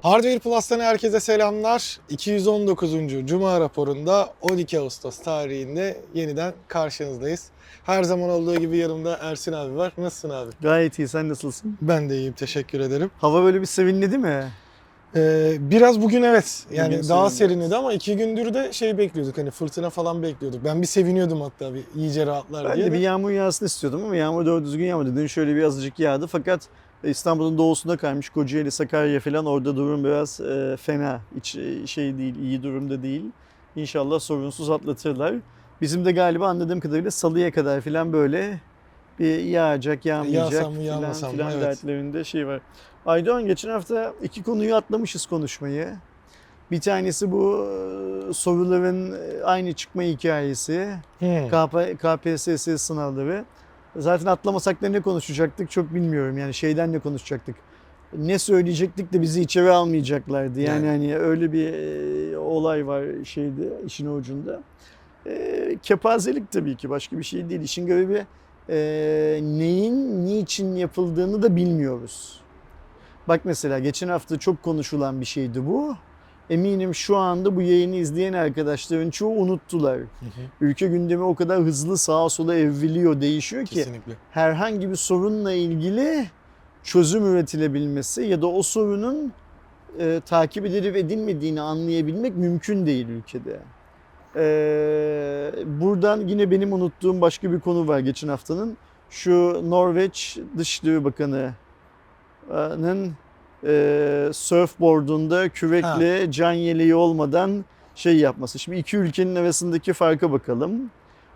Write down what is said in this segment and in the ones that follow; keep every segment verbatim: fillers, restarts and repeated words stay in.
Hardware Plus'tan herkese selamlar. iki yüz on dokuzuncu Cuma raporunda on iki Ağustos tarihinde yeniden karşınızdayız. Her zaman olduğu gibi yanımda Ersin abi var. Nasılsın abi? Gayet iyi. Sen nasılsın? Ben de iyiyim, teşekkür ederim. Hava böyle bir serinledi mi? Ee, biraz bugün evet, yani Bugün daha serinledi. serinledi ama iki gündür de şey bekliyorduk, hani fırtına falan bekliyorduk. Ben bir seviniyordum hatta, bir iyice rahatlar Ben diye de de. bir yağmur yağsın istiyordum ama yağmur doğru düzgün yağmadı. Dün şöyle bir azıcık yağdı fakat İstanbul'un doğusunda kaymış Kocaeli, Sakarya falan, orada durum biraz e, fena. Hiç e, şey değil, iyi durumda değil. İnşallah sorunsuz atlatırlar. Bizim de galiba anladığım kadarıyla Salı'ya kadar falan böyle bir yağacak, yağmayacak Yağsam mı, falan yağmasam mı? filan Evet. dertlerinde şey var. Aydoğan, geçen hafta iki konuyu atlamışız konuşmayı. Bir tanesi bu e, soruların e, aynı çıkma hikayesi. Hmm. K P S S sınavları. Zaten atlamasak da ne konuşacaktık çok bilmiyorum. Yani şeyden ne konuşacaktık. Ne söyleyecektik de bizi içeri almayacaklardı. Yani, Yani. hani öyle bir e, olay var şeyde, işin ucunda. E, kepazelik tabii ki, başka bir şey değil. İşin görevi e, neyin niçin yapıldığını da bilmiyoruz. Bak mesela geçen hafta çok konuşulan bir şeydi bu. Eminim şu anda bu yayını izleyen arkadaşların çoğu unuttular. Hı hı. Ülke gündemi o kadar hızlı sağa sola evriliyor, değişiyor ki Kesinlikle. herhangi bir sorunla ilgili çözüm üretilebilmesi ya da o sorunun e, takip edilip edilmediğini anlayabilmek mümkün değil ülkede. E, buradan yine benim unuttuğum başka bir konu var geçen haftanın. Şu Norveç Dışişleri Bakanı'nın e, surfboard'unda kürekle ha. can yeleği olmadan şey yapması. Şimdi iki ülkenin arasındaki farka bakalım.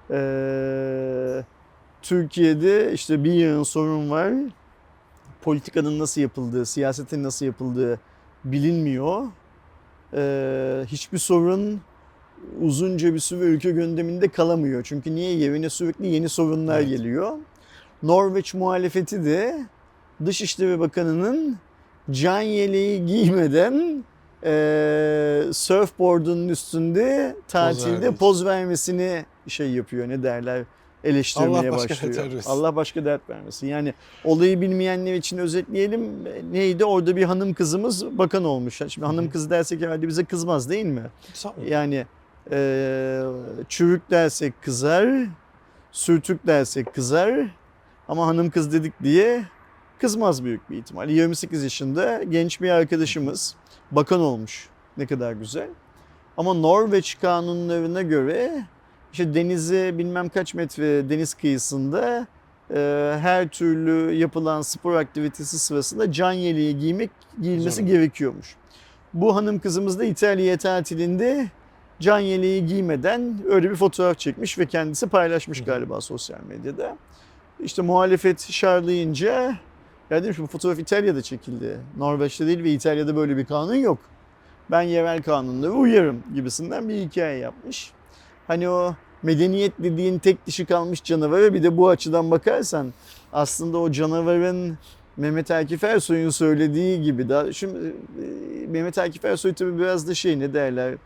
E, Türkiye'de işte bir yığın sorun var. Politikanın nasıl yapıldığı, siyasetin nasıl yapıldığı bilinmiyor. E, hiçbir sorun uzunca bir süre ülke gündeminde kalamıyor. Çünkü niye? Yerine sürekli yeni sorunlar evet. geliyor. Norveç muhalefeti de Dışişleri Bakanı'nın can yeleği giymeden e, surfboard'un üstünde tatilde poz, poz vermesini şey yapıyor, ne derler, eleştirmeye Allah başlıyor. Allah başka dert vermesin. Yani olayı bilmeyenler için özetleyelim. Neydi? Orada bir hanım kızımız bakan olmuş. Şimdi hanım kızı dersek herhalde bize kızmaz değil mi? Yani e, çürük dersek kızar, sürtük dersek kızar ama hanım kız dedik diye kızmaz büyük bir ihtimal. yirmi sekiz yaşında genç bir arkadaşımız bakan olmuş. Ne kadar güzel. Ama Norveç kanunlarına göre işte denize bilmem kaç metre deniz kıyısında e, her türlü yapılan spor aktivitesi sırasında can yeleği giymek giyilmesi Zor. gerekiyormuş. Bu hanım kızımız da İtalya tatilinde can yeleği giymeden öyle bir fotoğraf çekmiş ve kendisi paylaşmış galiba sosyal medyada. İşte muhalefet şarlayınca, ya demiş bu fotoğraf İtalya'da çekildi. Norveç'te değil ve İtalya'da böyle bir kanun yok. Ben yerel kanunlara uyarım gibisinden bir hikaye yapmış. Hani o medeniyet dediğin tek dişi kalmış canavara bir de bu açıdan bakarsan aslında o canavarın Mehmet Akif Ersoy'un söylediği gibi daha şimdi Mehmet Akif Ersoy tabii biraz da şey, ne derler,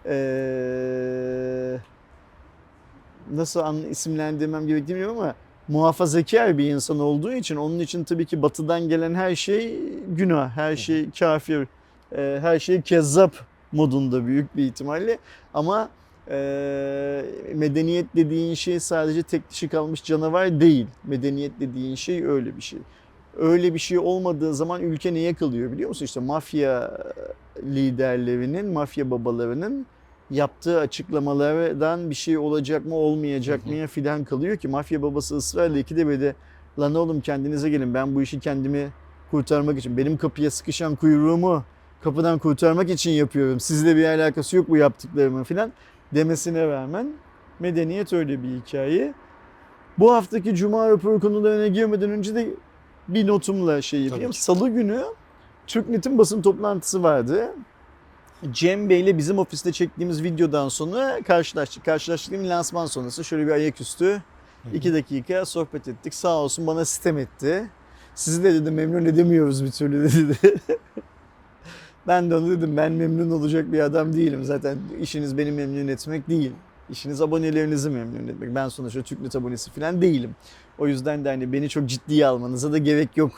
ee, nasıl an, isimlendirmem gerektiğini bilmiyorum ama muhafazakar bir insan olduğu için onun için tabii ki batıdan gelen her şey günah, her şey kafir, her şey kezzap modunda büyük bir ihtimalle. Ama e, medeniyet dediğin şey sadece tek dişi kalmış canavar değil. Medeniyet dediğin şey öyle bir şey. Öyle bir şey olmadığı zaman ülke neye kalıyor biliyor musun? İşte mafya liderlerinin, mafya babalarının yaptığı açıklamalardan bir şey olacak mı olmayacak mı filan kalıyor ki mafya babası ısrarla ikide bir de lan oğlum kendinize gelin, ben bu işi kendimi kurtarmak için, benim kapıya sıkışan kuyruğumu kapıdan kurtarmak için yapıyorum, sizle bir alakası yok bu yaptıklarımın filan demesine rağmen medeniyet öyle bir hikaye. Bu haftaki Cuma raporu konularına girmeden önce de bir notumla şey yapayım. Salı günü TürkNet'in basın toplantısı vardı. Cem Bey'le bizim ofiste çektiğimiz videodan sonra karşılaştık. Karşılaştığım lansman sonrası şöyle bir ayaküstü iki dakika sohbet ettik. Sağ olsun bana sitem etti. Sizi de dedi memnun edemiyoruz bir türlü dedi. Ben de onu dedim, ben memnun olacak bir adam değilim. Zaten işiniz beni memnun etmek değil. İşiniz abonelerinizi memnun etmek. Ben sonuçta TürkNet abonesi falan değilim. O yüzden de hani beni çok ciddiye almanıza da gerek yok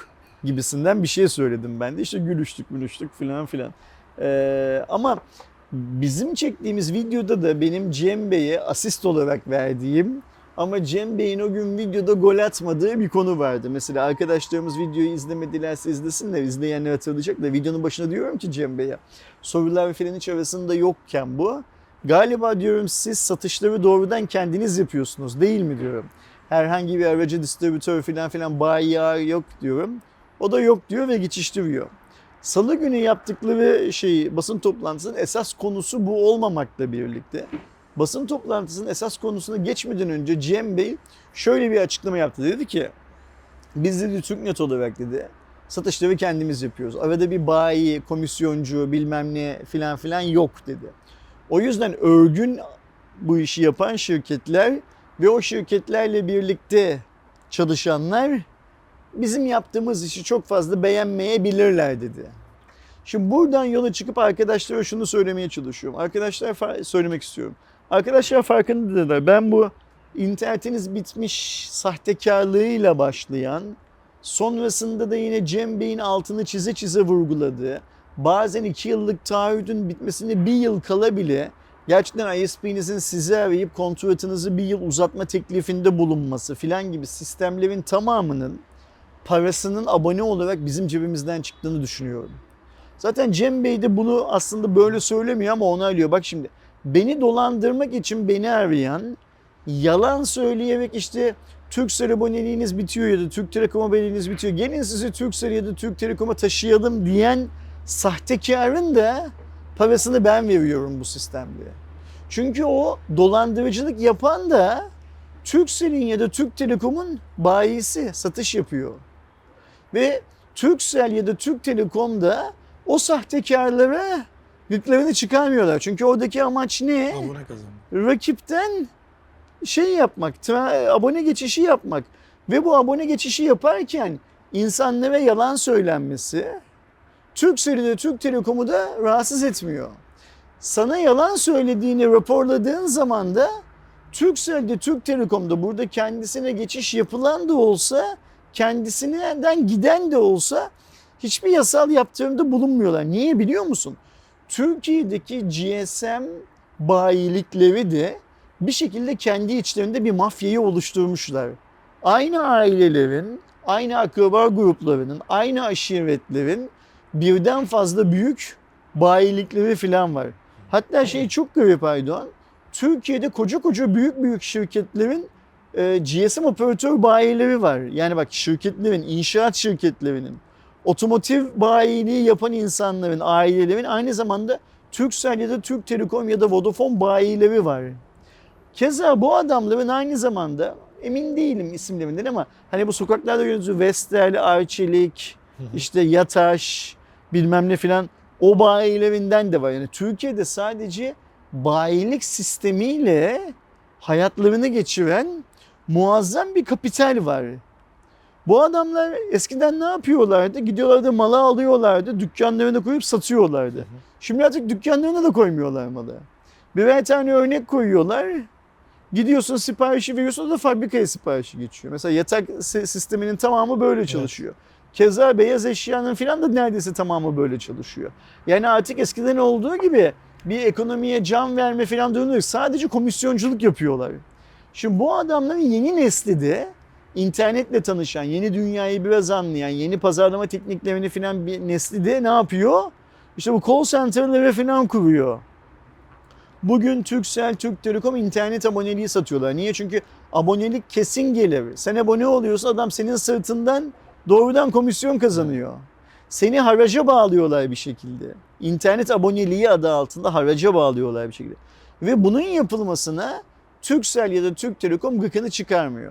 gibisinden bir şey söyledim ben de. İşte gülüştük gülüştük filan filan. Ee, ama bizim çektiğimiz videoda da benim Cem Bey'e asist olarak verdiğim ama Cem Bey'in o gün videoda gol atmadığı bir konu vardı. Mesela arkadaşlarımız videoyu izlemedilerse izlesinler, izleyenler hatırlayacak da videonun başına diyorum ki Cem Bey'e sorular filan hiç arasında yokken bu. Galiba diyorum siz satışları doğrudan kendiniz yapıyorsunuz değil mi diyorum. Herhangi bir aracı distribütör filan filan bayi yok diyorum. O da yok diyor ve geçiştiriyor. Salı günü yaptıkları şey basın toplantısının esas konusu bu olmamakla birlikte basın toplantısının esas konusuna geçmeden önce Cem Bey şöyle bir açıklama yaptı. Dedi ki biz dedi TürkNet olarak dedi satışları kendimiz yapıyoruz. Arada bir bayi, komisyoncu bilmem ne filan filan yok dedi. O yüzden örgün bu işi yapan şirketler ve o şirketlerle birlikte çalışanlar bizim yaptığımız işi çok fazla beğenmeyebilirler dedi. Şimdi buradan yola çıkıp arkadaşlara şunu söylemeye çalışıyorum. Arkadaşlar söylemek istiyorum. Arkadaşlar farkındadır. Ben bu internetiniz bitmiş sahtekarlığıyla başlayan, sonrasında da yine Cem Bey'in altını çize çize vurguladığı, bazen iki yıllık taahhüdün bitmesine bir yıl kala bile gerçekten I S P'nizin sizi arayıp kontratınızı bir yıl uzatma teklifinde bulunması filan gibi sistemlerin tamamının parasının abone olarak bizim cebimizden çıktığını düşünüyorum. Zaten Cem Bey de bunu aslında böyle söylemiyor ama onaylıyor. Bak şimdi beni dolandırmak için beni arayan, yalan söyleyerek işte Turkcell aboneliğiniz bitiyor ya da Türk Telekom aboneliğiniz bitiyor. Gelin sizi Turkcell ya da Türk Telekom'a taşıyalım diyen sahtekarın da parasını ben veriyorum bu sistemde. Çünkü o dolandırıcılık yapan da Turkcell'in ya da Türk Telekom'un bayisi, satış yapıyor. Ve Turkcell ya da Türk Telekom'da o sahtekarlara gıklarını çıkarmıyorlar. Çünkü oradaki amaç ne? Abone kazanmak. Rakipten şey yapmak, abone geçişi yapmak. Ve bu abone geçişi yaparken insanlara yalan söylenmesi Turkcell'i de Türk Telekom'u da rahatsız etmiyor. Sana yalan söylediğini raporladığın zaman da Turkcell'de Türk Telekom'da burada kendisine geçiş yapılan da olsa kendisinden giden de olsa hiçbir yasal yaptırımda bulunmuyorlar. Niye biliyor musun? Türkiye'deki G S M bayilikleri de bir şekilde kendi içlerinde bir mafyayı oluşturmuşlar. Aynı ailelerin, aynı akraba gruplarının, aynı aşiretlerin birden fazla büyük bayilikleri falan var. Hatta şey çok garip Aydoğan, Türkiye'de koca koca büyük büyük şirketlerin e, G S M operatör bayileri var. Yani bak şirketlerin, inşaat şirketlerinin, otomotiv bayiliği yapan insanların, ailelerin aynı zamanda Turkcell ya da Türk Telekom ya da Vodafone bayileri var. Keza bu adamların aynı zamanda, emin değilim isimlerinden ama hani bu sokaklarda görüyorsunuz Vestel, Arçelik, işte Yataş, bilmem ne filan o bayilerinden de var. Yani Türkiye'de sadece bayilik sistemiyle hayatlarını geçiren muazzam bir kapital var. Bu adamlar eskiden ne yapıyorlardı? Gidiyorlardı malı alıyorlardı, dükkanlarına koyup satıyorlardı. Şimdi artık dükkanlarına da koymuyorlar malı. Birer tane örnek koyuyorlar. Gidiyorsun siparişi veriyorsun, o da fabrikaya siparişi geçiyor. Mesela yatak sisteminin tamamı böyle çalışıyor. Evet. Keza beyaz eşyanın filan da neredeyse tamamı böyle çalışıyor. Yani artık eskiden olduğu gibi bir ekonomiye can verme filan durumu yok. Sadece komisyonculuk yapıyorlar. Şimdi bu adamların yeni nesli de internetle tanışan, yeni dünyayı biraz anlayan, yeni pazarlama tekniklerini filan bir nesli de ne yapıyor? İşte bu call center'ları filan kuruyor. Bugün Turkcell, Türk Telekom internet aboneliği satıyorlar. Niye? Çünkü abonelik kesin gelir. Sen abone oluyorsun, adam senin sırtından doğrudan komisyon kazanıyor. Seni haraca bağlıyorlar bir şekilde. İnternet aboneliği adı altında haraca bağlıyorlar bir şekilde. Ve bunun yapılmasına Turkcell ya da Türk Telekom gıkını çıkarmıyor.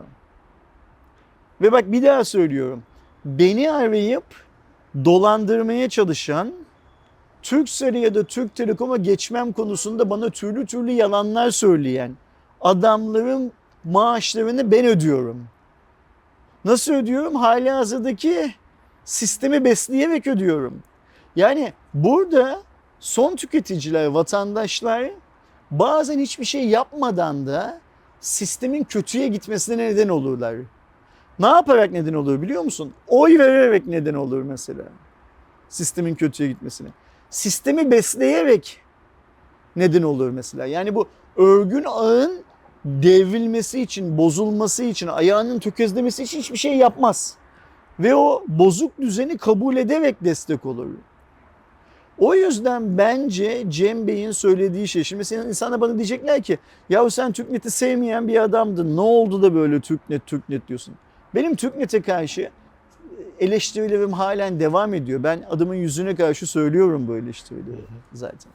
Ve bak bir daha söylüyorum. Beni arayıp dolandırmaya çalışan, Turkcell ya da Türk Telekom'a geçmem konusunda bana türlü türlü yalanlar söyleyen adamların maaşlarını ben ödüyorum. Nasıl ödüyorum? Halihazırdaki sistemi besleyerek ödüyorum. Yani burada son tüketiciler, vatandaşlar bazen hiçbir şey yapmadan da sistemin kötüye gitmesine neden olurlar. Ne yaparak neden olur biliyor musun? Oy vererek neden olur mesela. Sistemin kötüye gitmesine. Sistemi besleyerek neden olur mesela. Yani bu örgün ağın devrilmesi için, bozulması için, ayağının tökezlemesi için hiçbir şey yapmaz. Ve o bozuk düzeni kabul ederek destek olur. O yüzden bence Cem Bey'in söylediği şey, şimdi mesela insana bana diyecekler ki ya sen TürkNet'i sevmeyen bir adamdın, ne oldu da böyle TürkNet TürkNet diyorsun. Benim TürkNet'e karşı eleştirilerim halen devam ediyor. Ben adamın yüzüne karşı söylüyorum bu eleştirileri zaten.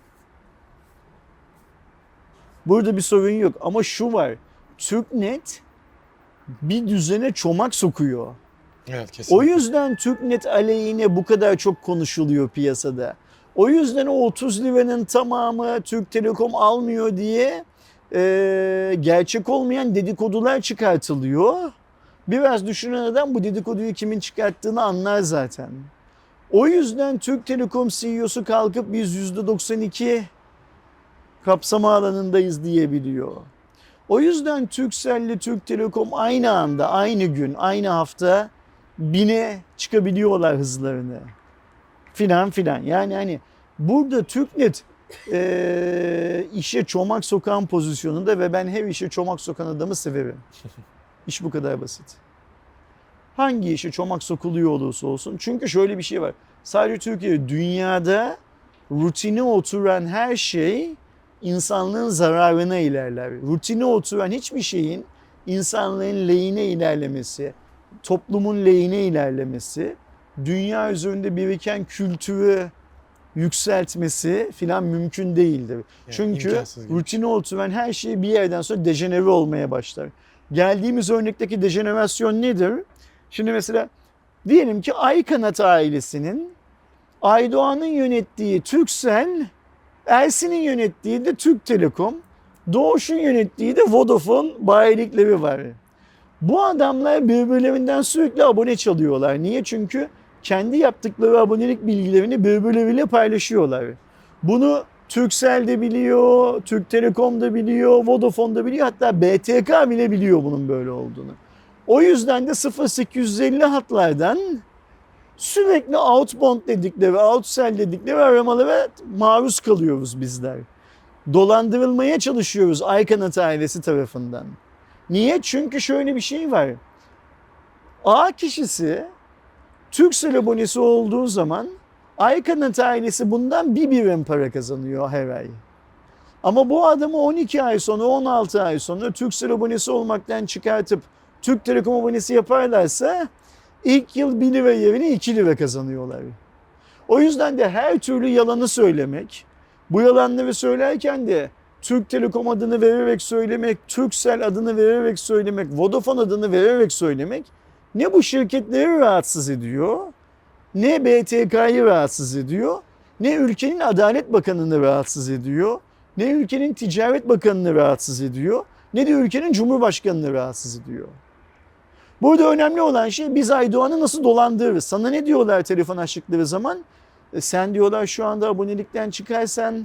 Burada bir sorun yok ama şu var, TürkNet bir düzene çomak sokuyor. Evet, kesinlikle. O yüzden TürkNet aleyhine bu kadar çok konuşuluyor piyasada. O yüzden o otuz liranın tamamı Türk Telekom almıyor diye e, gerçek olmayan dedikodular çıkartılıyor. Biraz düşünen adam bu dedikoduyu kimin çıkarttığını anlar zaten. O yüzden Türk Telekom C E O'su kalkıp biz yüzde doksan iki kapsama alanındayız diyebiliyor. O yüzden Turkcell ile Türk Telekom aynı anda, aynı gün, aynı hafta bine çıkabiliyorlar hızlarını. Filan filan. Yani hani burada TürkNet e, işe çomak sokan pozisyonunda ve ben her işe çomak sokan adamı severim. İş bu kadar basit. Hangi işe çomak sokuluyor olursa olsun. Çünkü şöyle bir şey var. Sadece Türkiye, dünyada rutine oturan her şey insanlığın zararına ilerler. Rutine oturan hiçbir şeyin insanlığın lehine ilerlemesi, toplumun lehine ilerlemesi, dünya üzerinde biriken kültürü yükseltmesi filan mümkün değildir. Yani çünkü rutine oturan her şey bir yerden sonra dejenere olmaya başlar. Geldiğimiz örnekteki dejenerasyon nedir? Şimdi mesela diyelim ki Aykanat ailesinin Aydoğan'ın yönettiği Turkcell, Ersin'in yönettiği de Türk Telekom, Doğuş'un yönettiği de Vodafone bayilikleri var. Bu adamlar birbirlerinden sürekli abone çalıyorlar. Niye? Çünkü kendi yaptıkları abonelik bilgilerini birbirleriyle paylaşıyorlar. Bunu Turkcell de biliyor, Türk Telekom da biliyor, Vodafone da biliyor, hatta B T K bile biliyor bunun böyle olduğunu. O yüzden de sıfır sekiz elli hatlardan sürekli outbound dedikleri, outsell dedikleri aramalara maruz kalıyoruz bizler. Dolandırılmaya çalışıyoruz Aykanat ailesi tarafından. Niye? Çünkü şöyle bir şey var. A kişisi Turkcell abonesi olduğu zaman Aykanat ailesi bundan bir birim para kazanıyor her ay. Ama bu adamı on iki ay sonra, on altı ay sonra Turkcell abonesi olmaktan çıkartıp Türk Telekom abonesi yaparlarsa ilk yıl bir lira yerine iki lira kazanıyorlar. O yüzden de her türlü yalanı söylemek, bu yalanları söylerken de Türk Telekom adını vererek söylemek, Turkcell adını vererek söylemek, Vodafone adını vererek söylemek ne bu şirketleri rahatsız ediyor, ne B T K'yı rahatsız ediyor, ne ülkenin Adalet Bakanı'nı rahatsız ediyor, ne ülkenin Ticaret Bakanı'nı rahatsız ediyor, ne de ülkenin Cumhurbaşkanı'nı rahatsız ediyor. Burada önemli olan şey biz Aydoğan'ı nasıl dolandırırız. Sana ne diyorlar telefon açtıkları zaman? E, sen diyorlar şu anda abonelikten çıkarsan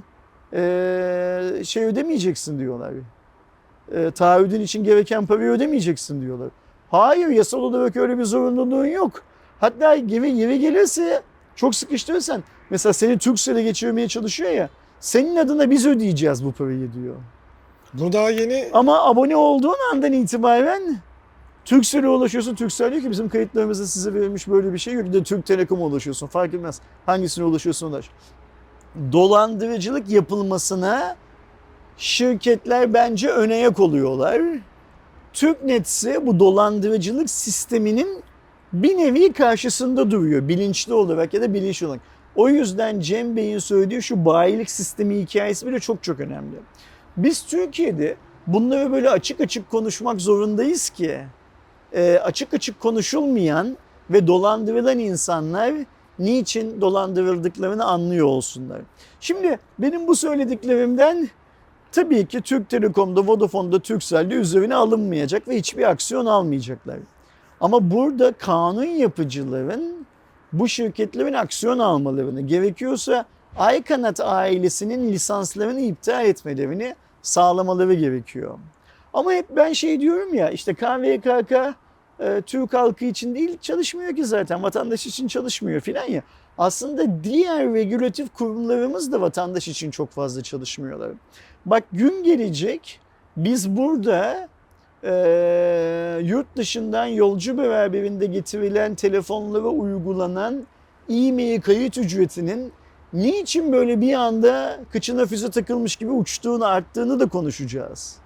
e, şey ödemeyeceksin diyorlar. E, taahhüdün için gereken parayı ödemeyeceksin diyorlar. Hayır, yasal olarak öyle bir zorunluluğun yok. Hatta yeri, yeri gelirse çok sıkıştırırsan mesela seni Turkcell'e geçirmeye çalışıyor ya, senin adına biz ödeyeceğiz bu parayı diyor. Bu daha yeni. Ama abone olduğun andan itibaren Turkcell'e ulaşıyorsun. Turkcell diyor ki bizim kayıtlarımızda size verilmiş böyle bir şey yok. Bir de Türk Telekom'a ulaşıyorsun. Fark etmez. Hangisine ulaşıyorsun ulaş. Dolandırıcılık yapılmasına şirketler bence ön ayak oluyorlar. TürkNet ise bu dolandırıcılık sisteminin bir nevi karşısında duruyor. Bilinçli olarak ya da bilinçli olarak. O yüzden Cem Bey'in söylediği şu bayilik sistemi hikayesi bile çok çok önemli. Biz Türkiye'de bunları böyle açık açık konuşmak zorundayız ki e, açık açık konuşulmayan ve dolandırılan insanlar niçin dolandırıldıklarını anlıyor olsunlar. Şimdi benim bu söylediklerimden tabii ki Türk Telekom'da, Vodafone'da, Turkcell'de üzerine alınmayacak ve hiçbir aksiyon almayacaklar. Ama burada kanun yapıcıların bu şirketlerin aksiyon almalarını, gerekiyorsa Aykanat ailesinin lisanslarını iptal etmelerini sağlamaları gerekiyor. Ama hep ben şey diyorum ya, işte K V K K e, Türk halkı için değil çalışmıyor ki zaten vatandaş için çalışmıyor filan ya. Aslında diğer regülatif kurumlarımız da vatandaş için çok fazla çalışmıyorlar. Bak gün gelecek biz burada e, yurt dışından yolcu beraberinde getirilen telefonlara uygulanan e-mail kayıt ücretinin niçin böyle bir anda kıçına füze takılmış gibi uçtuğunu, arttığını da konuşacağız.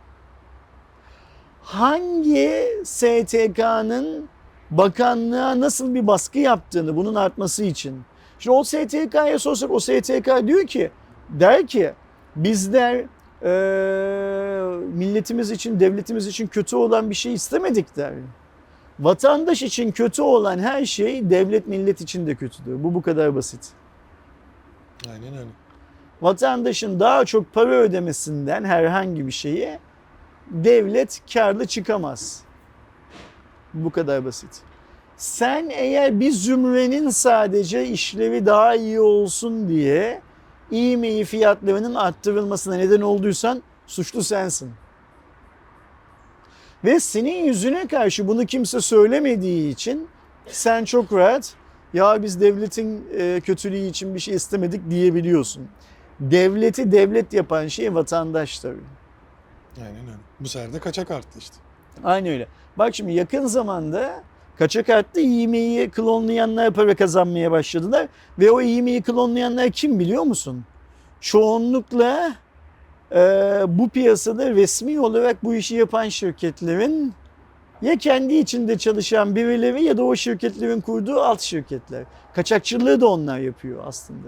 Hangi S T K'nın bakanlığa nasıl bir baskı yaptığını bunun artması için. Şimdi o S T K'ya sorsak o S T K diyor ki, der ki bizler e, milletimiz için, devletimiz için kötü olan bir şey istemedik der. Vatandaş için kötü olan her şey devlet millet için de kötüdür. Bu bu kadar basit. Aynen öyle. Vatandaşın daha çok para ödemesinden herhangi bir şeye devlet karlı çıkamaz. Bu kadar basit. Sen eğer bir zümrenin sadece işlevi daha iyi olsun diye e-mail fiyatlarının arttırılmasına neden olduysan suçlu sensin. Ve senin yüzüne karşı bunu kimse söylemediği için sen çok rahat ya biz devletin kötülüğü için bir şey istemedik diyebiliyorsun. Devleti devlet yapan şey vatandaş tabii. Aynen öyle. Bu sefer de kaçak arttı işte. Aynen öyle. Bak şimdi yakın zamanda kaçak arttı, e-mail'i klonlayanlar para kazanmaya başladılar. Ve o e-mail'i klonlayanlar kim biliyor musun? Çoğunlukla e, bu piyasada resmi olarak bu işi yapan şirketlerin ya kendi içinde çalışan birileri ya da o şirketlerin kurduğu alt şirketler. Kaçakçılığı da onlar yapıyor aslında.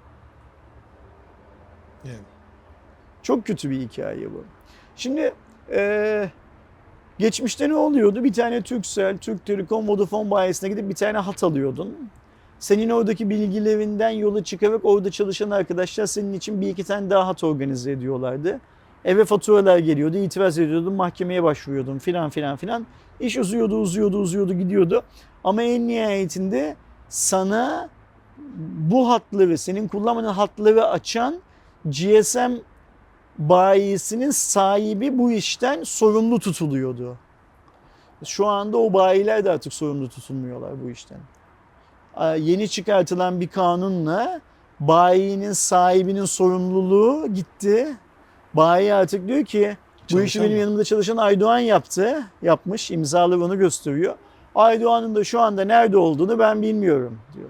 Yani. Çok kötü bir hikaye bu. Şimdi e, geçmişte ne oluyordu? Bir tane Turkcell, Türk Telekom, Vodafone bayisine gidip bir tane hat alıyordun. Senin oradaki bilgilerinden yola çıkarak orada çalışan arkadaşlar senin için bir iki tane daha hat organize ediyorlardı. Eve faturalar geliyordu, itiraz ediyordun, mahkemeye başvuruyordun filan filan filan. İş uzuyordu, uzuyordu, uzuyordu, gidiyordu. Ama en nihayetinde sana bu hatları, senin kullanmadığın hatları açan G S M bayisinin sahibi bu işten sorumlu tutuluyordu. Şu anda o bayiler de artık sorumlu tutulmuyorlar bu işten. Yeni çıkartılan bir kanunla bayinin sahibinin sorumluluğu gitti. Bayi artık diyor ki bu işi benim yanımda çalışan Aydoğan yaptı, yapmış, imzalı onu gösteriyor. Aydoğan'ın da şu anda nerede olduğunu ben bilmiyorum diyor.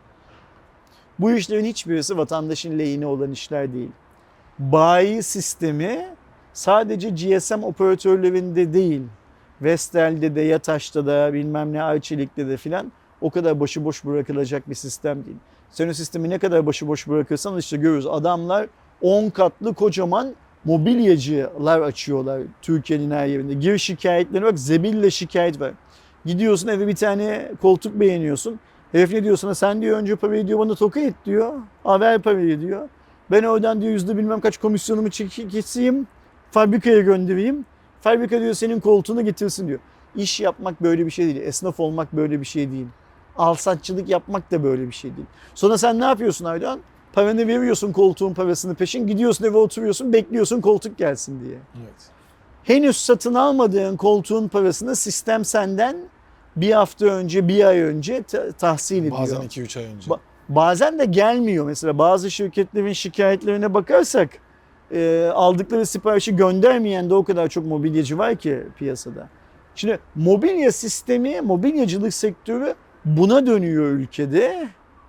Bu işlerin hiçbirisi vatandaşın lehine olan işler değil. Bayi sistemi sadece G S M operatörlerinde değil, Vestel'de de, Yataş'ta da, bilmem ne Arçelik'te de filan o kadar başıboş bırakılacak bir sistem değil. Sen o sistemi ne kadar başıboş bırakırsan işte görürüz. Adamlar on katlı kocaman mobilyacılar açıyorlar Türkiye'nin her yerinde. Gir şikayetlerine bak, zebille şikayet var. Gidiyorsun eve bir tane koltuk beğeniyorsun. Herif ne diyor sana? Sen diyor önce parayı diyor bana toka et diyor. Ha ver parayı diyor. Ben oradan diyor yüzde bilmem kaç komisyonumu keseyim. Fabrikaya göndereyim. Fabrika diyor senin koltuğunu getirsin diyor. İş yapmak böyle bir şey değil. Esnaf olmak böyle bir şey değil. Alsatçılık yapmak da böyle bir şey değil. Sonra sen ne yapıyorsun Aydoğan? Paranı veriyorsun koltuğun parasını peşin. Gidiyorsun eve oturuyorsun bekliyorsun koltuk gelsin diye. Evet. Henüz satın almadığın koltuğun parasını sistem senden bir hafta önce, bir ay önce tahsil ediyor. Bazen iki üç ay önce. Ba- bazen de gelmiyor. Mesela bazı şirketlerin şikayetlerine bakarsak e, aldıkları siparişi göndermeyen de o kadar çok mobilyacı var ki piyasada. Şimdi mobilya sistemi, mobilyacılık sektörü buna dönüyor ülkede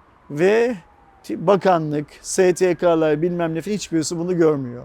ve bakanlık, S T K'lar bilmem ne hiçbirisi bunu görmüyor.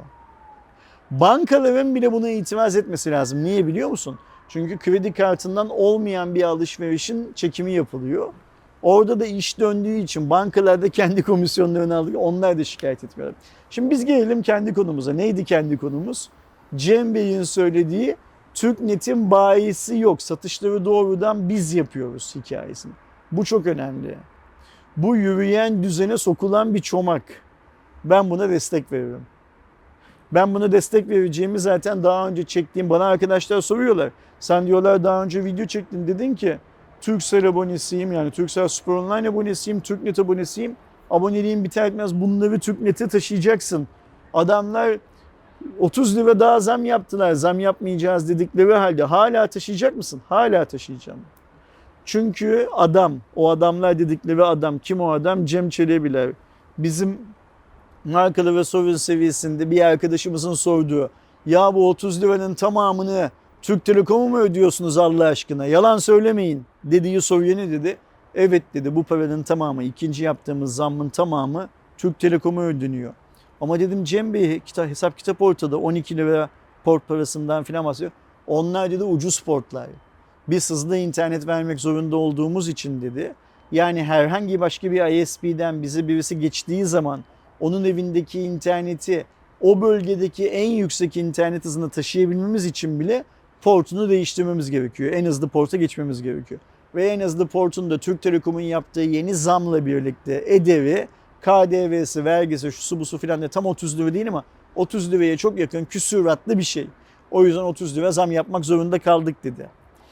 Bankaların bile buna itiraz etmesi lazım. Niye biliyor musun? Çünkü kredi kartından olmayan bir alışverişin çekimi yapılıyor. Orada da iş döndüğü için bankalarda kendi komisyonlarını alıyor. Onlar da şikayet etmiyorlar. Şimdi biz gelelim kendi konumuza. Neydi kendi konumuz? Cem Bey'in söylediği Türknet'in bayisi yok. Satışları doğrudan biz yapıyoruz hikayesini. Bu çok önemli. Bu yürüyen düzene sokulan bir çomak. Ben buna destek veririm. Ben buna destek vereceğimi zaten daha önce çektiğim bana arkadaşlar soruyorlar. Sen diyorlar daha önce video çektin dedin ki Turkcell abonesiyim yani Turkcell Super Online abonesiyim, Türknet abonesiyim. Aboneliğim biter bitmez bunları Türknet'e taşıyacaksın. Adamlar otuz lira daha zam yaptılar. Zam yapmayacağız dedikleri halde hala taşıyacak mısın? Hala taşıyacağım. Çünkü adam, o adamlar dedikleri adam, kim o adam? Cem Çelebiler. Bizim markalı ve soru seviyesinde bir arkadaşımızın sorduğu, ya bu otuz liranın tamamını Türk Telekom'u mu ödüyorsunuz Allah aşkına? Yalan söylemeyin dediği soruya ne dedi? Evet dedi, bu paranın tamamı, ikinci yaptığımız zammın tamamı Türk Telekom'u ödeniyor. Ama dedim Cem Bey, kitap, hesap kitap ortada, on iki lira port parasından filan bahsediyor. Onlar dedi ucuz portlar. Biz hızlı internet vermek zorunda olduğumuz için dedi. Yani herhangi başka bir I S P'den bize birisi geçtiği zaman onun evindeki interneti o bölgedeki en yüksek internet hızına taşıyabilmemiz için bile portunu değiştirmemiz gerekiyor. En hızlı porta geçmemiz gerekiyor. Ve en hızlı portun da Türk Telekom'un yaptığı yeni zamla birlikte edevi, K D V'si, vergisi, şusu busu filan da tam otuz lira değil ama otuz liraya çok yakın küsuratlı bir şey. O yüzden otuz lira zam yapmak zorunda kaldık dedi.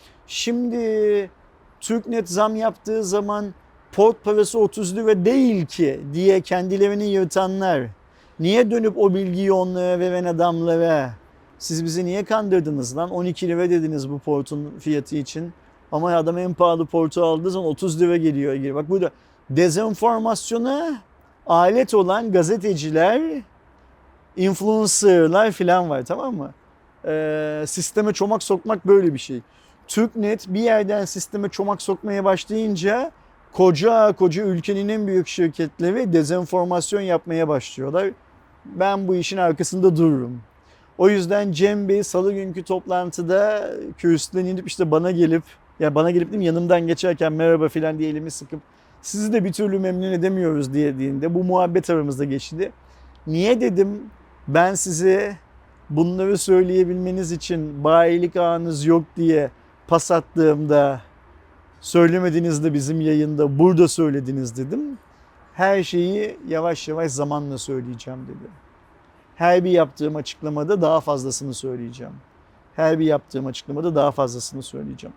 Şimdi TürkNet zam yaptığı zaman port parası otuz lira değil ki diye kendilerini yırtanlar, niye dönüp o bilgiyi onlara veren adamlara, siz bizi niye kandırdınız lan, on iki lira dediniz bu portun fiyatı için ama adam en pahalı portu aldığı zaman otuz lira geliyor. Bak burada dezenformasyona alet olan gazeteciler, influencerlar falan var, tamam mı? Ee, sisteme çomak sokmak böyle bir şey. TürkNet bir yerden sisteme çomak sokmaya başlayınca koca koca ülkenin en büyük şirketleri dezenformasyon yapmaya başlıyorlar. Ben bu işin arkasında dururum. O yüzden Cem Bey salı günkü toplantıda kürsüden inip işte bana gelip, ya bana gelip değil mi, yanımdan geçerken merhaba filan diye elimi sıkıp sizi de bir türlü memnun edemiyoruz diye dediğinde bu muhabbet aramızda geçti. Niye dedim, ben size bunları söyleyebilmeniz için bayilik ağınız yok diye pas attığımda söylemediniz de bizim yayında burada söylediniz dedim. Her şeyi yavaş yavaş zamanla söyleyeceğim dedi. Her bir yaptığım açıklamada daha fazlasını söyleyeceğim. Her bir yaptığım açıklamada daha fazlasını söyleyeceğim.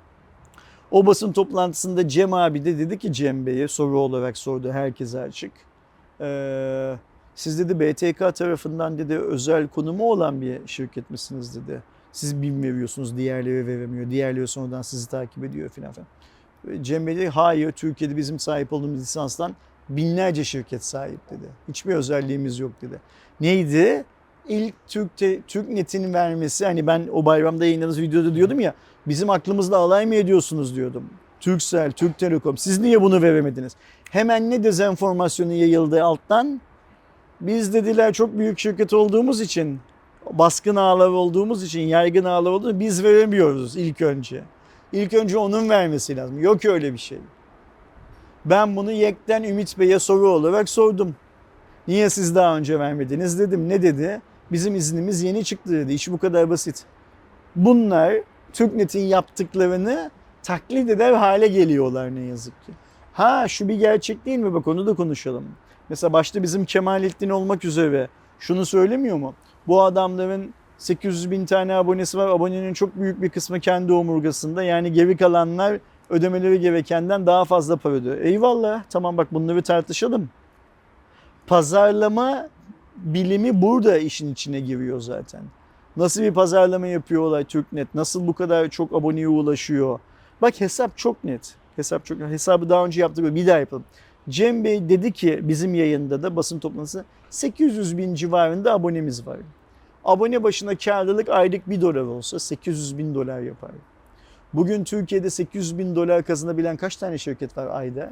O basın toplantısında Cem abi de dedi ki Cem Bey'e soru olarak sordu, herkese açık. Ee, siz dedi B T K tarafından dedi özel konumu olan bir şirket misiniz dedi. Siz BİM veriyorsunuz, diğerleri veremiyor. Diğerleri sonradan sizi takip ediyor filan filan. Cem Bey dedi hayır, Türkiye'de bizim sahip olduğumuz lisanstan binlerce şirket sahip dedi. Hiçbir özelliğimiz yok dedi. Neydi? İlk Türk'te, TürkNet'in vermesi, hani ben o bayramda yayınladığınız videoda diyordum ya, bizim aklımızla alay mı ediyorsunuz diyordum. Turkcell, Türk Telekom, siz niye bunu veremediniz? Hemen ne dezenformasyonu yayıldı alttan? Biz dediler çok büyük şirket olduğumuz için, baskın ağlar olduğumuz için, yaygın ağlar olduğumuz için biz veremiyoruz ilk önce. İlk önce onun vermesi lazım. Yok öyle bir şey. Ben bunu yekten Ümit Bey'e soru olarak sordum. Niye siz daha önce vermediniz dedim. Ne dedi? Bizim iznimiz yeni çıktı dedi. İş bu kadar basit. Bunlar TürkNet'in yaptıklarını taklit eder hale geliyorlar ne yazık ki. Ha şu bir gerçek değil mi? Bak onu da konuşalım. Mesela başta bizim Kemalettin olmak üzere şunu söylemiyor mu? Bu adamların sekiz yüz bin tane abonesi var. Abonenin çok büyük bir kısmı kendi omurgasında. Yani geri kalanlar ödemeleri gerekenden daha fazla para ödüyor. Eyvallah, tamam, bak bunları tartışalım. Pazarlama bilimi burada işin içine giriyor zaten. Nasıl bir pazarlama yapıyorlar TürkNet? Nasıl bu kadar çok aboneye ulaşıyor? Bak hesap çok net. Hesap çok net. Hesabı daha önce yaptık. Bir daha yapalım. Cem Bey dedi ki bizim yayında da basın toplantısı sekiz yüz bin civarında abonemiz var. Abone başına karlılık aylık bir dolar olsa sekiz yüz bin dolar yapar. Bugün Türkiye'de sekiz yüz bin dolar kazanabilen kaç tane şirket var ayda?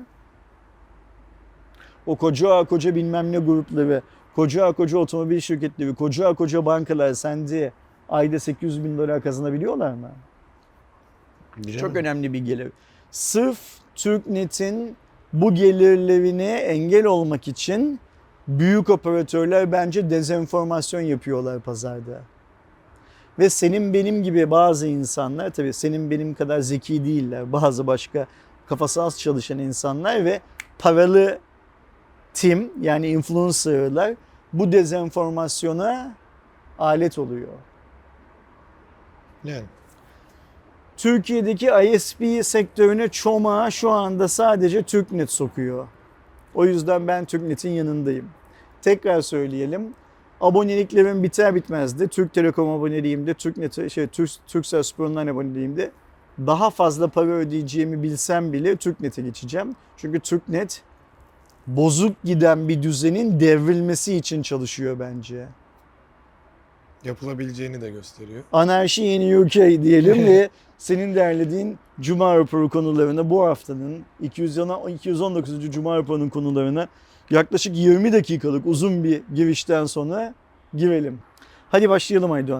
O koca koca bilmem ne grupları, koca koca otomobil şirketleri, koca koca bankalar sence ayda sekiz yüz bin dolar kazanabiliyorlar mı? Bilemem. Çok önemli bir gelir. Sırf TürkNet'in bu gelirlerine engel olmak için büyük operatörler bence dezenformasyon yapıyorlar pazarda. Ve senin benim gibi bazı insanlar, tabii senin benim kadar zeki değiller, bazı başka kafası az çalışan insanlar ve paralı tim, yani influencerlar bu dezenformasyona alet oluyor. Yani. Türkiye'deki I S P sektörüne çomağı şu anda sadece TürkNet sokuyor. O yüzden ben TürkNet'in yanındayım. Tekrar söyleyelim. aboneliklerim biter bitmez de Türk Telekom aboneliğimde, Türknet, şey, Türk, Turkcell Super Online aboneliğimde daha fazla para ödeyeceğimi bilsem bile Türknet'e geçeceğim. Çünkü Türknet bozuk giden bir düzenin devrilmesi için çalışıyor bence. Yapılabileceğini de gösteriyor. Anarşi yeni U K diyelim ve senin derlediğin Cuma raporu konularına bu haftanın iki yüz on dokuzuncu Cuma raporunun konularına yaklaşık yirmi dakikalık uzun bir girişten sonra girelim. Hadi başlayalım Aydoğan.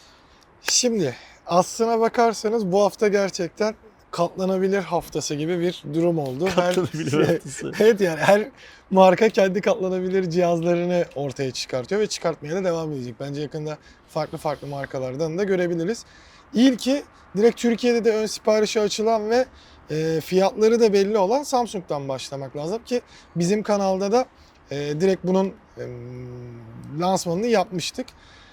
Şimdi aslına bakarsanız bu hafta gerçekten katlanabilir haftası gibi bir durum oldu. Katlanabilir her, haftası. Evet, yani her marka kendi katlanabilir cihazlarını ortaya çıkartıyor ve çıkartmaya da devam edecek. Bence yakında farklı farklı markalardan da görebiliriz. İlki direkt Türkiye'de de ön siparişi açılan ve e, fiyatları da belli olan Samsung'dan başlamak lazım ki bizim kanalda da e, direkt bunun e, lansmanını yapmıştık.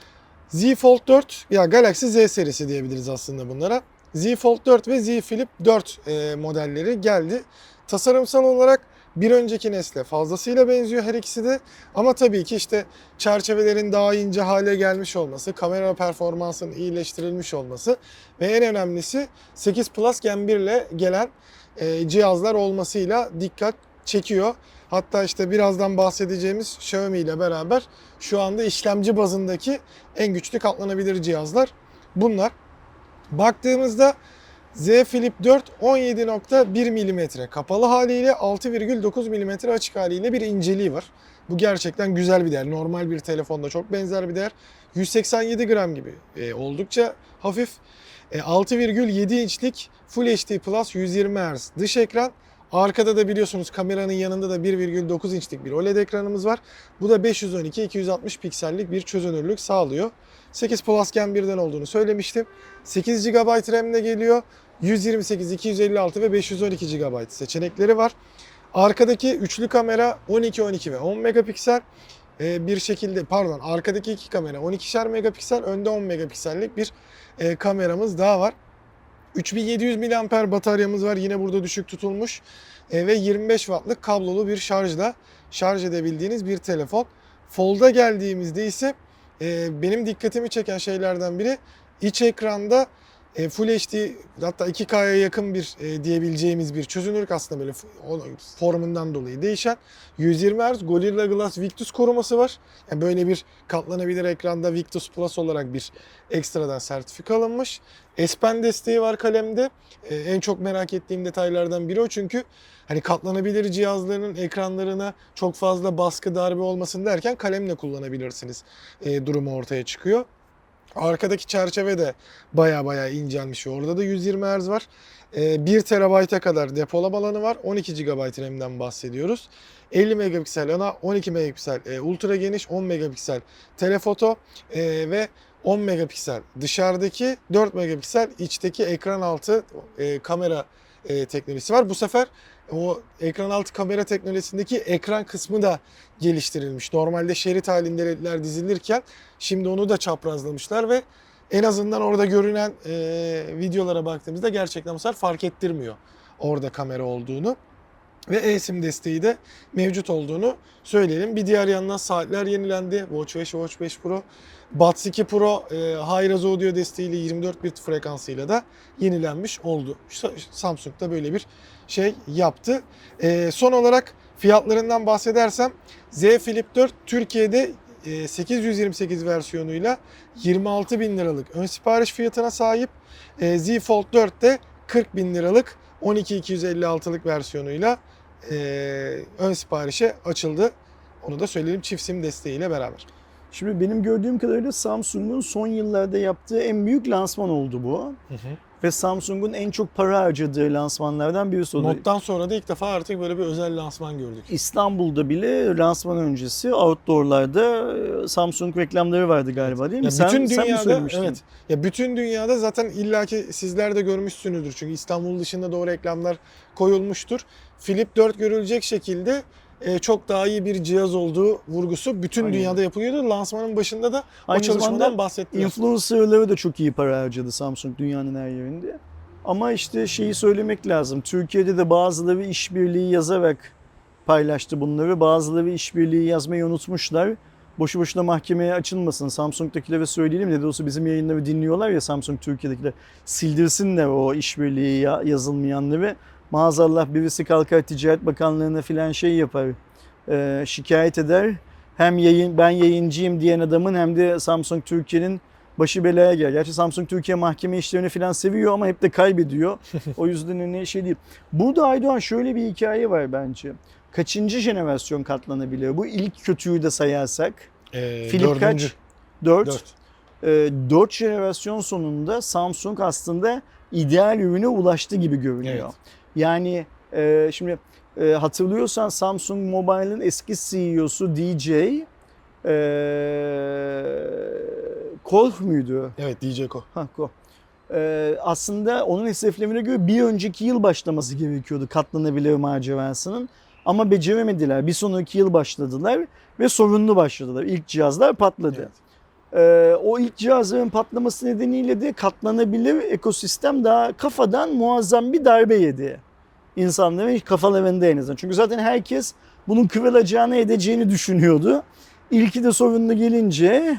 Z Fold dört ya Galaxy Z serisi diyebiliriz aslında bunlara. Z Fold dört ve Z Flip dört e, modelleri geldi. Tasarımsal olarak bir önceki nesle fazlasıyla benziyor her ikisi de. Ama tabii ki işte çerçevelerin daha ince hale gelmiş olması, kamera performansının iyileştirilmiş olması ve en önemlisi sekiz Plus Gen bir ile gelen e, cihazlar olmasıyla dikkat çekiyor. Hatta işte birazdan bahsedeceğimiz Xiaomi ile beraber şu anda işlemci bazındaki en güçlü katlanabilir cihazlar bunlar. Baktığımızda Z Flip dört on yedi nokta bir milimetre kapalı haliyle altı virgül dokuz milimetre açık haliyle bir inceliği var. Bu gerçekten güzel bir değer. Normal bir telefonda çok benzer bir değer. yüz seksen yedi gram gibi e, oldukça hafif. E, altı virgül yedi inçlik Full H D Plus yüz yirmi hertz dış ekran. Arkada da biliyorsunuz kameranın yanında da bir virgül dokuz inçlik bir O L E D ekranımız var. Bu da beş yüz on iki iki yüz altmış piksellik bir çözünürlük sağlıyor. sekiz Plus Gen birden olduğunu söylemiştim. sekiz gigabayt RAM ile geliyor. yüz yirmi sekiz, iki yüz elli altı ve beş yüz on iki gigabayt seçenekleri var. Arkadaki üçlü kamera on iki on iki ve on megapiksel bir şekilde, pardon, arkadaki iki kamera on ikişer megapiksel, önde on megapiksellik bir kameramız daha var. üç bin yedi yüz miliamper bataryamız var. Yine burada düşük tutulmuş. E, ve yirmi beş wattlık kablolu bir şarjla şarj edebildiğiniz bir telefon. Fold'a geldiğimizde ise e, benim dikkatimi çeken şeylerden biri iç ekranda e, Full H D, hatta iki K'ya yakın bir e, diyebileceğimiz bir çözünürlük, aslında böyle formundan dolayı değişen yüz yirmi hertz Gorilla Glass Victus koruması var. Yani böyle bir katlanabilir ekranda Victus Plus olarak bir ekstradan sertifika alınmış. S Pen desteği var kalemde. Ee, en çok merak ettiğim detaylardan biri o, çünkü hani katlanabilir cihazların ekranlarına çok fazla baskı, darbe olmasın derken kalemle kullanabilirsiniz e, durumu ortaya çıkıyor. Arkadaki çerçeve de baya baya incelmiş. Orada da yüz yirmi hertz var. E, bir terabayta kadar depolama alanı var. on iki gigabayt RAM'den bahsediyoruz. elli megapiksel ana, on iki megapiksel e, ultra geniş, on megapiksel telefoto e, ve on megapiksel dışarıdaki, dört megapiksel içteki ekran altı e, kamera e, teknolojisi var. Bu sefer o ekran altı kamera teknolojisindeki ekran kısmı da geliştirilmiş. Normalde şerit halinde ledler dizilirken şimdi onu da çaprazlamışlar ve en azından orada görünen e, videolara baktığımızda gerçekten bu sefer fark ettirmiyor orada kamera olduğunu. Ve eSIM desteği de mevcut olduğunu söyleyelim. Bir diğer yandan saatler yenilendi. Watch beş, Watch beş Pro. Buds iki Pro e, High Res Audio desteğiyle yirmi dört bit frekansıyla da yenilenmiş oldu. Samsung da böyle bir şey yaptı. E, son olarak fiyatlarından bahsedersem Z Flip dört Türkiye'de e, sekiz yüz yirmi sekiz versiyonuyla yirmi altı bin liralık ön sipariş fiyatına sahip. E, Z Fold dört de kırk bin liralık on iki iki yüz elli altılık versiyonuyla e, ön siparişe açıldı. Onu da söyleyelim, çift sim desteğiyle beraber. Şimdi benim gördüğüm kadarıyla Samsung'un son yıllarda yaptığı en büyük lansman oldu bu. Hı hı. Ve Samsung'un en çok para harcadığı lansmanlardan birisi oldu. Note'dan sonra da ilk defa artık böyle bir özel lansman gördük. İstanbul'da bile lansman öncesi outdoor'larda Samsung reklamları vardı galiba, değil mi? Ya sen, bütün sen dünyada, mi söylemiştin? evet. Ya bütün dünyada zaten illaki sizler de görmüşsünüzdür. Çünkü İstanbul dışında da o reklamlar koyulmuştur. Flip dört görülecek şekilde çok daha iyi bir cihaz olduğu vurgusu bütün Aynen. dünyada yapılıyordu. Lansmanın başında da Aynı o çalışmadan bahsettiler. Influencer'ları da çok iyi para harcadı Samsung dünyanın her yerinde. Ama işte şeyi söylemek lazım. Türkiye'de de bazıları işbirliği yazarak paylaştı bunları. Bazıları işbirliği yazmayı unutmuşlar. boşu boşuna mahkemeye açılmasın. Samsung'dakilere söyleyelim, ne de olsa bizim yayınları dinliyorlar ya, Samsung Türkiye'dekiler. Sildirsinler o işbirliği ya, yazılmayanları. Maazallah birisi kalkar Ticaret Bakanlığı'na filan şey yapar, e, şikayet eder. Hem yayın, ben yayıncıyım diyen adamın hem de Samsung Türkiye'nin başı belaya gelir. Gerçi Samsung Türkiye mahkeme işlerini filan seviyor ama hep de kaybediyor. O yüzden ne şey değil. Burada Aydoğan şöyle bir hikaye var bence. Kaçıncı jenerasyon katlanabiliyor? Bu ilk kötüyü de sayarsak. Ee, Flip dördüncü. kaç? Dört. Dört. Ee, dört jenerasyon sonunda Samsung aslında ideal ürüne ulaştı gibi görünüyor. Evet. Yani e, şimdi e, hatırlıyorsan Samsung Mobile'ın eski C E O'su D J e, Kolf muydu? Evet, D J Ko. Ha, Kolf. E, aslında onun hesaplarına göre bir önceki yıl başlaması gerekiyordu katlanabilir macerasının. Ama beceremediler. Bir sonraki yıl başladılar ve sorunlu başladılar. İlk cihazlar patladı. Evet. Ee, o ilk cihazların patlaması nedeniyle de katlanabilir ekosistem daha kafadan muazzam bir darbe yedi. İnsanların kafalarında en azından. Çünkü zaten herkes bunun kırılacağını edeceğini düşünüyordu. İlki de sorunlu gelince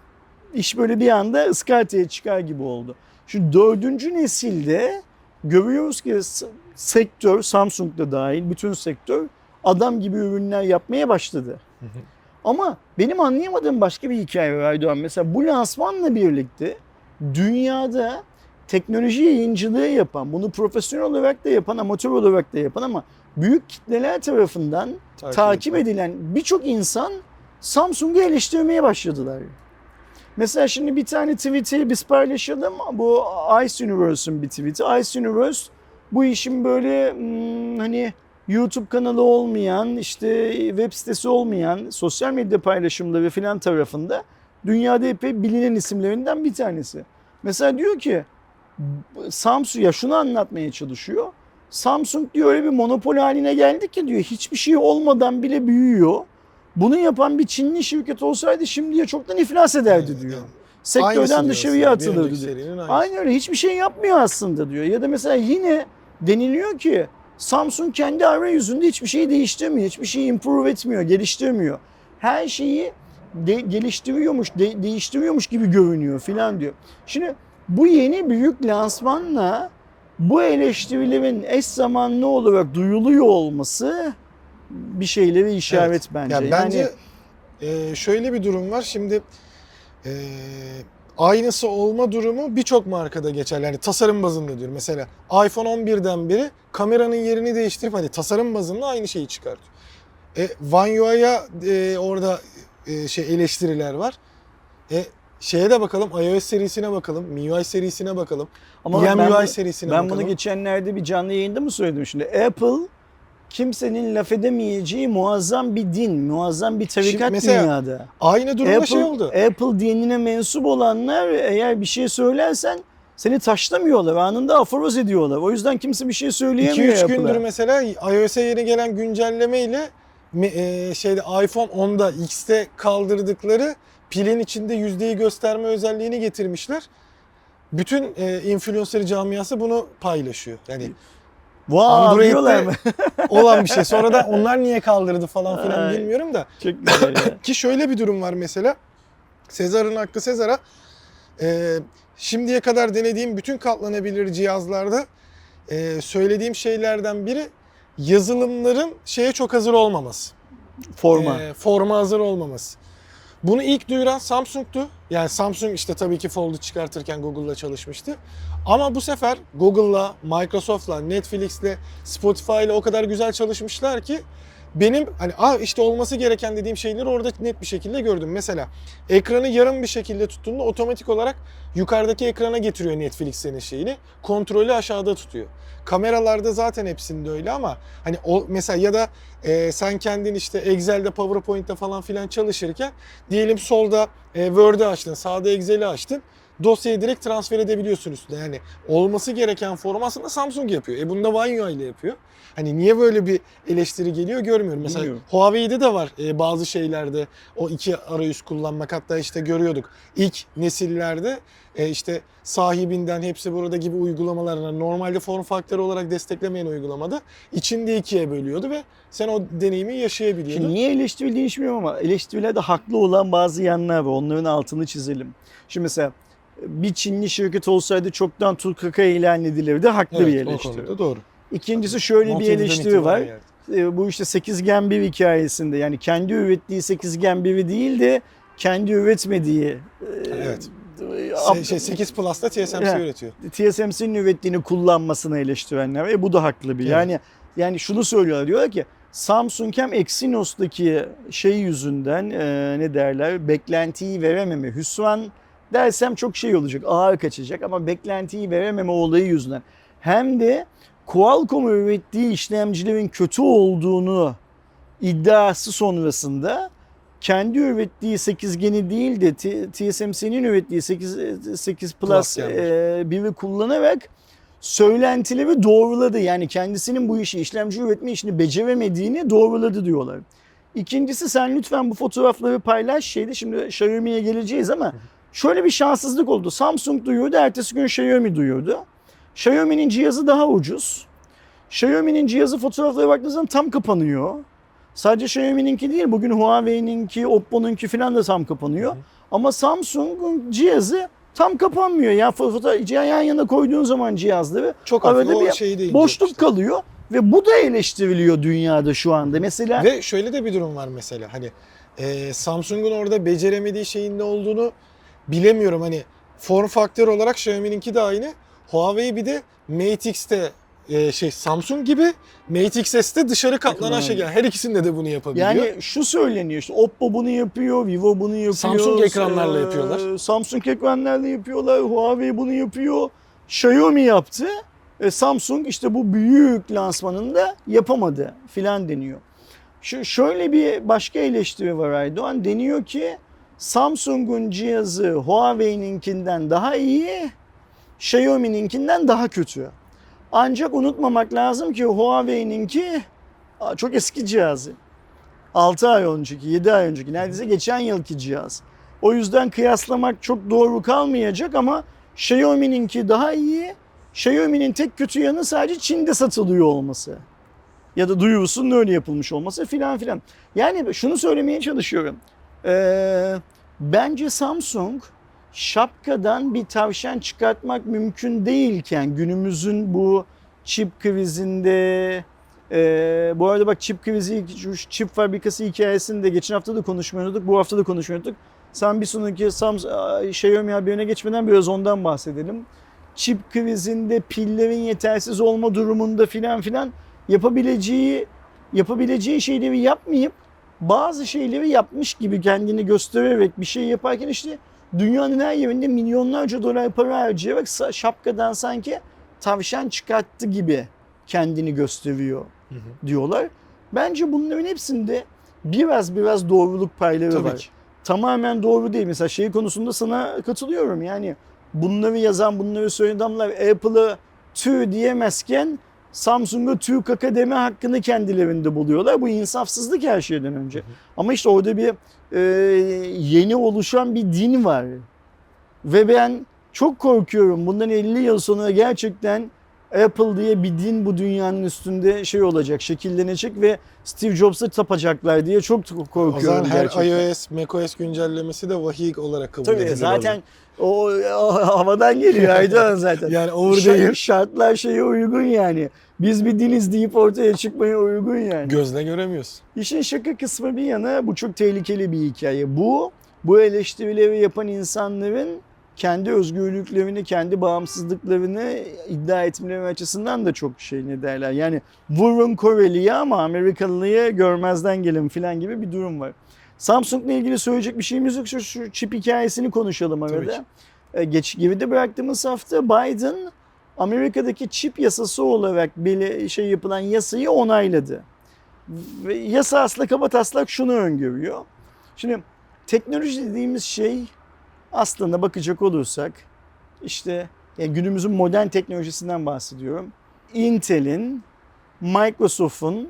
iş böyle bir anda ıskartaya çıkar gibi oldu. Şu dördüncü nesilde görüyoruz ki sektör, Samsung da dahil bütün sektör adam gibi ürünler yapmaya başladı. Hı hı. Ama benim anlayamadığım başka bir hikaye var Aydoğan. Mesela bu lansmanla birlikte dünyada teknoloji yayıncılığı yapan, bunu profesyonel olarak da yapan, amatör olarak da yapan ama büyük kitleler tarafından Takip, takip edilen birçok insan Samsung'u eleştirmeye başladılar. Mesela şimdi bir tane tweet'i biz paylaşalım. Bu Ice Universe'un bir tweet'i. Ice Universe bu işin böyle hmm, hani YouTube kanalı olmayan, işte web sitesi olmayan, sosyal medya paylaşımları filan tarafında dünyada epey bilinen isimlerinden bir tanesi. Mesela diyor ki Samsung, ya şunu anlatmaya çalışıyor. Samsung diyor öyle bir monopol haline geldi ki diyor hiçbir şey olmadan bile büyüyor. Bunu yapan bir Çinli şirket olsaydı şimdiye çoktan iflas ederdi Evet, diyor. evet. Sektörden Aynısı dışarıya diyor aslında, bir atılırdı önceki diyor. serinin aynısı. Aynen öyle, hiçbir şey yapmıyor aslında diyor. Ya da mesela yine deniliyor ki Samsung kendi arayüzünde hiçbir şeyi değiştirmiyor, hiçbir şeyi improve etmiyor, geliştirmiyor. Her şeyi de, geliştiriyormuş, de, değiştiriyormuş gibi görünüyor filan diyor. Şimdi bu yeni büyük lansmanla bu eleştirilerin eş zamanlı olarak duyuluyor olması bir şeylere işaret Evet. bence. Ya Yani bence e, şöyle bir durum var. Şimdi e, aynısı olma durumu birçok markada geçerli. Yani tasarım bazında diyorum. Mesela iPhone on birden beri kameranın yerini değiştirip hani tasarım bazında aynı şeyi çıkartıyor. E, One U I'ya e, orada e, şey eleştiriler var. E, şeye de bakalım, iOS serisine bakalım, M I U I serisine bakalım, ama M ben, U I bunu- serisine ben bakalım. bunu geçenlerde bir canlı yayında mı söyledim şimdi? Apple kimsenin laf edemeyeceği muazzam bir din, muazzam bir tarikat Şimdi mesela dünyada. Aynı durumda Apple, şey oldu. Apple dinine mensup olanlar eğer bir şey söylersen seni taşlamıyorlar, anında aforoz ediyorlar. O yüzden kimse bir şey iki söyleyemiyor üç Apple'a. gündür mesela iOS'e yeni gelen güncellemeyle me- e, şeyde iPhone onda X'te kaldırdıkları pilin içinde yüzdeyi gösterme özelliğini getirmişler. Bütün e, influencer camiası bunu paylaşıyor. Yani Vay diyorlar mı? Android'de olan bir şey. Sonradan onlar niye kaldırdı falan filan Ay. bilmiyorum da. Çok güzel ya. Ki şöyle bir durum var mesela. Sezar'ın hakkı Sezar'a. Ee, şimdiye kadar denediğim bütün katlanabilir cihazlarda e, söylediğim şeylerden biri yazılımların şeye çok hazır olmaması. Forma. E, forma hazır olmaması. Bunu ilk duyuran Samsung'tu. Yani Samsung işte tabii ki Fold'u çıkartırken Google'la çalışmıştı. Ama bu sefer Google'la, Microsoft'la, Netflix'le, Spotify'la o kadar güzel çalışmışlar ki benim hani ah işte olması gereken dediğim şeyleri orada net bir şekilde gördüm. Mesela ekranı yarım bir şekilde tuttuğunda otomatik olarak yukarıdaki ekrana getiriyor Netflix senin şeyini. Kontrolü aşağıda tutuyor. Kameralarda zaten hepsinde öyle ama hani o mesela ya da e, sen kendin işte Excel'de, PowerPoint'te falan filan çalışırken diyelim solda e, Word'ü açtın, sağda Excel'i açtın. dosyayı direkt transfer edebiliyorsun üstüne. Yani olması gereken formu aslında Samsung yapıyor. E bunu da One U I ile yapıyor. Hani niye böyle bir eleştiri geliyor görmüyorum. Mesela Bilmiyorum. Huawei'de de var e, bazı şeylerde o iki arayüz kullanmak. Hatta işte görüyorduk ilk nesillerde e, işte sahibinden hepsi burada gibi uygulamalarına normalde form faktörü olarak desteklemeyen uygulamada içinde ikiye bölüyordu ve sen o deneyimi yaşayabiliyordun. Şimdi niye eleştirildiğini hiç bilmiyorum ama eleştirilerde haklı olan bazı yanlar var. Onların altını çizelim. Şimdi mesela bir Çinli şirket olsaydı çoktan Turkaka ilan edilirdi. Haklı bir Evet, o eleştiri. konuda doğru. İkincisi şöyle Note bir yediden eleştiri var. itibaren geldi. E, Bu işte sekizgen bir hikayesinde yani kendi ürettiği sekizgen biri değil de kendi üretmediği e, Evet. e, Se- şey, sekiz Plus'ta T S M C Ya. üretiyor. T S M C'nin ürettiğini kullanmasını eleştirenler var. E bu da haklı bir. Evet. Yani yani şunu söylüyorlar. Diyorlar ki Samsung hem Exynos'taki şey yüzünden e, ne derler beklentiyi verememe, hüsran dersem çok şey olacak, ağır kaçacak ama beklentiyi verememe olayı yüzünden hem de Qualcomm'un ürettiği işlemcilerin kötü olduğunu iddiası sonrasında kendi ürettiği sekizgeni değil de T- TSMC'nin ürettiği sekiz, sekiz Plus, Plus yani. e, biri kullanarak söylentileri doğruladı. Yani kendisinin bu işi, işlemci üretme işini beceremediğini doğruladı diyorlar. İkincisi sen lütfen bu fotoğrafları paylaş şeydi. Şimdi Xiaomi'ye geleceğiz ama şöyle bir şanssızlık oldu. Samsung duyurdu, ertesi gün Xiaomi duyurdu. Xiaomi'nin cihazı daha ucuz. Xiaomi'nin cihazı fotoğraflara baktığınız zaman tam kapanıyor. Sadece Xiaomi'ninki değil, bugün Huawei'ninki, Oppo'nunki falan da tam kapanıyor. Hı hı. Ama Samsung'un cihazı tam kapanmıyor. Ya fotoğraf yan yana koyduğun zaman cihazları Çok arada hafif o bir şeyi de boşluk ince işte. kalıyor ve bu da eleştiriliyor dünyada şu anda. Mesela Ve şöyle de bir durum var mesela hani e, Samsung'un orada beceremediği şeyin ne olduğunu bilemiyorum. Hani form faktör olarak Xiaomi'ninki de aynı. Huawei bir de Mate X'te e, şey Samsung gibi Mate X S'te dışarı katlanan şey. Yani her ikisinde de bunu yapabiliyor. yani şu söyleniyor işte Oppo bunu yapıyor, Vivo bunu yapıyor. Samsung ekranlarla eee, yapıyorlar. Samsung ekranlarla yapıyorlar, Huawei bunu yapıyor. Xiaomi yaptı. E, Samsung işte bu büyük lansmanında yapamadı filan deniyor. Şu şöyle bir başka eleştiri var Aydoğan. Deniyor ki Samsung'un cihazı Huawei'ninkinden daha iyi, Xiaomi'ninkinden daha kötü. Ancak unutmamak lazım ki Huawei'ninki aa, çok eski cihazı. altı ay önceki, yedi ay önceki, neredeyse geçen yılki cihaz. O yüzden kıyaslamak çok doğru kalmayacak ama Xiaomi'ninki daha iyi. Xiaomi'nin tek kötü yanı sadece Çin'de satılıyor olması. Ya da duyurusunun öyle yapılmış olması filan filan. Yani şunu söylemeye çalışıyorum. Ee, bence Samsung şapkadan bir tavşan çıkartmak mümkün değilken günümüzün bu çip krizinde e, bu arada bak çip krizi, şu çip fabrikası hikayesini de geçen hafta da konuşmuyorduk, bu hafta da konuşmuyorduk. Sen bir sonraki Samsung, Xiaomi haberine geçmeden biraz ondan bahsedelim. Çip krizinde pillerin yetersiz olma durumunda filan filan yapabileceği yapabileceği şeyleri yapmayıp bazı şeyleri yapmış gibi kendini göstererek bir şey yaparken işte dünyanın her yerinde milyonlarca dolar para harcayarak şapkadan sanki tavşan çıkarttı gibi kendini gösteriyor Hı hı. diyorlar. Bence bunların hepsinde biraz biraz doğruluk payları Tabii var. ki. Tamamen doğru değil. Mesela şey konusunda sana katılıyorum. Yani bunları yazan, bunları söyleyen adamlar Apple'ı tüh diyemezken Samsung'a tüh kaka deme hakkını kendilerinde buluyorlar. Bu insafsızlık her şeyden önce. Hı hı. Ama işte orada bir e, yeni oluşan bir din var. Ve ben çok korkuyorum bundan elli yıl sonra gerçekten Apple diye bir din bu dünyanın üstünde şey olacak, şekillenecek ve Steve Jobs'a tapacaklar diye çok korkuyorum O zaman her gerçekten. iOS, macOS güncellemesi de vahiy olarak kabul edilir. Tabii o zaten o, o havadan geliyor Aydoğan zaten. Yani over Şart- değil. Şartlar şeye uygun yani. Biz bir diniz deyip ortaya çıkmaya uygun yani. Gözle göremiyorsun. İşin şaka kısmı bir yana bu çok tehlikeli bir hikaye. Bu, bu eleştirileri yapan insanların kendi özgürlüklerini, kendi bağımsızlıklarını iddia etmeleri açısından da çok şey ne derler. Yani vurun Koreli'ye ama Amerikalıyı görmezden gelin falan gibi bir durum var. Samsung'la ilgili söyleyecek bir şeyimiz yok. Şu, şu çip hikayesini konuşalım Tabii arada. ki. Ee, Geç geride bıraktığımız hafta Biden Amerika'daki çip yasası olarak bir şey yapılan yasayı onayladı. Ve yasa aslında kabataslak şunu öngörüyor. Şimdi teknoloji dediğimiz şey aslında bakacak olursak işte yani günümüzün modern teknolojisinden bahsediyorum. Intel'in, Microsoft'un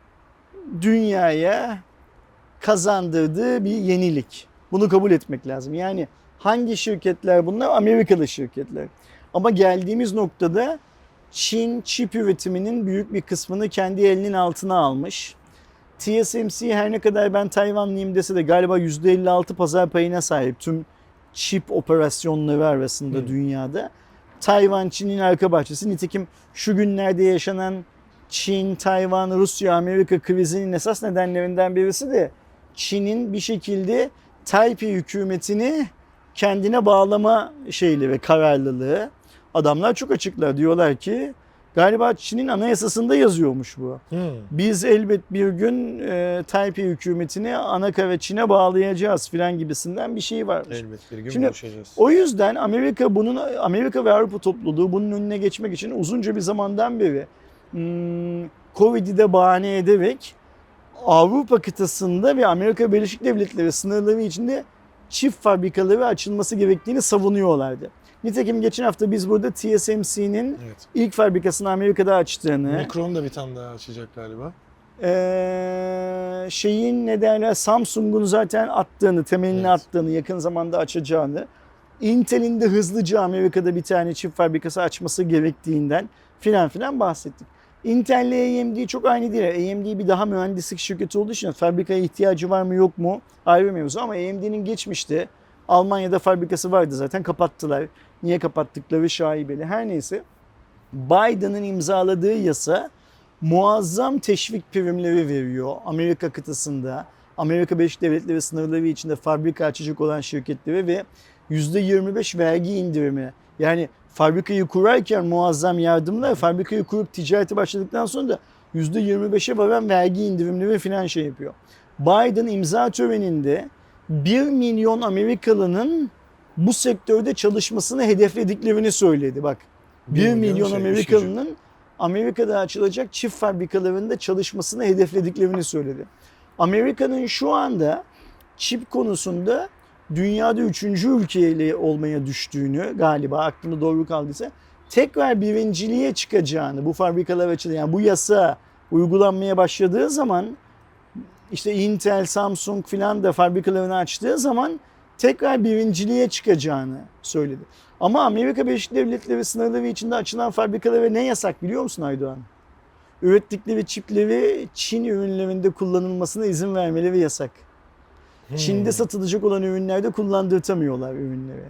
dünyaya kazandırdığı bir yenilik. Bunu kabul etmek lazım. Yani hangi şirketler bunlar? Amerikalı şirketler. Ama geldiğimiz noktada Çin çip üretiminin büyük bir kısmını kendi elinin altına almış. T S M C her ne kadar ben Tayvanlıyım dese de galiba yüzde elli altı pazar payına sahip tüm çip operasyonları arasında Hmm. dünyada. Tayvan Çin'in arka bahçesi. Nitekim şu günlerde yaşanan Çin, Tayvan, Rusya, Amerika krizinin esas nedenlerinden birisi de Çin'in bir şekilde Taipei hükümetini kendine bağlama şeyli ve kararlılığı. Adamlar çok açıklar, diyorlar ki galiba Çin'in anayasasında yazıyormuş bu. Hmm. Biz elbet bir gün e, Taipei hükümetini Anakara Çin'e bağlayacağız filan gibisinden bir şey varmış. Elbet bir gün Şimdi buluşacağız. O yüzden Amerika bunun Amerika ve Avrupa topluluğu bunun önüne geçmek için uzunca bir zamandan beri hmm, Covid'i de bahane ederek Avrupa kıtasında ve Amerika Birleşik Devletleri sınırları içinde çift fabrikaları açılması gerektiğini savunuyorlardı. Nitekim geçen hafta biz burada T S M C'nin Evet. ilk fabrikasını Amerika'da açtığını, Micron da bir tane daha açacak galiba. ee, şeyin ne derler Samsung'un zaten attığını, temelini Evet. attığını, yakın zamanda açacağını, Intel'in de hızlıca Amerika'da bir tane çip fabrikası açması gerektiğinden filan filan bahsettik. Intel ile A M D çok aynı değil. A M D bir daha mühendislik şirketi olduğu için fabrikaya ihtiyacı var mı yok mu ayrı mevzu, ama A M D'nin geçmişte Almanya'da fabrikası vardı zaten, kapattılar. Niye kapattıkları şaibeli. Her neyse, Biden'ın imzaladığı yasa muazzam teşvik primleri veriyor Amerika kıtasında. Amerika Birleşik Devletleri sınırları içinde fabrika açacak olan şirketlere ve yüzde yirmi beş vergi indirimi. Yani fabrikayı kurarken muazzam yardımlar, fabrikayı kurup ticareti başladıktan sonra da yüzde yirmi beşe varan vergi indirimleri falan şey yapıyor. Biden imza töreninde bir milyon Amerikalının bu sektörde çalışmasını hedeflediklerini söyledi. Bak, bir milyon milyon şey, iş Amerikalının Amerika'da açılacak çift fabrikalarında çalışmasını hedeflediklerini söyledi. Amerika'nın şu anda çip konusunda dünyada üçüncü ülkeyle olmaya düştüğünü, galiba aklımda doğru kaldıysa, tekrar birinciliğe çıkacağını, bu fabrikalar açıldı. Yani bu yasa uygulanmaya başladığı zaman, işte Intel, Samsung filan da fabrikalarını açtığı zaman tekrar birinciliğe çıkacağını söyledi. Ama Amerika Birleşik Devletleri sınırları içinde açılan fabrikalara ne yasak biliyor musun Aydoğan? Ürettikleri çipleri Çin ürünlerinde kullanılmasına izin vermeleri yasak. Hmm. Çin'de satılacak olan ürünlerde kullandırtamıyorlar ürünleri.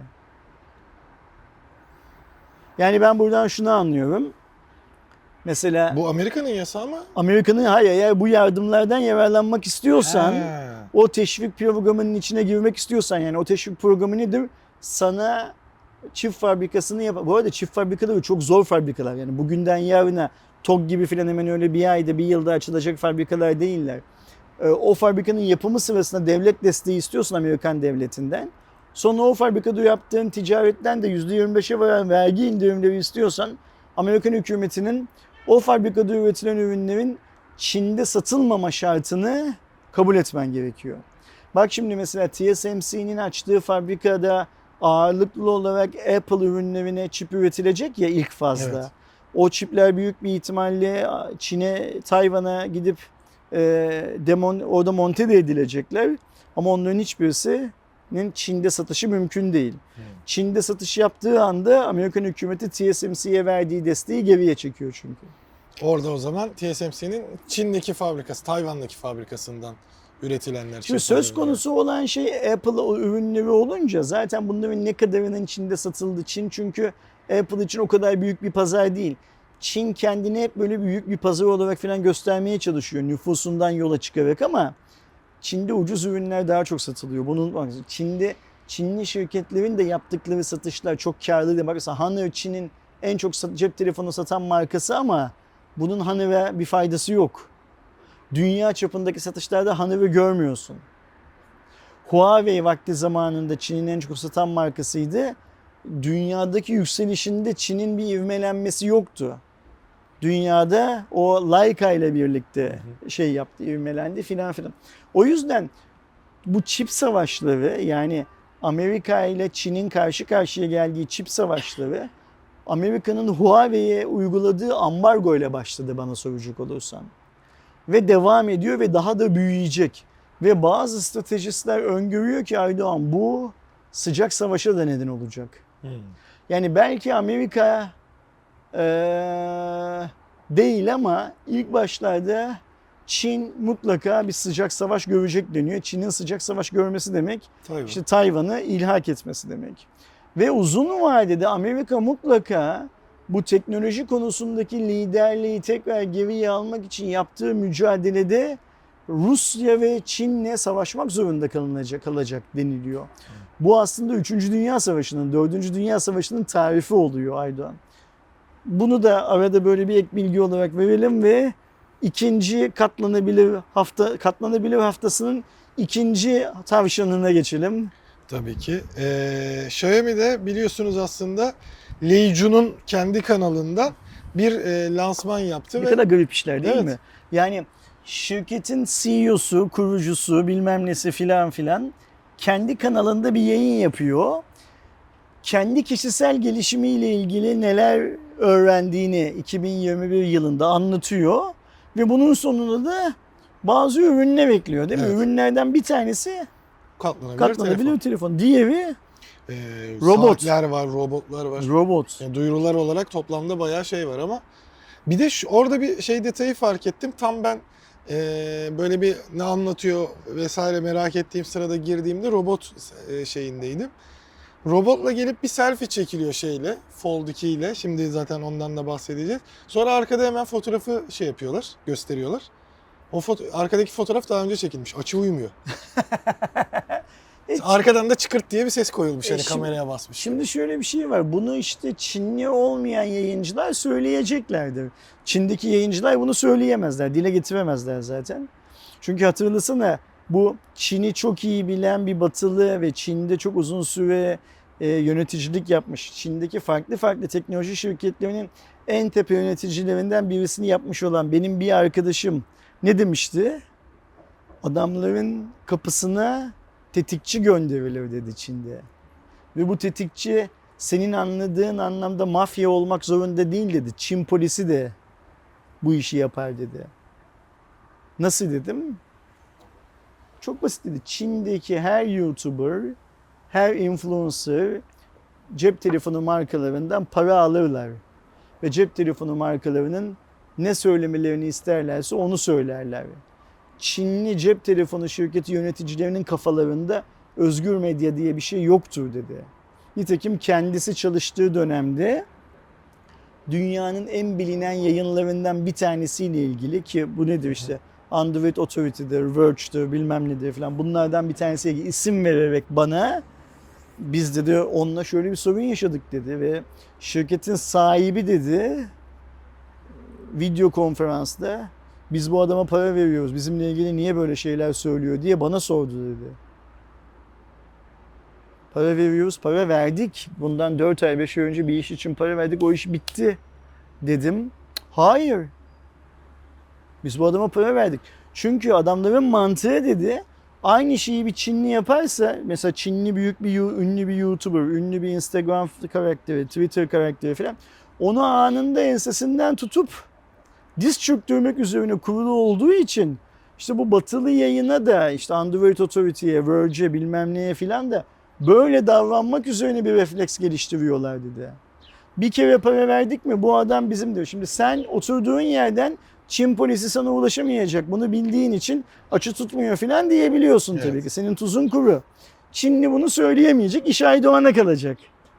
Yani ben buradan şunu anlıyorum. Mesela Bu Amerika'nın yasağı mı? Amerika'nın, hayır, eğer bu yardımlardan yararlanmak istiyorsan, He. o teşvik programının içine girmek istiyorsan, yani o teşvik programı nedir? Sana çift fabrikasını yap. Bu arada çift fabrikaları çok zor fabrikalar. Yani bugünden yarına T O G gibi filan hemen öyle bir ayda bir yılda açılacak fabrikalar değiller. O fabrikanın yapımı sırasında devlet desteği istiyorsun Amerikan devletinden. Sonra o fabrikada yaptığın ticaretten de yüzde yirmi beşe varan vergi indirimleri istiyorsan, Amerikan hükümetinin o fabrikada üretilen ürünlerin Çin'de satılmama şartını kabul etmen gerekiyor. Bak şimdi mesela T S M C'nin açtığı fabrikada ağırlıklı olarak Apple ürünlerine çip üretilecek ya ilk fazla. Evet. O çipler büyük bir ihtimalle Çin'e, Tayvan'a gidip e, demon, orada monte de edilecekler. Ama onların hiçbirisinin Çin'de satışı mümkün değil. Hmm. Çin'de satış yaptığı anda Amerikan hükümeti T S M C'ye verdiği desteği geriye çekiyor çünkü. Orada o zaman T S M C'nin Çin'deki fabrikası, Tayvan'daki fabrikasından üretilenler. Şimdi çip söz fabrikaları. konusu olan şey Apple ürünleri olunca zaten bunların ne kadarının Çin'de satıldı. Çin çünkü Apple için o kadar büyük bir pazar değil. Çin kendini hep böyle büyük bir pazar olarak falan göstermeye çalışıyor nüfusundan yola çıkarak, ama Çin'de ucuz ürünler daha çok satılıyor. Bunu unutmak lazım. Çin'de Çinli şirketlerin de yaptıkları satışlar çok karlı değil. Bak mesela Honor Çin'in en çok cep telefonu satan markası, ama bunun Honor'a bir faydası yok. Dünya çapındaki satışlarda Honor'ı görmüyorsun. Huawei vakti zamanında Çin'in en çok satan markasıydı. Dünyadaki yükselişinde Çin'in bir ivmelenmesi yoktu. Dünyada o Leica ile birlikte şey yaptı, ivmelendi filan filan. O yüzden bu çip savaşları, yani Amerika ile Çin'in karşı karşıya geldiği çip savaşları Amerika'nın Huawei'ye uyguladığı ambargo ile başladı bana soracak olursan. Ve devam ediyor ve daha da büyüyecek. Ve bazı stratejistler öngörüyor ki Aydoğan bu sıcak savaşa da neden olacak. Hmm. Yani belki Amerika ee, değil ama ilk başlarda Çin mutlaka bir sıcak savaş görecek deniyor. Çin'in sıcak savaş görmesi demek Tabii. işte Tayvan'ı ilhak etmesi demek. Ve uzun vadede Amerika mutlaka bu teknoloji konusundaki liderliği tekrar geriye almak için yaptığı mücadelede Rusya ve Çin'le savaşmak zorunda kalınacak, kalacak deniliyor. Bu aslında üçüncü. Dünya Savaşı'nın, dördüncü. Dünya Savaşı'nın tarifi oluyor Aydoğan. Bunu da arada böyle bir ek bilgi olarak verelim ve ikinci katlanabilir hafta katlanabilir haftasının ikinci tavşanına geçelim. Tabii ki. Ee, Xiaomi'de biliyorsunuz aslında Leijun'un kendi kanalından bir e, lansman yaptı. Ne ve kadar garip işler değil Evet. mi? Yani şirketin C E O'su, kurucusu, bilmem nesi filan filan kendi kanalında bir yayın yapıyor. Kendi kişisel gelişimiyle ilgili neler öğrendiğini iki bin yirmi bir yılında anlatıyor. Ve bunun sonunda da bazı ürünler bekliyor değil mi? Evet. Ürünlerden bir tanesi katlanabilir, katlanabilir telefon. telefon. Diğeri Ee, Robot. Saatler var, robotlar var. robot. Yani duyurular olarak toplamda bayağı şey var ama bir de şu, orada bir şey detayı fark ettim. Tam ben e, böyle bir ne anlatıyor vesaire merak ettiğim sırada girdiğimde robot e, şeyindeydim. Robotla gelip bir selfie çekiliyor şeyle, Fold iki ile. Şimdi zaten ondan da bahsedeceğiz. Sonra arkada hemen fotoğrafı şey yapıyorlar, gösteriyorlar. O foto arkadaki fotoğraf daha önce çekilmiş. Açı uymuyor. Arkadan da çıkırt diye bir ses koyulmuş. E Yani şimdi- kameraya basmış. Şimdi şöyle bir şey var. Bunu işte Çinli olmayan yayıncılar söyleyeceklerdir. Çin'deki yayıncılar bunu söyleyemezler. Dile getiremezler zaten. Çünkü hatırlasana bu Çin'i çok iyi bilen bir batılı ve Çin'de çok uzun süre e, yöneticilik yapmış. Çin'deki farklı farklı teknoloji şirketlerinin en tepe yöneticilerinden birisini yapmış olan benim bir arkadaşım ne demişti? Adamların kapısına tetikçi gönderilir dedi Çin'de. Ve bu tetikçi senin anladığın anlamda mafya olmak zorunda değil dedi. Çin polisi de bu işi yapar dedi. Nasıl dedim? Çok basit dedi. Çin'deki her YouTuber, her influencer cep telefonu markalarından para alırlar. Ve cep telefonu markalarının ne söylemelerini isterlerse onu söylerler. Çinli cep telefonu şirketi yöneticilerinin kafalarında özgür medya diye bir şey yoktur dedi. Nitekim kendisi çalıştığı dönemde dünyanın en bilinen yayınlarından bir tanesiyle ilgili ki bu nedir işte Android Authority'dir, Verge'dir bilmem nedir falan bunlardan bir tanesiyle ilgili isim vererek bana biz dedi onunla şöyle bir sorun yaşadık dedi ve şirketin sahibi dedi video konferansta biz bu adama para veriyoruz bizimle ilgili niye böyle şeyler söylüyor diye bana sordu dedi. Para veriyoruz, para verdik. Bundan dört ay, beş ay önce bir iş için para verdik, o iş bitti dedim. Hayır. Biz bu adama para verdik. Çünkü adamların mantığı dedi, aynı şeyi bir Çinli yaparsa, mesela Çinli büyük bir, ünlü bir YouTuber, ünlü bir Instagram karakteri, Twitter karakteri falan, onu anında ensesinden tutup diz çöktürmek üzerine kurulu olduğu için, işte bu batılı yayına da, işte Android Authority'ye, Verge'e bilmem neye filan da böyle davranmak üzerine bir refleks geliştiriyorlar dedi. Bir kere para verdik mi bu adam bizim diyor. Şimdi sen oturduğun yerden Çin polisi sana ulaşamayacak. Bunu bildiğin için açı tutmuyor falan diyebiliyorsun Evet. tabii ki. Senin tuzun kuru. Çinli bunu söyleyemeyecek. İş Aydoğan'a kalacak.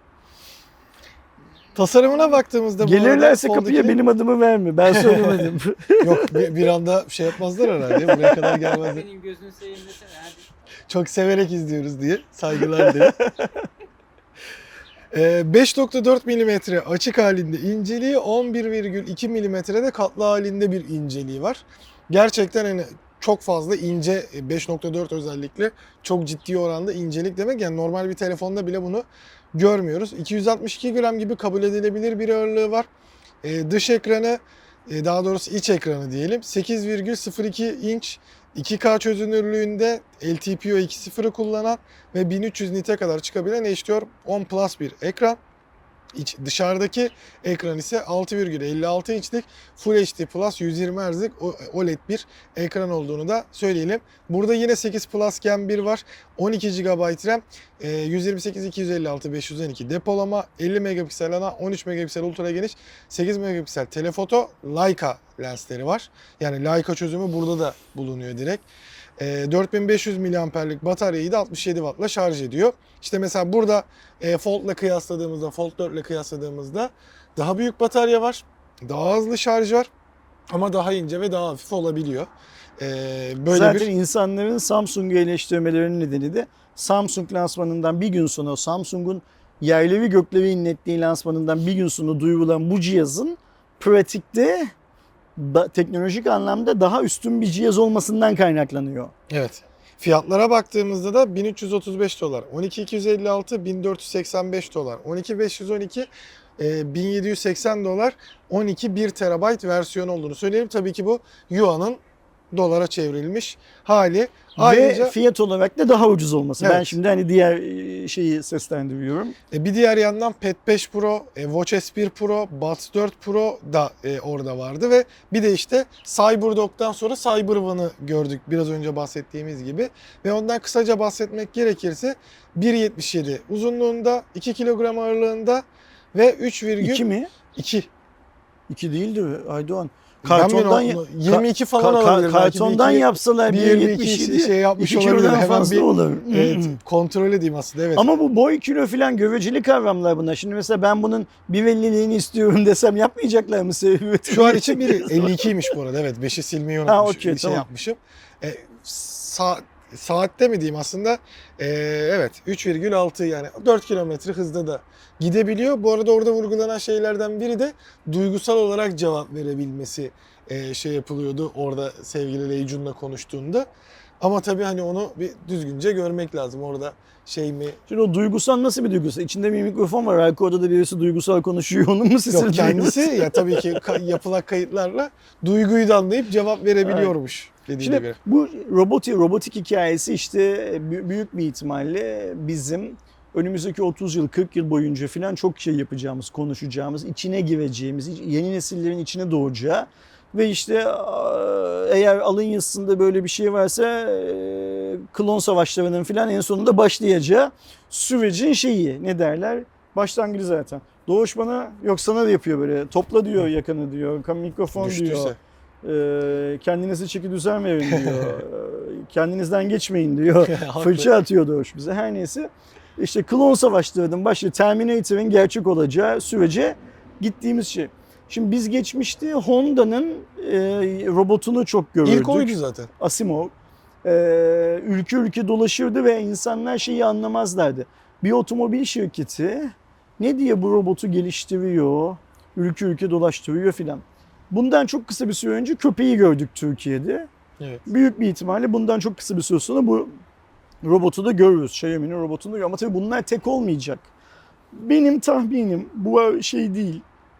Tasarımına baktığımızda bu arada Gelirlerse Fold kapıya ikinin benim adımı verme. Ben söylemedim. yok bir, bir anda şey yapmazlar herhalde. Buraya kadar gelmezler. Senin gözünü seveyim desene hadi. Çok severek izliyoruz diye. Saygılar diye. Ee, beş nokta dört milimetre açık halinde inceliği, on bir virgül iki milimetrede katlı halinde bir inceliği var. Gerçekten hani çok fazla ince, beş nokta dört özellikle çok ciddi oranda incelik demek. Yani normal bir telefonda bile bunu görmüyoruz. iki yüz altmış iki gram gibi kabul edilebilir bir ağırlığı var. Ee, dış ekranı, e, daha doğrusu iç ekranı diyelim, sekiz virgül sıfır iki inç iki K çözünürlüğünde L T P O iki nokta sıfırı kullanan ve bin üç yüz nite kadar çıkabilen H D R on Plus bir ekran. İç, dışarıdaki ekran ise altı virgül elli altı inçlik Full H D Plus yüz yirmi Hz'lik O L E D bir ekran olduğunu da söyleyelim. Burada yine sekiz Plus Gen bir var. on iki gigabayt RAM, yüz yirmi sekiz iki yüz elli altı beş yüz on iki depolama, elli megapiksel ana, on üç megapiksel ultra geniş, sekiz megapiksel telefoto, Leica lensleri var. Yani Leica çözümü burada da bulunuyor direkt. dört bin beş yüz miliamperlik bataryayı da altmış yedi wattla şarj ediyor. İşte mesela burada e, Fold'la kıyasladığımızda, Fold dört ile kıyasladığımızda daha büyük batarya var. Daha hızlı şarj var. Ama daha ince ve daha hafif olabiliyor. E, böyle Zaten bir... insanların Samsung'u eleştirmelerinin nedeni de Samsung lansmanından bir gün sonra, Samsung'un yerleri gökleri inlettiği lansmanından bir gün sonra duyurulan bu cihazın pratikte da, teknolojik anlamda daha üstün bir cihaz olmasından kaynaklanıyor. Evet. Fiyatlara baktığımızda da bin üç yüz otuz beş dolar, on iki bin iki yüz elli altı, bin dört yüz seksen beş dolar, on iki bin beş yüz on iki, bin yedi yüz seksen dolar, on iki bir terabayt versiyon olduğunu söyleyelim. Tabii ki bu Yuan'ın dolara çevrilmiş hali. Ayrıca ve fiyat olarak da daha ucuz olması. Evet. Ben şimdi hani diğer şeyi seslendiriyorum. E, bir diğer yandan Pad beş Pro, e, Watch S bir Pro, Buds dört Pro da e, orada vardı ve bir de işte CyberDog'dan sonra Cyber One'ı gördük biraz önce bahsettiğimiz gibi. Ve ondan kısaca bahsetmek gerekirse bir yetmiş yedi uzunluğunda, iki kilogram ağırlığında ve üç virgül iki mi? iki. iki değildi Aydoğan. Kartondan Kartondan yirmi iki falan ka- olabilir. belki. Kartondan Bir iki- yapsalar bir bir yirmi yetmiş iki yedi şey yapmış iki olabilir. kilodan Hemen fazla bir olur. evet, kontrol edeyim aslında. Evet. Ama bu boy kilo falan göreceli kavramlar bunlar. Şimdi mesela ben bunun bir elliliğini istiyorum desem yapmayacaklar mı? Şu an için biri elli ikiymiş bu arada. Evet, beşi silmeyi unutmuş. Ha, okey, bir şey tamam. yapmışım. E, saat saatte mi diyeyim aslında? E, evet, üç virgül altı yani dört kilometre hızda da gidebiliyor. Bu arada orada vurgulanan şeylerden biri de duygusal olarak cevap verebilmesi e, şey yapılıyordu orada sevgili Leycun'la konuştuğunda. Ama tabii hani onu bir düzgünce görmek lazım. Orada şey mi? Şimdi o duygusal nasıl bir duygusal? İçinde bir mikrofon var. Arka odada birisi duygusal konuşuyor. Onun mu sesini Yok, kendisi duyuyorsun? ya tabii ki ka- yapılan kayıtlarla duyguyu da anlayıp cevap verebiliyormuş dediği Şimdi gibi. bu robotik, robotik hikayesi işte bü- büyük bir ihtimalle bizim önümüzdeki otuz yıl, kırk yıl boyunca falan çok şey yapacağımız, konuşacağımız, içine gireceğimiz, yeni nesillerin içine doğacağı ve işte eğer alın yazısında böyle bir şey varsa klon savaşlarının falan en sonunda başlayacağı sürecin şeyi, ne derler? Başlangıcı zaten. Doğuş bana yok sana da yapıyor böyle, topla diyor yakanı diyor, mikrofon Düştüyse. diyor. Ee, kendinize çeki düzen verin diyor. Ee, Kendinizden geçmeyin diyor. Haklı. Fırça atıyor Doğuş bize. Her neyse. İşte klon savaşlarının başı Terminator'ın gerçek olacağı sürece gittiğimiz şey. Şimdi biz geçmişte Honda'nın e, robotunu çok görürdük. İlk oydu zaten. Asimov. Ee, ülke ülke dolaşırdı ve insanlar şeyi anlamazlardı. Bir otomobil şirketi ne diye bu robotu geliştiriyor, ülke ülke dolaştırıyor filan. Bundan çok kısa bir süre önce köpeği gördük Türkiye'de. Evet. Büyük bir ihtimalle bundan çok kısa bir süre sonra bu robotu da görürüz. Xiaomi'nin robotunu da. Ama tabii bunlar tek olmayacak. Benim tahminim bu şey değil.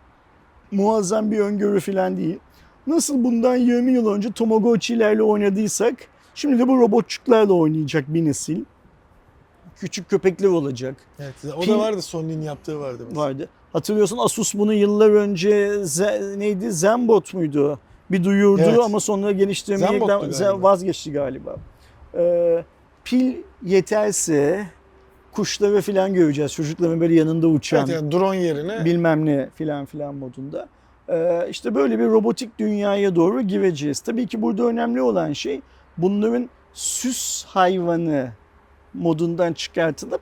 Muazzam bir öngörü falan değil. Nasıl bundan yirmi yıl önce Tamagotchi'lerle oynadıysak şimdi de bu robotçuklarla oynayacak bir nesil. Küçük köpekler olacak. Evet. O Pil- da vardı, Sony'nin yaptığı vardı. mesela. Vardı. Hatırlıyorsun Asus bunu yıllar önce Ze- neydi Zenbot muydu? Bir duyurdu Evet. ama sonra geliştirmeye Zenbot'tu Ze- galiba. vazgeçti galiba. Ee, pil yeterse kuşları falan göreceğiz. Çocukların böyle yanında uçan Evet, yani drone yerine bilmem ne filan filan modunda. Ee, işte böyle bir robotik dünyaya doğru gireceğiz. Tabii ki burada önemli olan şey bunların süs hayvanı modundan çıkartılıp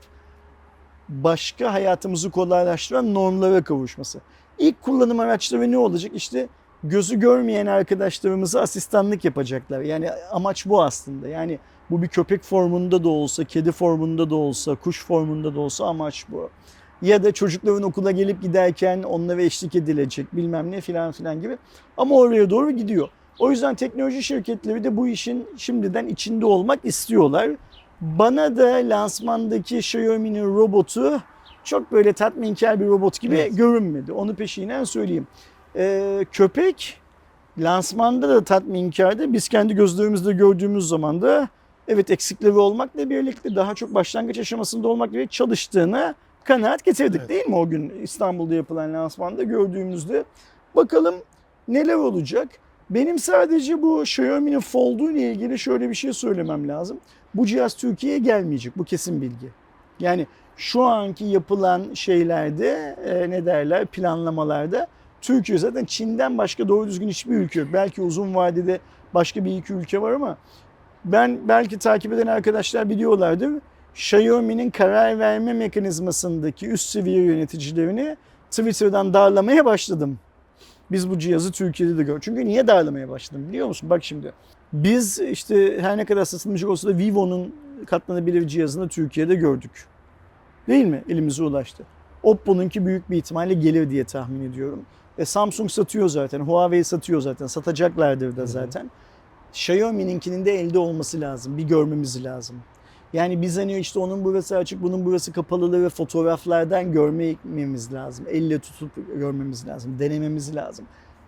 başka hayatımızı kolaylaştıran normlara kavuşması. İlk kullanım araçları ne olacak? İşte gözü görmeyen arkadaşlarımıza asistanlık yapacaklar. Yani amaç bu aslında. Yani bu bir köpek formunda da olsa, kedi formunda da olsa, kuş formunda da olsa amaç bu. Ya da çocukların okula gelip giderken onlara eşlik edilecek bilmem ne filan filan gibi. Ama oraya doğru gidiyor. O yüzden teknoloji şirketleri de bu işin şimdiden içinde olmak istiyorlar. Bana da lansmandaki Xiaomi'nin robotu çok böyle tatminkar bir robot gibi Evet. görünmedi. Onu peşinen söyleyeyim. Ee, köpek lansmanda da tatminkardı. Biz kendi gözlerimizle gördüğümüz zaman da evet eksikleri olmakla birlikte daha çok başlangıç aşamasında olmakla birlikte çalıştığını kanaat getirdik Evet. değil mi o gün İstanbul'da yapılan lansmanda gördüğümüzde. Bakalım neler olacak. Benim sadece bu Xiaomi'nin Fold'u ile ilgili şöyle bir şey söylemem lazım. Bu cihaz Türkiye'ye gelmeyecek. Bu kesin bilgi. Yani şu anki yapılan şeylerde e, ne derler planlamalarda Türkiye zaten Çin'den başka doğru düzgün hiçbir ülke yok. Belki uzun vadede başka bir iki ülke var ama ben belki takip eden arkadaşlar biliyorlardır. Xiaomi'nin karar verme mekanizmasındaki üst seviye yöneticilerini Twitter'dan darlamaya başladım. Biz bu cihazı Türkiye'de de gördük. Çünkü niye darlamaya başladım biliyor musun? Bak şimdi. Biz işte her ne kadar satılmayacak olsa da Vivo'nun katlanabilir cihazını Türkiye'de gördük. Değil mi? Elimize ulaştı. Oppo'nunki büyük bir ihtimalle gelir diye tahmin ediyorum. E Samsung satıyor zaten. Huawei satıyor zaten. Satacaklardır da zaten. Xiaomi'ninkinin de elde olması lazım. Bir görmemiz lazım. Yani biz hani işte onun burası açık, bunun burası kapalıları fotoğraflardan görmemiz lazım. Elle tutup görmemiz lazım. Denememiz lazım.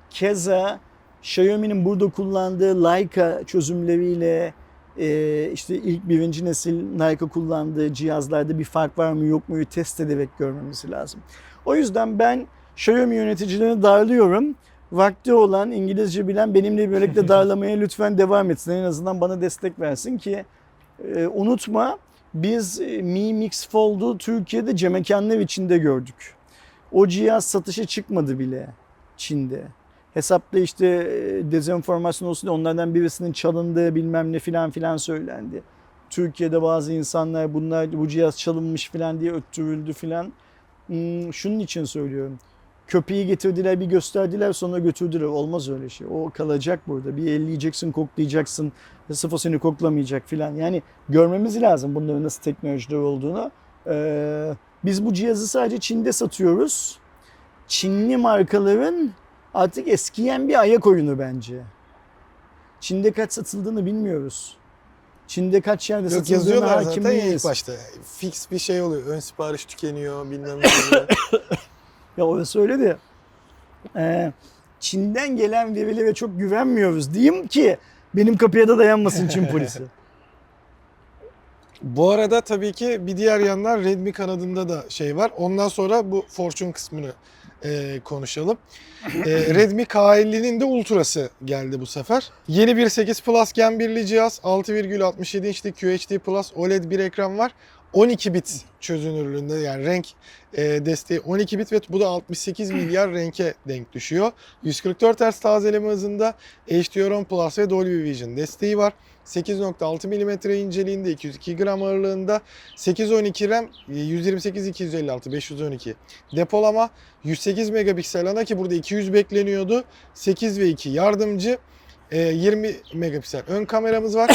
Keza Xiaomi'nin burada kullandığı Leica çözümleriyle e, işte ilk birinci nesil Leica kullandığı cihazlarda bir fark var mı yok mu test ederek görmemiz lazım. O yüzden ben Xiaomi yöneticilerini darlıyorum. Vakti olan, İngilizce bilen benimle birlikte darlamaya lütfen devam etsin. En azından bana destek versin ki e, unutma biz Mi Mix Fold'u Türkiye'de cemekanlar içinde gördük. O cihaz satışa çıkmadı bile Çin'de. Hesapta işte dezenformasyon olsun diye onlardan birisinin çalındığı bilmem ne filan filan söylendi. Türkiye'de bazı insanlar bunlar bu cihaz çalınmış filan diye öttürüldü filan. Hmm, şunun için söylüyorum. Köpeği getirdiler bir gösterdiler sonra götürdüler. Olmaz öyle şey. O kalacak burada. Bir elleyeceksin koklayacaksın. Sıfır seni koklamayacak filan. Yani görmemiz lazım bunların nasıl teknolojiler olduğunu. Ee, biz bu cihazı sadece Çin'de satıyoruz. Çinli markaların artık eskiyen bir ayak oyunu bence. Çin'de kaç satıldığını bilmiyoruz. Çin'de kaç yerde Yok, satıldığına yazıyorlar hakim zaten ya değiliz. ilk başta. Fix bir şey oluyor. Ön sipariş tükeniyor bilmem ne oluyor. Ya orası öyle de e, Çin'den gelen verilere çok güvenmiyoruz diyeyim ki benim kapıya da dayanmasın Çin polisi. Bu arada tabii ki bir diğer yandan Redmi kanadında da şey var. Ondan sonra bu Fortune kısmını e, konuşalım. E, Redmi K elli'nin de Ultra'sı geldi bu sefer. Yeni bir sekiz Plus Gen birli cihaz. altı virgül altmış yedi inçlik Q H D Plus O L E D bir ekran var. on iki bit çözünürlüğünde yani renk e, desteği on iki bit ve bu da altmış sekiz milyar renge denk düşüyor. yüz kırk dört hertz tazeleme hızında H D R on Plus ve Dolby Vision desteği var. sekiz nokta altı milimetre inceliğinde iki yüz iki gram ağırlığında sekiz on iki RAM yüz yirmi sekiz iki yüz elli altı beş yüz on iki depolama yüz sekiz megapiksel ana ki burada iki yüz bekleniyordu. sekiz ve iki yardımcı e, yirmi megapiksel ön kameramız var.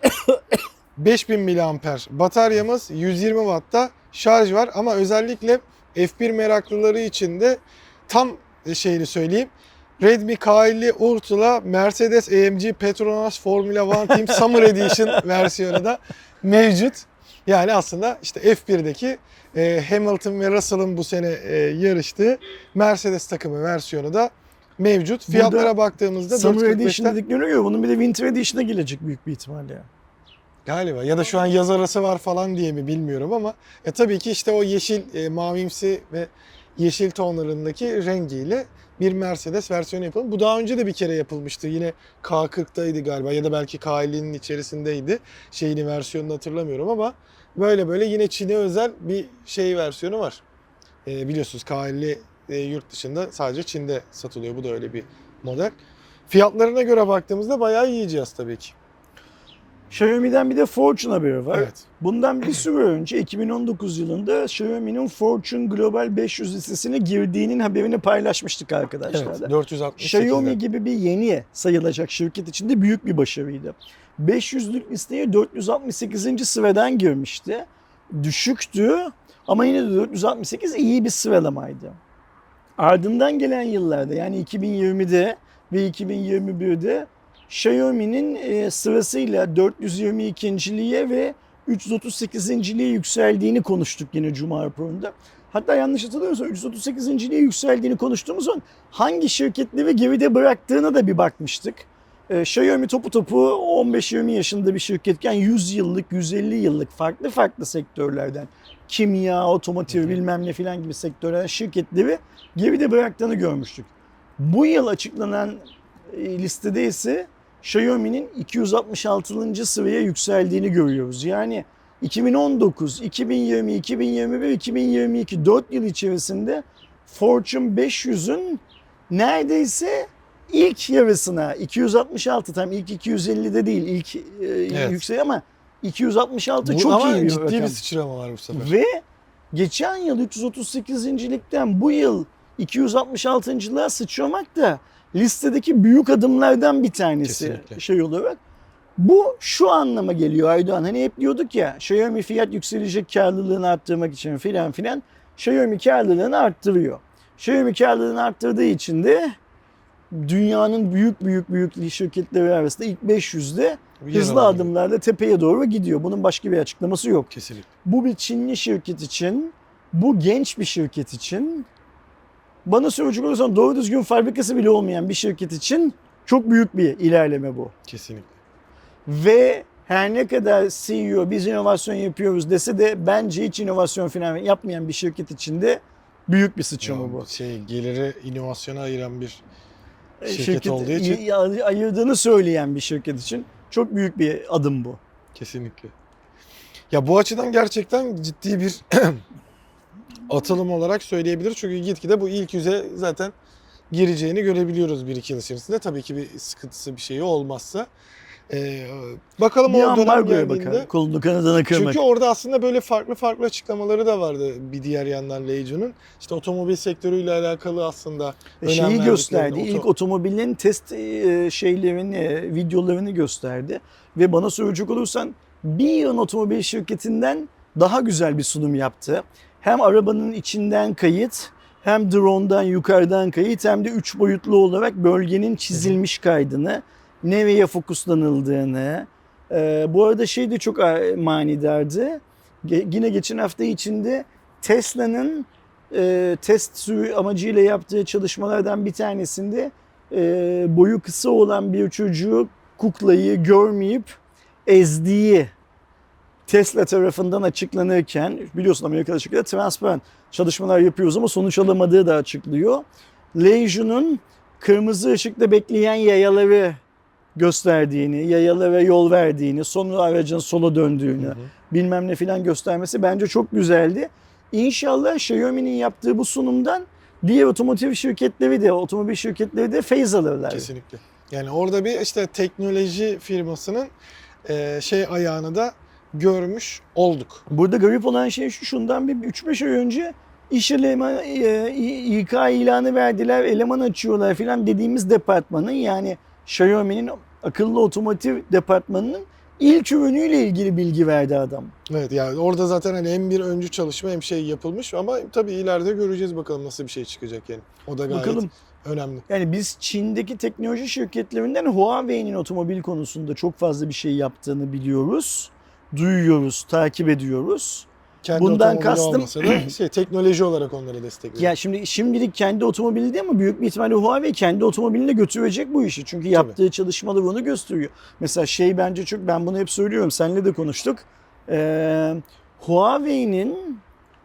beş bin miliamper bataryamız, yüz yirmi wattta şarj var ama özellikle F bir meraklıları için de tam şeyini söyleyeyim. Redmi K elli Ultra Mercedes A M G Petronas Formula One Team Summer Edition versiyonu da mevcut. Yani aslında işte F bir'deki e, Hamilton ve Russell'ın bu sene e, yarıştığı Mercedes takımı versiyonu da mevcut. Fiyatlara Burada baktığımızda Summer dört yüz kırk Edition beşten dediklerini görüyor. Bunun bir de Winter Edition'a gelecek büyük bir ihtimalle. galiba ya da şu an yaz arası var falan diye mi bilmiyorum ama ya tabii ki işte o yeşil, e, mavimsi ve yeşil tonlarındaki rengiyle bir Mercedes versiyonu yapıldı. Bu daha önce de bir kere yapılmıştı. Yine K kırk'taydı galiba ya da belki K elli'nin içerisindeydi. Şeyini versiyonunu hatırlamıyorum ama böyle böyle yine Çin'e özel bir şey versiyonu var. E, biliyorsunuz K elli e, yurt dışında sadece Çin'de satılıyor. Bu da öyle bir model. Fiyatlarına göre baktığımızda bayağı iyi cihaz tabii ki. Xiaomi'den bir de Fortune haberi var. Evet. Bundan bir süre önce iki bin on dokuz yılında Xiaomi'nin Fortune Global beş yüz listesine girdiğinin haberini paylaşmıştık arkadaşlar. Evet, dört yüz altmış sekizde. Xiaomi gibi bir yeni sayılacak şirket için de büyük bir başarıydı. beş yüzlük listeye dört yüz altmış sekizinci sıradan girmişti. Düşüktü ama yine de dört yüz altmış sekiz iyi bir sıralamaydı. Ardından gelen yıllarda yani iki bin yirmide ve iki bin yirmi birde Xiaomi'nin e, sırasıyla dört yüz yirmi ikinciliğe ve üç yüz otuz sekizinciliğe yükseldiğini konuştuk yine Cuma raporunda. Hatta yanlış hatırlamıyorsam üç yüz otuz sekizinciliğe yükseldiğini konuştuğumuz zaman hangi şirketleri geride bıraktığına da bir bakmıştık. Ee, Xiaomi topu topu on beş yirmi yaşında bir şirketken yüz yıllık, yüz elli yıllık farklı farklı sektörlerden kimya, otomotiv bilmem ne filan gibi sektörler şirketleri geride bıraktığını görmüştük. Bu yıl açıklanan e, listede ise Xiaomi'nin iki yüz altmış altıncı sıraya yükseldiğini görüyoruz. Yani iki bin on dokuz, iki bin yirmi, iki bin yirmi bir, iki bin yirmi iki dört yıl içerisinde Fortune beş yüzün neredeyse ilk yarısına iki yüz altmış altı, tam ilk iki yüz ellide değil, ilk e, Evet. yüksek ama iki yüz altmış altı Bu çok ama iyi bir ciddi rakam. bir sıçrama var bu sefer. Ve geçen yıl üç yüz otuz sekizincilikten bu yıl iki yüz altmış altıncılığa sıçramak da listedeki büyük adımlardan bir tanesi. Kesinlikle. Şey olarak. Bu şu anlama geliyor Aydoğan. Hani hep diyorduk ya Xiaomi fiyat yükselecek, karlılığını arttırmak için filan filan. Xiaomi karlılığını arttırıyor. Xiaomi karlılığını arttırdığı için de dünyanın büyük büyük büyük şirketleri arasında ilk beş yüzde Yer hızlı alıyor. adımlarla tepeye doğru gidiyor. Bunun başka bir açıklaması yok. Kesinlikle. Bu bir Çinli şirket için, bu genç bir şirket için, bana soracak olursan doğru düzgün fabrikası bile olmayan bir şirket için çok büyük bir ilerleme bu. Kesinlikle. Ve her ne kadar C E O biz inovasyon yapıyoruz dese de bence hiç inovasyon falan yapmayan bir şirket için de büyük bir sıçrama Ya bu. Şey, geliri inovasyona ayıran bir E, şirket olduğu için y- y- ayırdığını söyleyen bir şirket için çok büyük bir adım bu. kesinlikle. Ya bu açıdan gerçekten ciddi bir atılım olarak söyleyebiliriz. Çünkü gitgide bu ilk yüze zaten gireceğini görebiliyoruz bir iki yıl içerisinde. Tabii ki bir sıkıntısı bir şeyi olmazsa. Ee, bakalım Bir o dönem ambargoya geldiğinde. bakar. Kolunu kanadına kırmak. Çünkü orada aslında böyle farklı farklı açıklamaları da vardı bir diğer yandan Leijun'un. İşte otomobil sektörüyle alakalı aslında Ve önem şeyi verdiklerini, gösterdi. oto- İlk otomobilin test e, şeylerini, videolarını gösterdi. Ve bana soracak olursan bir yığın otomobil şirketinden daha güzel bir sunum yaptı. Hem arabanın içinden kayıt, hem drone'dan yukarıdan kayıt, hem de üç boyutlu olarak bölgenin çizilmiş kaydını, nereye fokuslanıldığını. E, bu arada şey de çok e, manidardı. Ge- yine geçen hafta içinde Tesla'nın e, test sürü amacıyla yaptığı çalışmalardan bir tanesinde e, boyu kısa olan bir çocuğu kuklayı görmeyip ezdiği Tesla tarafından açıklanırken, biliyorsun Amerika'da şirketler transparan çalışmalar yapıyoruz ama sonuç alamadığı da açıklıyor. Leijun'un kırmızı ışıkta bekleyen yayaları gösterdiğini, yayalara yol verdiğini, sonra aracın sola döndüğünü, Hı hı. bilmem ne filan göstermesi bence çok güzeldi. İnşallah Xiaomi'nin yaptığı bu sunumdan diğer otomotiv şirketleri de, otomobil şirketleri de feyz alırlar. Kesinlikle. Yani orada bir işte teknoloji firmasının e, şey ayağını da görmüş olduk. Burada garip olan şey şu, şundan bir üç beş ay önce iş elemanı, e, İK ilanı verdiler, eleman açıyorlar filan dediğimiz departmanın, yani Xiaomi'nin akıllı otomotiv departmanının ilk ürünüyle ilgili bilgi verdi adam. Evet, yani orada zaten hani hem bir öncü çalışma hem şey yapılmış ama tabii ileride göreceğiz bakalım nasıl bir şey çıkacak yani. O da gayet Bakalım. önemli. Yani biz Çin'deki teknoloji şirketlerinden Huawei'nin otomobil konusunda çok fazla bir şey yaptığını biliyoruz. Duyuyoruz, takip ediyoruz. Kendi Bundan otomobili kastım- olmasa da şey, teknoloji olarak onları destekliyor. Ya şimdi şimdilik kendi otomobili değil ama büyük bir ihtimalle Huawei kendi otomobiline götürecek bu işi. Çünkü yaptığı çalışmalar onu gösteriyor. Mesela şey bence çok, ben bunu hep söylüyorum, seninle de konuştuk. Ee, Huawei'nin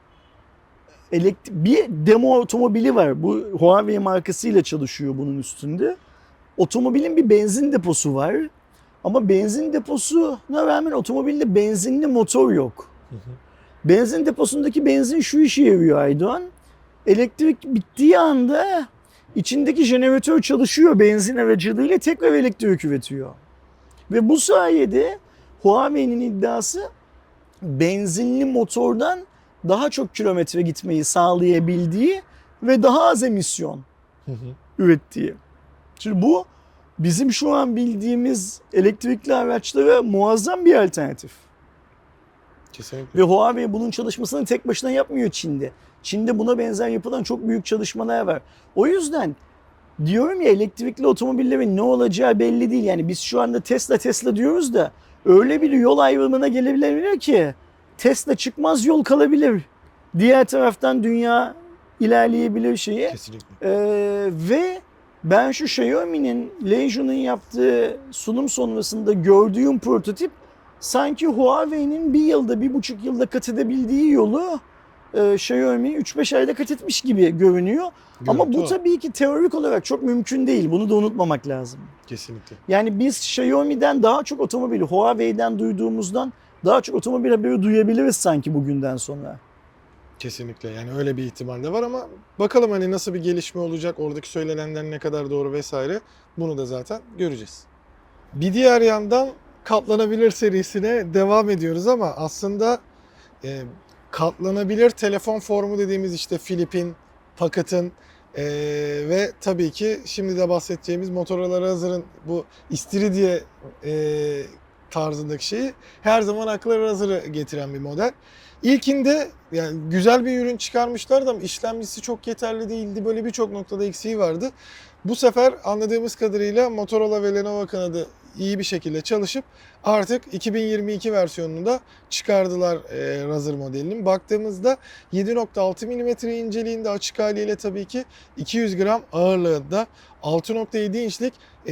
elektrik, bir demo otomobili var. Bu Huawei markasıyla çalışıyor bunun üstünde. Otomobilin bir benzin deposu var. Ama benzin deposuna rağmen otomobilde benzinli motor yok. Hı hı. Benzin deposundaki benzin şu işe yarıyor Aydoğan. Elektrik bittiği anda içindeki jeneratör çalışıyor, benzin aracılığıyla tekrar elektrik üretiyor. Ve bu sayede Huawei'nin iddiası benzinli motordan daha çok kilometre gitmeyi sağlayabildiği ve daha az emisyon Hı hı. ürettiği. Şimdi bu bizim şu an bildiğimiz elektrikli araçlara muazzam bir alternatif. Kesinlikle. Ve Huawei bunun çalışmasını tek başına yapmıyor Çin'de. Çin'de buna benzer yapılan çok büyük çalışmalar var. O yüzden diyorum ya, elektrikli otomobillerin ne olacağı belli değil. Yani biz şu anda Tesla Tesla diyoruz da öyle bir yol ayrımına gelebilir ki Tesla çıkmaz, yol kalabilir. Diğer taraftan dünya ilerleyebilir şeyi. Kesinlikle. Ee, ve ben şu Xiaomi'nin Leisure yaptığı sunum sonrasında gördüğüm prototip sanki Huawei'nin bir yılda, bir buçuk yılda kat edebildiği yolu e, Xiaomi üç beş ayda kat etmiş gibi görünüyor. Ama Görüntü bu o. tabii ki teorik olarak çok mümkün değil. Bunu da unutmamak lazım. Kesinlikle. Yani biz Xiaomi'den daha çok otomobili, Huawei'den duyduğumuzdan daha çok otomobil haberi duyabiliriz sanki bugünden sonra. Kesinlikle, yani öyle bir ihtimal de var ama bakalım hani nasıl bir gelişme olacak, oradaki söylenenler ne kadar doğru vesaire, bunu da zaten göreceğiz. Bir diğer yandan katlanabilir serisine devam ediyoruz ama aslında e, katlanabilir telefon formu dediğimiz işte Philip'in, Pocket'ın e, ve tabii ki şimdi de bahsedeceğimiz Motorola Razr'ın bu istiridye e, tarzındaki şeyi her zaman akla Razr'ı getiren bir model. İlkinde yani güzel bir ürün çıkarmışlardı ama işlemcisi çok yeterli değildi. Böyle birçok noktada eksiği vardı. Bu sefer anladığımız kadarıyla Motorola ve Lenovo kanadı iyi bir şekilde çalışıp artık iki bin yirmi iki versiyonunu da çıkardılar e, Razer modelinin. Baktığımızda yedi nokta altı milimetre inceliğinde açık haliyle tabii ki iki yüz gram ağırlığında altı nokta yedi inçlik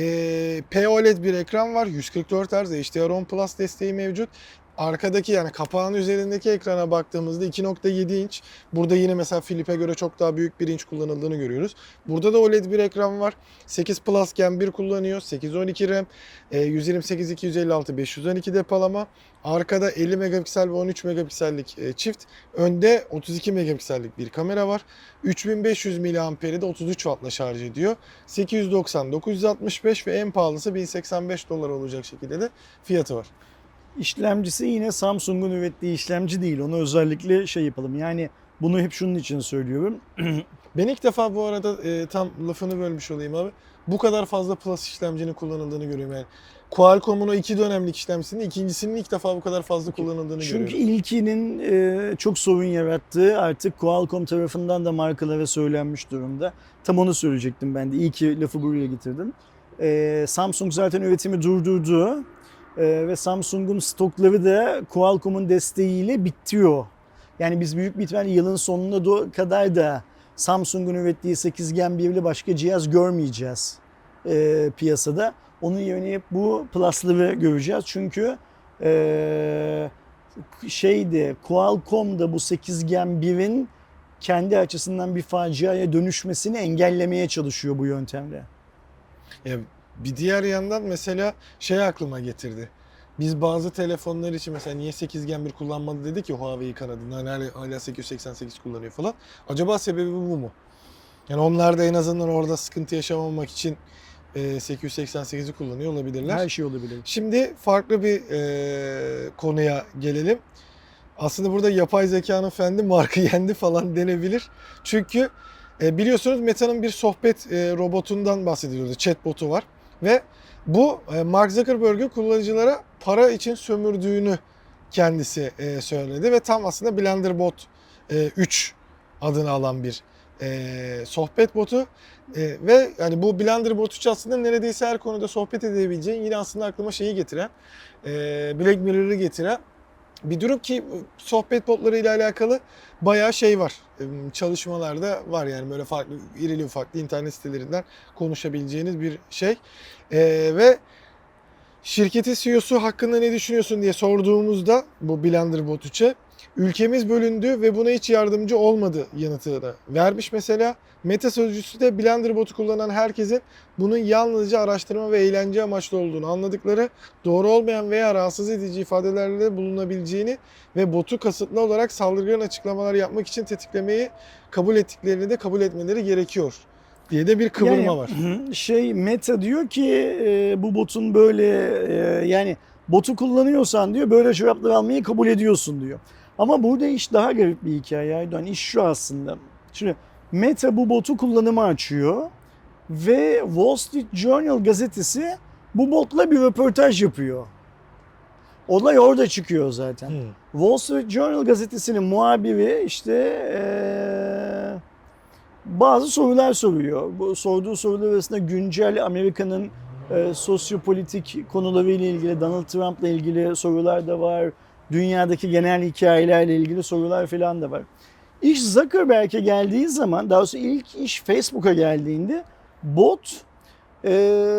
e, P O L E D bir ekran var. yüz kırk dört hertz H D R on Plus desteği mevcut. Arkadaki yani kapağın üzerindeki ekrana baktığımızda iki nokta yedi inç. Burada yine mesela Philip'e göre çok daha büyük bir inç kullanıldığını görüyoruz. Burada da O L E D bir ekran var. sekiz Plus Gen bir kullanıyor. sekiz on iki RAM, yüz yirmi sekiz iki yüz elli altı beş yüz on iki depolama. Arkada elli megapiksel ve on üç megapiksellik çift. Önde otuz iki megapiksellik bir kamera var. üç bin beş yüz miliamper'i de otuz üç wattla şarj ediyor. sekiz yüz doksan dokuz yüz altmış beş ve en pahalısı bin seksen beş dolar olacak şekilde de fiyatı var. İşlemcisi yine Samsung'un ürettiği işlemci değil. Onu özellikle şey yapalım. Yani bunu hep şunun için söylüyorum. Ben ilk defa bu arada e, tam lafını bölmüş olayım abi. Bu kadar fazla Plus işlemcinin kullanıldığını görüyorum yani. Qualcomm'un o iki dönemlik işlemcisinin ikincisinin ilk defa bu kadar fazla kullanıldığını Çünkü görüyorum. ilkinin e, çok sorun yarattığı artık Qualcomm tarafından da markalara söylenmiş durumda. Tam onu söyleyecektim ben de. İyi ki lafı buraya getirdim. E, Samsung zaten üretimi durdurdu. E, ve Samsung'un stokları da Qualcomm'un desteğiyle bitiyor. Yani biz büyük bir ihtimalle yılın sonuna do- kadar da Samsung'un ürettiği sekiz Gen birli başka cihaz görmeyeceğiz e, piyasada. Onun yerine hep bu Plus'ları göreceğiz. Çünkü e, şeydi Qualcomm'da bu sekiz Gen birin kendi açısından bir faciaya dönüşmesini engellemeye çalışıyor bu yöntemle. Ya, bir diğer yandan mesela şey aklıma getirdi. Biz bazı telefonlar için mesela niye sekiz Gen bir kullanmadı dedi ki Huawei kanadından hani hala, hala sekiz yüz seksen sekiz kullanıyor falan. Acaba sebebi bu mu? Yani onlar da en azından orada sıkıntı yaşamamak için e, sekiz yüz seksen sekizi kullanıyor olabilirler. Her şey olabilir. Şimdi farklı bir e, konuya gelelim. Aslında burada yapay zekanın fendi markı yendi falan denebilir. Çünkü e, biliyorsunuz Meta'nın bir sohbet e, robotundan bahsediliyordu. Chatbot'u var. Ve bu e, Mark Zuckerberg'ün kullanıcılara para için sömürdüğünü kendisi e, söyledi. Ve tam aslında BlenderBot e, üç adını alan bir e, sohbet botu. E, ve yani bu BlenderBot üç aslında neredeyse her konuda sohbet edebileceğin, yine aslında aklıma şeyi getiren, e, Black Mirror'ı getiren bir durum ki sohbet botları ile alakalı bayağı şey var. Çalışmalarda var yani böyle farklı irili ufaklı internet sitelerinden konuşabileceğiniz bir şey. Ee, ve şirketin C E O'su hakkında ne düşünüyorsun diye sorduğumuzda bu BlenderBot üçe ülkemiz bölündü ve buna hiç yardımcı olmadı yanıtını vermiş mesela. Meta sözcüsü de BlenderBot'u kullanan herkesin bunun yalnızca araştırma ve eğlence amaçlı olduğunu anladıkları, doğru olmayan veya rahatsız edici ifadelerle bulunabileceğini ve botu kasıtlı olarak saldırgan açıklamalar yapmak için tetiklemeyi kabul ettiklerini de kabul etmeleri gerekiyor diye de bir kıvırma yani, var. Şey Meta diyor ki e, bu botun böyle e, yani botu kullanıyorsan diyor böyle cevaplar almayı kabul ediyorsun diyor. Ama burada iş daha garip bir hikaye Aydoğan. İş şu aslında. Şimdi Meta bu botu kullanıma açıyor ve Wall Street Journal gazetesi bu botla bir röportaj yapıyor. Olay orada çıkıyor zaten. Hmm. Wall Street Journal gazetesinin muhabiri işte ee, bazı sorular soruyor. Bu sorduğu sorular arasında güncel Amerika'nın e, sosyopolitik konularıyla ilgili, Donald Trump'la ilgili sorular da var. Dünyadaki genel hikayelerle ilgili sorular falan da var. İş Zuckerberg'e geldiği zaman, daha doğrusu ilk iş Facebook'a geldiğinde bot e,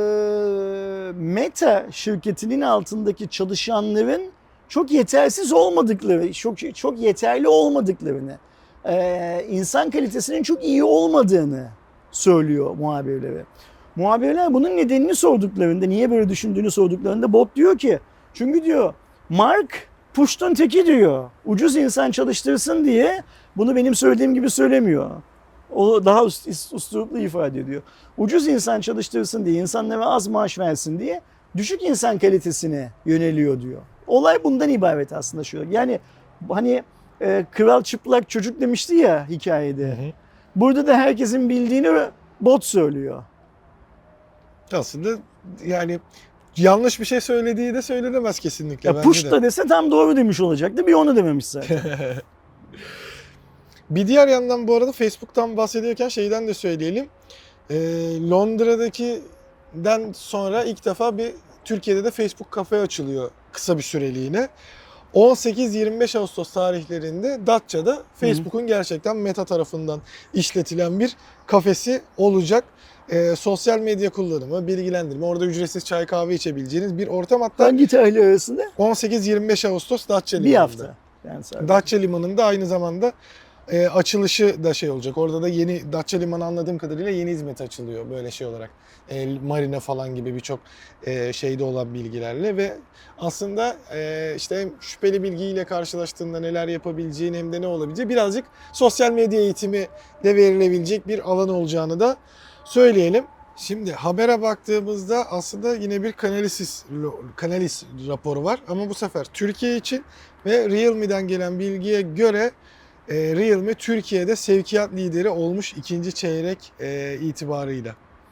Meta şirketinin altındaki çalışanların çok yetersiz olmadıkları, çok çok yeterli olmadıklarını, e, insan kalitesinin çok iyi olmadığını söylüyor muhabirlere. Muhabirler bunun nedenini sorduklarında, niye böyle düşündüğünü sorduklarında bot diyor ki, çünkü diyor Mark puştun teki diyor. Ucuz insan çalıştırsın diye bunu benim söylediğim gibi söylemiyor. O daha usturuplu ifade ediyor. Ucuz insan çalıştırsın diye, insanlara az maaş versin diye düşük insan kalitesine yöneliyor diyor. Olay bundan ibaret aslında şu. Yani hani e, kral çıplak çocuk demişti ya hikayede. Hı hı. Burada da herkesin bildiğini bot söylüyor. Aslında yani yanlış bir şey söylediği de söylenemez kesinlikle. Ya push da dese tam doğru demiş olacaktı. Bir onu dememiş zaten. Bir diğer yandan bu arada Facebook'tan bahsediyorken şeyden de söyleyelim. Ee, Londra'dakinden sonra ilk defa bir Türkiye'de de Facebook kafe açılıyor kısa bir süreliğine. on sekiz yirmi beş Ağustos tarihlerinde Datça'da Facebook'un gerçekten Meta tarafından işletilen bir kafesi olacak. E, sosyal medya kullanımı, bilgilendirme, orada ücretsiz çay kahve içebileceğiniz bir ortam. Hatta hangi tarihler arasında? on sekiz yirmi beş Ağustos Datça Limanı'nda. Bir hafta. Yani Datça Limanı'nda aynı zamanda e, açılışı da şey olacak. Orada da yeni Datça Limanı anladığım kadarıyla yeni hizmet açılıyor böyle şey olarak. E, marina falan gibi birçok e, şeyde olan bilgilerle ve aslında e, işte hem şüpheli bilgiyle karşılaştığında neler yapabileceğin hem de ne olabileceği birazcık sosyal medya eğitimi de verilebilecek bir alan olacağını da söyleyelim. Şimdi habere baktığımızda aslında yine bir Canalys, Canalys raporu var ama bu sefer Türkiye için ve Realme'den gelen bilgiye göre e, Realme Türkiye'de sevkiyat lideri olmuş ikinci çeyrek e, itibarıyla.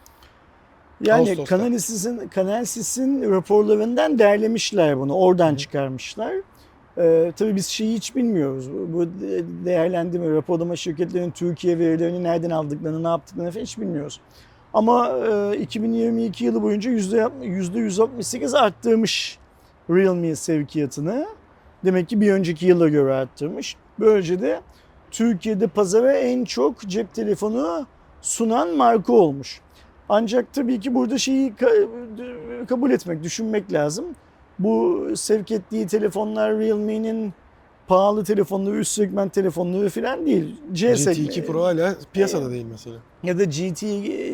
Yani Canalys'in Canalys'in raporlarından derlemişler bunu, oradan Hı. çıkarmışlar. Ee, tabii biz şeyi hiç bilmiyoruz. Bu değerlendirme, raporlama şirketlerinin Türkiye verilerini nereden aldıklarını, ne yaptıklarını falan hiç bilmiyoruz. Ama e, iki bin yirmi iki yılı boyunca yüzde yüz altmış sekiz arttırmış Realme sevkiyatını. Demek ki bir önceki yıla göre arttırmış. Böylece de Türkiye'de pazara en çok cep telefonu sunan marka olmuş. Ancak tabii ki burada şeyi kabul etmek, düşünmek lazım. Bu sevk ettiği telefonlar Realme'nin pahalı telefonları, üst segment telefonları falan değil. C G T iki Pro hala piyasada değil mesela. Ya da G T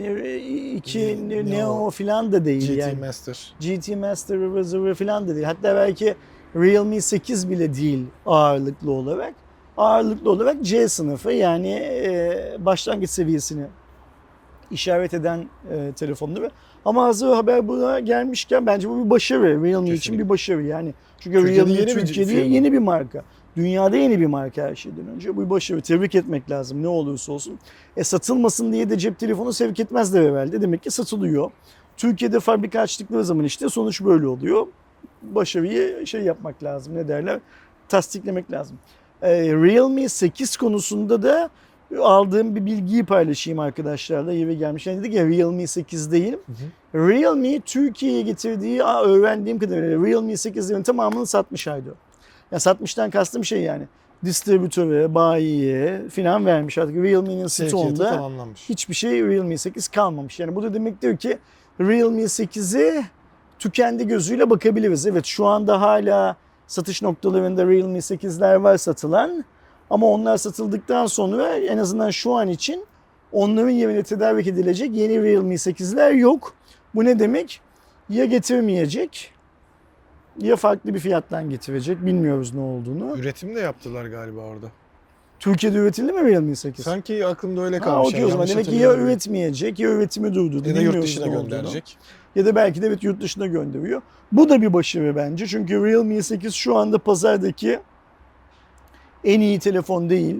iki Neo, Neo falan da değil. G T yani. Master. G T Master ıvır zıvır falan da değil. Hatta belki Realme sekiz bile değil ağırlıklı olarak. Ağırlıklı olarak C sınıfı, yani başlangıç seviyesini işaret eden e, telefonları. Ama hazır haber buna gelmişken bence bu bir başarı. Realme Kesinlikle. için bir başarı yani. Çünkü Türkiye'de Realme yeni Türkiye'de bir yeni bir marka. Dünyada yeni bir marka her şeyden önce. Bu bir başarı. Tebrik etmek lazım ne olursa olsun. E satılmasın diye de cep telefonu sevk etmezler evvelde. Demek ki satılıyor. Türkiye'de fabrika açtıkları zaman işte sonuç böyle oluyor. Başarıyı şey yapmak lazım, ne derler, tasdiklemek lazım. E, Realme sekiz konusunda da aldığım bir bilgiyi paylaşayım arkadaşlarla. Yeri gelmiş. Yani dedik ya Realme sekiz değil. Hı hı. Realme Türkiye'ye getirdiği, öğrendiğim kadarıyla Realme sekizlerin tamamını satmış Aydo. Ya satmıştan kastım şey yani. Distribütöre, bayiye filan vermiş. Artık Realme'nin stoğunda hiçbir şey Realme sekiz kalmamış. Yani bu da demektir ki Realme sekize tükendi gözüyle bakabiliriz. Evet, şu anda hala satış noktalarında Realme sekizler var satılan. Ama onlar satıldıktan sonra en azından şu an için onların yerine tedarik edilecek yeni Realme sekizler yok. Bu ne demek? Ya getirmeyecek ya farklı bir fiyattan getirecek. Bilmiyoruz ne olduğunu. Üretim de yaptılar galiba orada. Türkiye'de üretildi mi Realme sekiz? Sanki aklımda öyle kalmış. Ha, okay, o zaman demek ki ya üretmeyecek ya üretimi durdurdu. Ya da yurt dışına gönderecek. Ya da belki de evet yurt dışına gönderiyor. Bu da bir başarı bence. Çünkü Realme sekiz şu anda pazardaki en iyi telefon değil.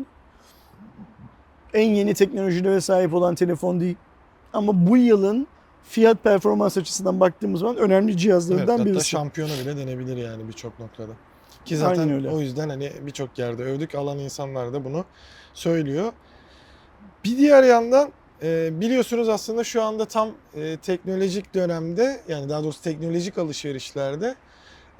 En yeni teknolojilere sahip olan telefon değil. Ama bu yılın fiyat performans açısından baktığımız zaman önemli cihazlarından evet, birisi. Hatta şampiyonu bile denebilir yani birçok noktada. Ki zaten o yüzden hani birçok yerde övdük. Alan insanlar da bunu söylüyor. Bir diğer yandan biliyorsunuz aslında şu anda tam teknolojik dönemde, yani daha doğrusu teknolojik alışverişlerde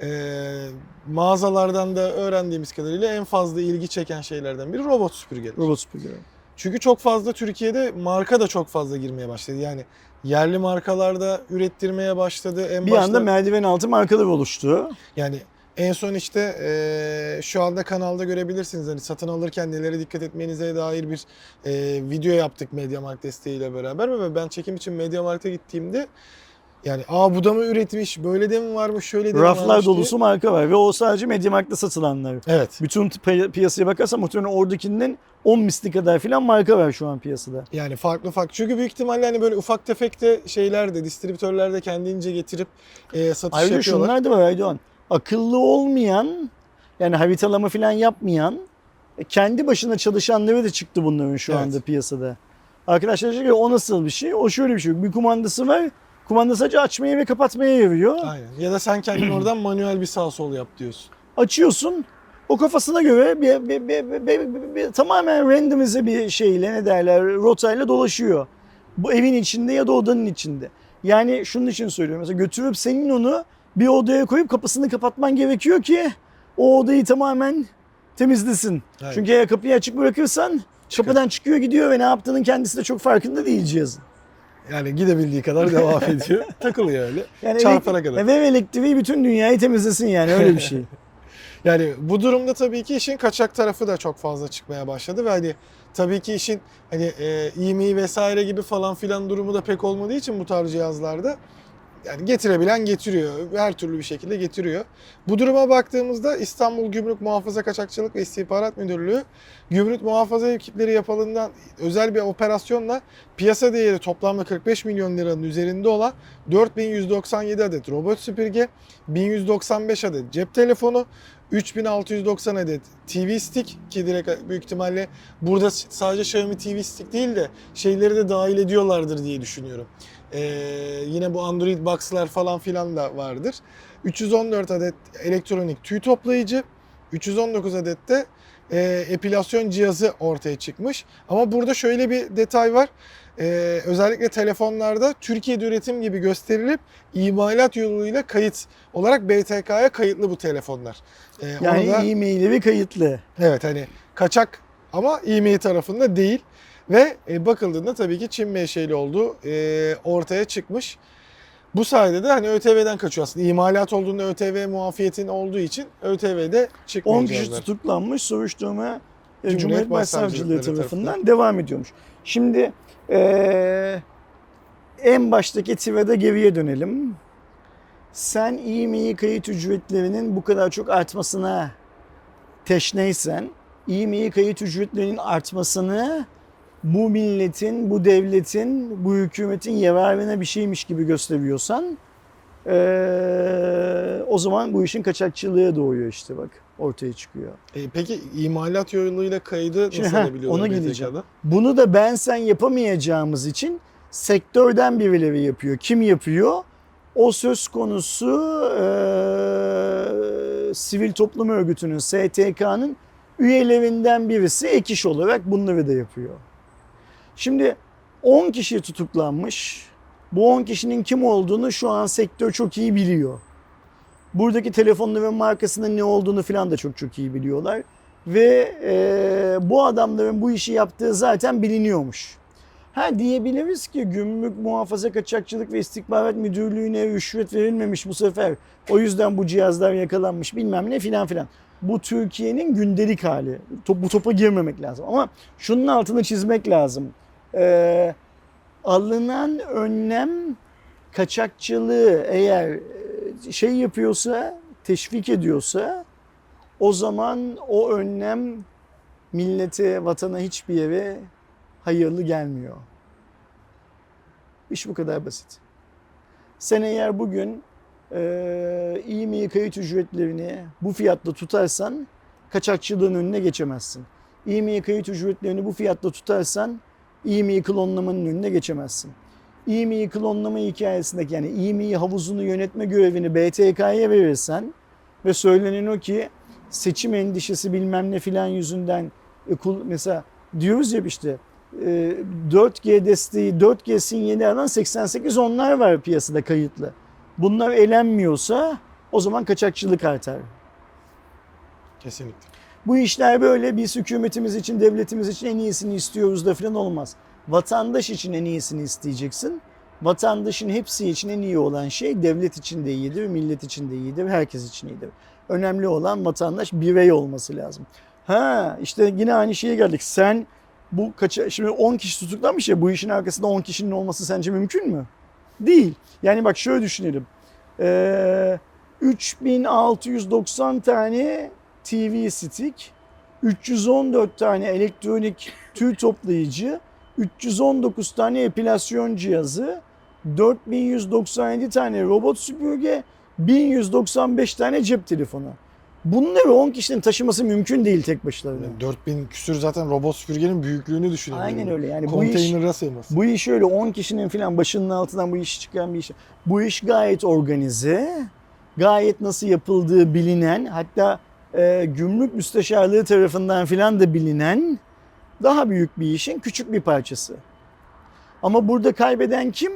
Ee, mağazalardan da öğrendiğimiz kadarıyla en fazla ilgi çeken şeylerden biri robot süpürgeler. Robot süpürge. Çünkü çok fazla Türkiye'de marka da çok fazla girmeye başladı. Yani yerli markalarda ürettirmeye başladı. En Bir başta, anda merdiven altı markalar oluştu. yani en son işte eee, şu anda kanalda görebilirsiniz. Hani satın alırken nelere dikkat etmenize dair bir eee, video yaptık MediaMarkt desteğiyle beraber ve ben çekim için MediaMarkt'a gittiğimde yani aa bu da mı üretmiş, böyle de mi varmış, şöyle de mi Raflar varmış diye. dolusu marka var ve o sadece MediaMarkt'ta satılanlar. Evet. Bütün pi- piyasaya bakarsan muhtemelen oradakinden on misli kadar filan marka var şu an piyasada. Yani farklı farklı. Çünkü büyük ihtimalle hani böyle ufak tefek de şeyler de distribütörler de kendince getirip eee, satış Ayrıca yapıyorlar. şunlar da var Aydoğan. Akıllı olmayan, yani haritalama filan yapmayan, e, kendi başına çalışanları da çıktı bunların şu Evet. anda piyasada. Arkadaşlar diyor ki o nasıl bir şey? O şöyle bir şey. Bir kumandası var. Kumanda sadece açmaya ve kapatmaya yarıyor. Aynen. Ya da sen kendin oradan manuel bir sağ sol yap diyorsun. Açıyorsun. O kafasına göre bir, bir, bir, bir, bir, bir- bir- tamamen randomize bir şeyle, ne derler, rotayla dolaşıyor. Bu evin içinde ya da odanın içinde. Yani şunun için söylüyorum. Mesela götürüp senin onu bir odaya koyup kapısını kapatman gerekiyor ki o odayı tamamen temizlesin. Aynen. Çünkü eğer kapıyı açık bırakırsan kapıdan çıkıyor gidiyor ve ne yaptığının kendisi de çok farkında değil cihazın. Yani gidebildiği kadar devam ediyor. Takılıyor öyle. Yani Çarpana elek- kadar. Ve elektriği bütün dünyayı temizlesin, yani öyle bir şey. Yani bu durumda tabii ki işin kaçak tarafı da çok fazla çıkmaya başladı ve hani tabii ki işin hani e, İ M İ vesaire gibi falan filan durumu da pek olmadığı için bu tarz cihazlarda yani getirebilen getiriyor. Her türlü bir şekilde getiriyor. Bu duruma baktığımızda İstanbul Gümrük Muhafaza Kaçakçılık ve İstihbarat Müdürlüğü gümrük muhafaza ekipleri yapıldığından özel bir operasyonla piyasa değeri toplamda kırk beş milyon liranın üzerinde olan dört bin yüz doksan yedi adet robot süpürge, bin yüz doksan beş adet cep telefonu, üç bin altı yüz doksan adet T V stick ki direkt büyük ihtimalle burada sadece Xiaomi T V stick değil de şeyleri de dahil ediyorlardır diye düşünüyorum. Ee, yine bu Android Box'lar falan filan da vardır. üç yüz on dört adet elektronik tüy toplayıcı, üç yüz on dokuz adet de e, epilasyon cihazı ortaya çıkmış. Ama burada şöyle bir detay var. Ee, özellikle telefonlarda Türkiye'de üretim gibi gösterilip imalat yoluyla kayıt olarak B T K'ya kayıtlı bu telefonlar. Ee, Yani onu da, e-mail'i kayıtlı. evet hani kaçak ama İ M İ tarafında değil. Ve e, bakıldığında tabii ki Çin menşeli olduğu e, ortaya çıkmış. Bu sayede de hani ÖTV'den kaçıyor aslında. İmalat olduğunda ÖTV muafiyetin olduğu için ÖTV'de çıkmıyor on kişi cihazlar. tutuklanmış, soruşturma e, Cumhuriyet Cumhuriyet Başsavcılıkları Başsavcılığı tarafından tarafından devam ediyormuş. Şimdi eee, en baştaki tivada geriye dönelim. Sen İ M İ kayıt ücretlerinin bu kadar çok artmasına teşneysen, İ M İ kayıt ücretlerinin artmasını bu milletin, bu devletin, bu hükümetin yararına bir şeymiş gibi gösteriyorsan, eee, o zaman bu işin kaçakçılığa doğuyor işte, bak ortaya çıkıyor. E, peki imalat yoluyla kaydı Şimdi, nasıl heh, alabiliyorlar ona B T K'da? geleceğim. Bunu da ben sen yapamayacağımız için sektörden birileri yapıyor. Kim yapıyor? O söz konusu eee, sivil toplum örgütünün, S T K'nın üyelerinden birisi ek iş olarak bunları da yapıyor. Şimdi on kişi tutuklanmış. Bu on kişinin kim olduğunu şu an sektör çok iyi biliyor. Buradaki telefonların markasının ne olduğunu falan da çok çok iyi biliyorlar. Ve e, bu adamların bu işi yaptığı zaten biliniyormuş. Ha diyebiliriz ki Gümrük Muhafaza Kaçakçılık ve İstihbarat Müdürlüğü'ne rüşvet verilmemiş bu sefer. O yüzden bu cihazlar yakalanmış bilmem ne filan filan. Bu Türkiye'nin gündelik hali. Bu topa girmemek lazım. Ama şunun altını çizmek lazım. Ee, alınan önlem kaçakçılığı eğer şey yapıyorsa, teşvik ediyorsa, o zaman o önlem millete, vatana, hiçbir yere hayırlı gelmiyor. İş bu kadar basit. Sen eğer bugün e, İ M İ kayıt ücretlerini bu fiyatta tutarsan kaçakçılığın önüne geçemezsin. İ M İ kayıt ücretlerini bu fiyatta tutarsan İ M İ klonlamanın önüne geçemezsin. İ M İ klonlama hikayesindeki, yani İ M İ havuzunu yönetme görevini B T K'ya verirsen ve söylenen o ki seçim endişesi bilmem ne filan yüzünden mesela diyoruz ya işte dört G desteği, dört G sinyali alan seksen sekiz onlar var piyasada kayıtlı. Bunlar elenmiyorsa O zaman kaçakçılık artar. Kesinlikle. Bu işler böyle, biz hükümetimiz için, devletimiz için en iyisini istiyoruz da falan olmaz. Vatandaş için en iyisini isteyeceksin. Vatandaşın hepsi için en iyi olan şey devlet için de iyidir, millet için de iyidir, herkes için iyidir. Önemli olan vatandaş birey olması lazım. Ha işte yine aynı şeye geldik. Sen bu kaça, şimdi on kişi tutuklanmış ya, bu işin arkasında on kişinin olması sence mümkün mü? Değil. Yani bak şöyle düşünelim. Ee, üç bin altı yüz doksan tane T V stick, üç yüz on dört tane elektronik tüy toplayıcı, üç yüz on dokuz tane epilasyon cihazı, dört bin yüz doksan yedi tane robot süpürge, bin yüz doksan beş tane cep telefonu. Bunları on kişinin taşıması mümkün değil tek başlarına. dört bin küsür zaten robot süpürgenin büyüklüğünü düşünelim. Aynen öyle. Yani bu iş, Konteyner'a sığmaz. bu iş öyle on kişinin falan başının altından bu iş çıkan bir iş. Bu iş gayet organize, gayet nasıl yapıldığı bilinen, hatta e, gümrük müsteşarlığı tarafından filan da bilinen daha büyük bir işin küçük bir parçası. Ama burada kaybeden kim?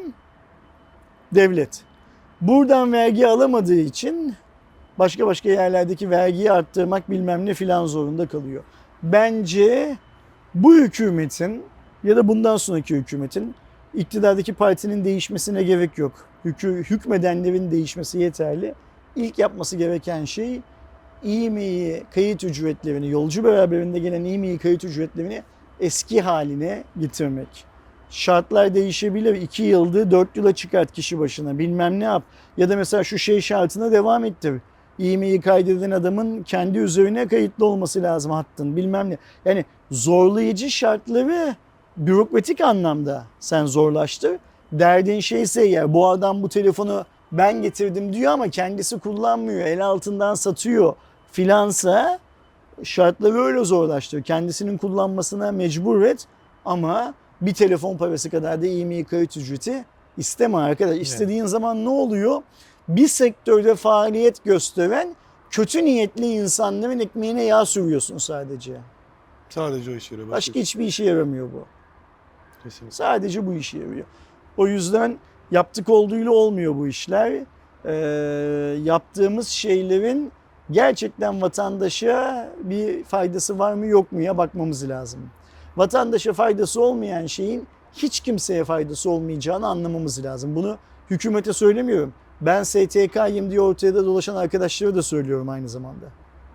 Devlet. Buradan vergi alamadığı için başka başka yerlerdeki vergiyi arttırmak bilmem ne filan zorunda kalıyor. Bence bu hükümetin ya da bundan sonraki hükümetin, iktidardaki partinin değişmesine gerek yok. Hükü, hükmedenlerin değişmesi yeterli. İlk yapması gereken şey İ-MEİ kayıt ücretlerini, yolcu beraberinde gelen İ-MEİ kayıt ücretlerini eski haline getirmek. Şartlar değişebilir. iki yıldı dört yıla çıkart kişi başına, bilmem ne yap. Ya da mesela şu şey şartına devam ettir. İ-MEİ kaydeden adamın kendi üzerine kayıtlı olması lazım hattın, bilmem ne. Yani zorlayıcı şartları bürokratik anlamda sen zorlaştır. Derdin şeyse ya, bu adam bu telefonu ben getirdim diyor ama kendisi kullanmıyor, el altından satıyor filansa, şartları öyle zorlaştır. Kendisinin kullanmasına mecbur et ama bir telefon parası kadar da İ-MEİ kayıt ücreti isteme arkadaş. İstediğin evet. zaman ne oluyor? Bir sektörde faaliyet gösteren kötü niyetli insanların ekmeğine yağ sürüyorsun sadece. Sadece o işe yarıyor. Başka, Başka hiçbir işe yaramıyor bu. Kesinlikle. Sadece bu işe yarıyor. O yüzden yaptık olduğuyla olmuyor bu işler. Ee, yaptığımız şeylerin gerçekten vatandaşa bir faydası var mı yok muya bakmamız lazım. Vatandaşa faydası olmayan şeyin hiç kimseye faydası olmayacağını anlamamız lazım. Bunu hükümete söylemiyorum. Ben S T K'yim diye ortaya da dolaşan arkadaşlara da söylüyorum aynı zamanda.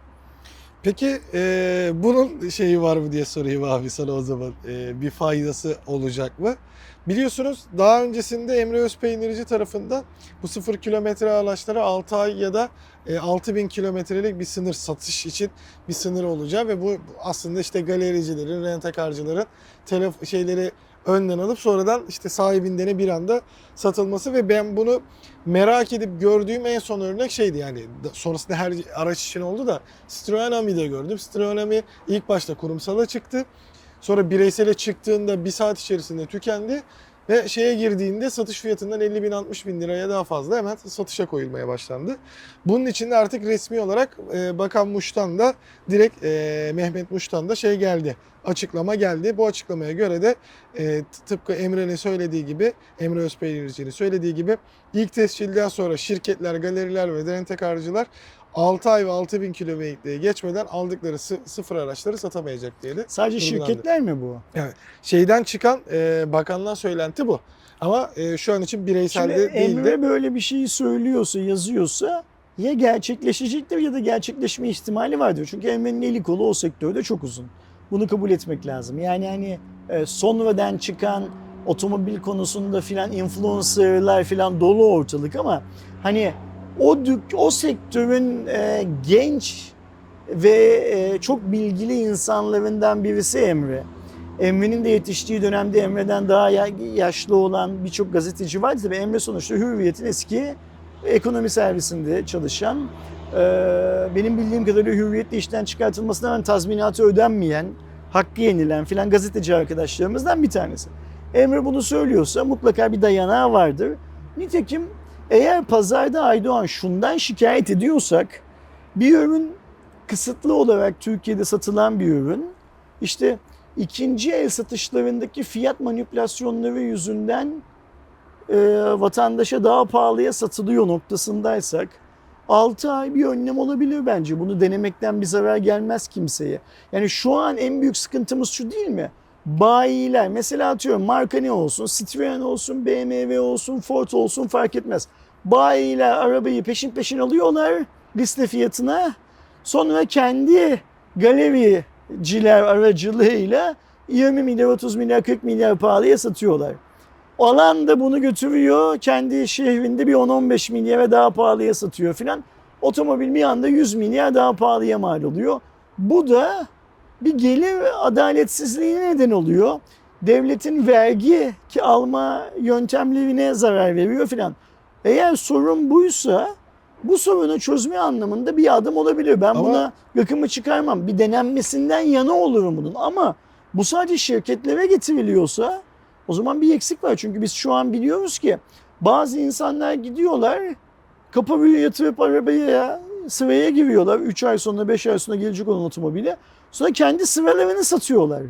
Peki e, bunun şeyi var mı diye sorayım abi sana o zaman. E, bir faydası olacak mı? Biliyorsunuz daha öncesinde Emre Özpeynirci tarafından bu sıfır kilometre araçlara altı ay ya da e, altı bin kilometrelik bir sınır, satış için bir sınır olacağı ve bu aslında işte galericilerin, rentakarcıların telef- şeyleri önden alıp sonradan işte sahibinden bir anda satılması ve ben bunu merak edip gördüğüm en son örnek şeydi, yani sonrasında her araç için oldu da Citroen Ami'de gördüm. Citroen Ami ilk başta kurumsala çıktı. Sonra bireysele çıktığında bir saat içerisinde tükendi ve şeye girdiğinde satış fiyatından elli bin altmış bin liraya daha fazla hemen satışa koyulmaya başlandı. Bunun için de artık resmi olarak e, Bakan Muş'tan da direkt e, Mehmet Muş'tan da şey geldi. Açıklama geldi. Bu açıklamaya göre de e, tıpkı Emre'nin söylediği gibi, Emre Özpeynirci'nin söylediği gibi ilk tescilden sonra şirketler, galeriler ve rentekarcılar altı ay ve altı bin kilometreye geçmeden aldıkları sıfır araçları satamayacak diye de Sadece şirketler mi bu? Evet. Şeyden çıkan e, bakandan söylenti bu. Ama e, şu an için bireyselde Şimdi değil de. Emre böyle bir şeyi söylüyorsa, yazıyorsa ya gerçekleşecektir ya da gerçekleşme ihtimali vardır. Çünkü Emre'nin eli kolu o sektörde çok uzun. Bunu kabul etmek lazım. Yani hani e, sonradan çıkan otomobil konusunda filan influencerlar filan dolu ortalık ama hani o dük, o sektörün e, genç ve e, çok bilgili insanlarından birisi Emre. Emre'nin de yetiştiği dönemde Emre'den daha yaşlı olan birçok gazeteci vardı. Tabii Emre sonuçta Hürriyet'in eski ekonomi servisinde çalışan, e, benim bildiğim kadarıyla Hürriyet'le işten çıkartılmasına rağmen tazminatı ödenmeyen, hakkı yenilen filan gazeteci arkadaşlarımızdan bir tanesi. Emre bunu söylüyorsa mutlaka bir dayanağı vardır. Nitekim eğer pazarda Aydoğan şundan şikayet ediyorsak, bir ürün kısıtlı olarak Türkiye'de satılan bir ürün, işte ikinci el satışlarındaki fiyat manipülasyonları yüzünden e, vatandaşa daha pahalıya satılıyor noktasındaysak, altı ay bir önlem olabilir bence. Bunu denemekten bir zarar gelmez kimseye. Yani şu an en büyük sıkıntımız şu değil mi? Bayiler mesela atıyorum marka ne olsun? Citroen olsun, B M W olsun, Ford olsun fark etmez. Bayiler arabayı peşin peşin alıyorlar liste fiyatına. Sonra kendi galericiler aracılığıyla yirmi milyar, otuz milyar, kırk milyar pahalıya satıyorlar. Alan da bunu götürüyor, kendi şehrinde bir on on beş milyara daha pahalıya satıyor filan. Otomobil bir anda yüz milyar daha pahalıya mal oluyor. Bu da bir gelir adaletsizliğine neden oluyor. Devletin vergi ki alma yöntemlerine zarar veriyor filan. Eğer sorun buysa bu sorunu çözme anlamında bir adım olabilir. Ben Ama... buna gıkımı çıkarmam. Bir denenmesinden yana olurum bunun. Ama bu sadece şirketlere getiriliyorsa o zaman bir eksik var. Çünkü biz şu an biliyoruz ki bazı insanlar gidiyorlar kapıyı yatırıp arabaya sıraya giriyorlar. üç ay sonra beş ay sonra gelecek olan otomobile. Sonra kendi sıralarını satıyorlar.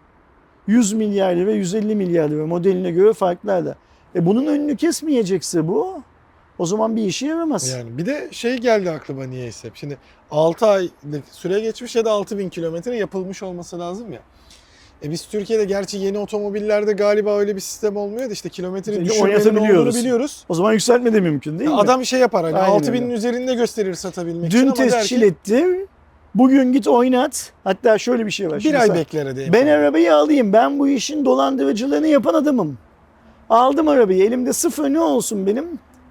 yüz milyar lira, yüz elli milyar lira modeline göre farklarla. E bunun önünü kesmeyecekse bu o zaman bir işe yaramaz. Yani bir de şey geldi aklıma niyeyse. Şimdi altı aylık süre geçmiş ya da altı bin kilometre yapılmış olması lazım ya. E biz Türkiye'de gerçi yeni otomobillerde galiba öyle bir sistem olmuyor da işte kilometrenin İşte düşürmenin oynatabiliyoruz. olduğunu biliyoruz. O zaman yükseltme de mümkün değil mi? Adam bir şey yapar hani Aynen altı binin öyle. üzerinde gösterir satabilmek için Dün ama der tescil ki ettim. Bugün git oynat. Hatta şöyle bir şey var. bir Şimdi ay sen- bekler hadi. Ben arabayı alayım. Ben bu işin dolandırıcılığını yapan adamım. Aldım arabayı. Elimde sıfır ne olsun benim?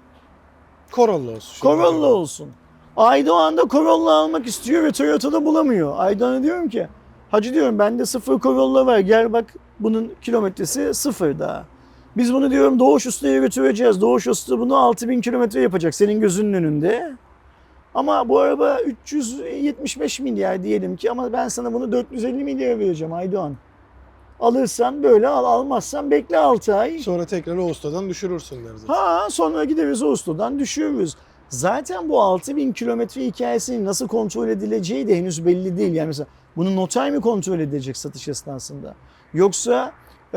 Corolla olsun. Corolla olsun. Aydoğan da Corolla almak istiyor ve Toyota'da bulamıyor. Aydoğan'a diyorum ki hacı diyorum bende sıfır Corolla var. Gel bak bunun kilometresi sıfır daha. Biz bunu diyorum Doğuş Usta'ya götüreceğiz. Doğuş Usta bunu altı bin kilometre yapacak senin gözünün önünde. Ama bu araba üç yüz yetmiş beş milyar diyelim ki ama ben sana bunu dört yüz elli milyara vereceğim Aydoğan. Alırsan böyle al, almazsan bekle altı ay. Sonra tekrar o ustadan düşürürsün der zaten. Ha sonra gideriz Ağustos'tan düşürürüz. Zaten bu altı bin kilometre hikayesinin nasıl kontrol edileceği de henüz belli değil. Yani mesela bunu noter mi kontrol edecek satış esnasında? Yoksa e,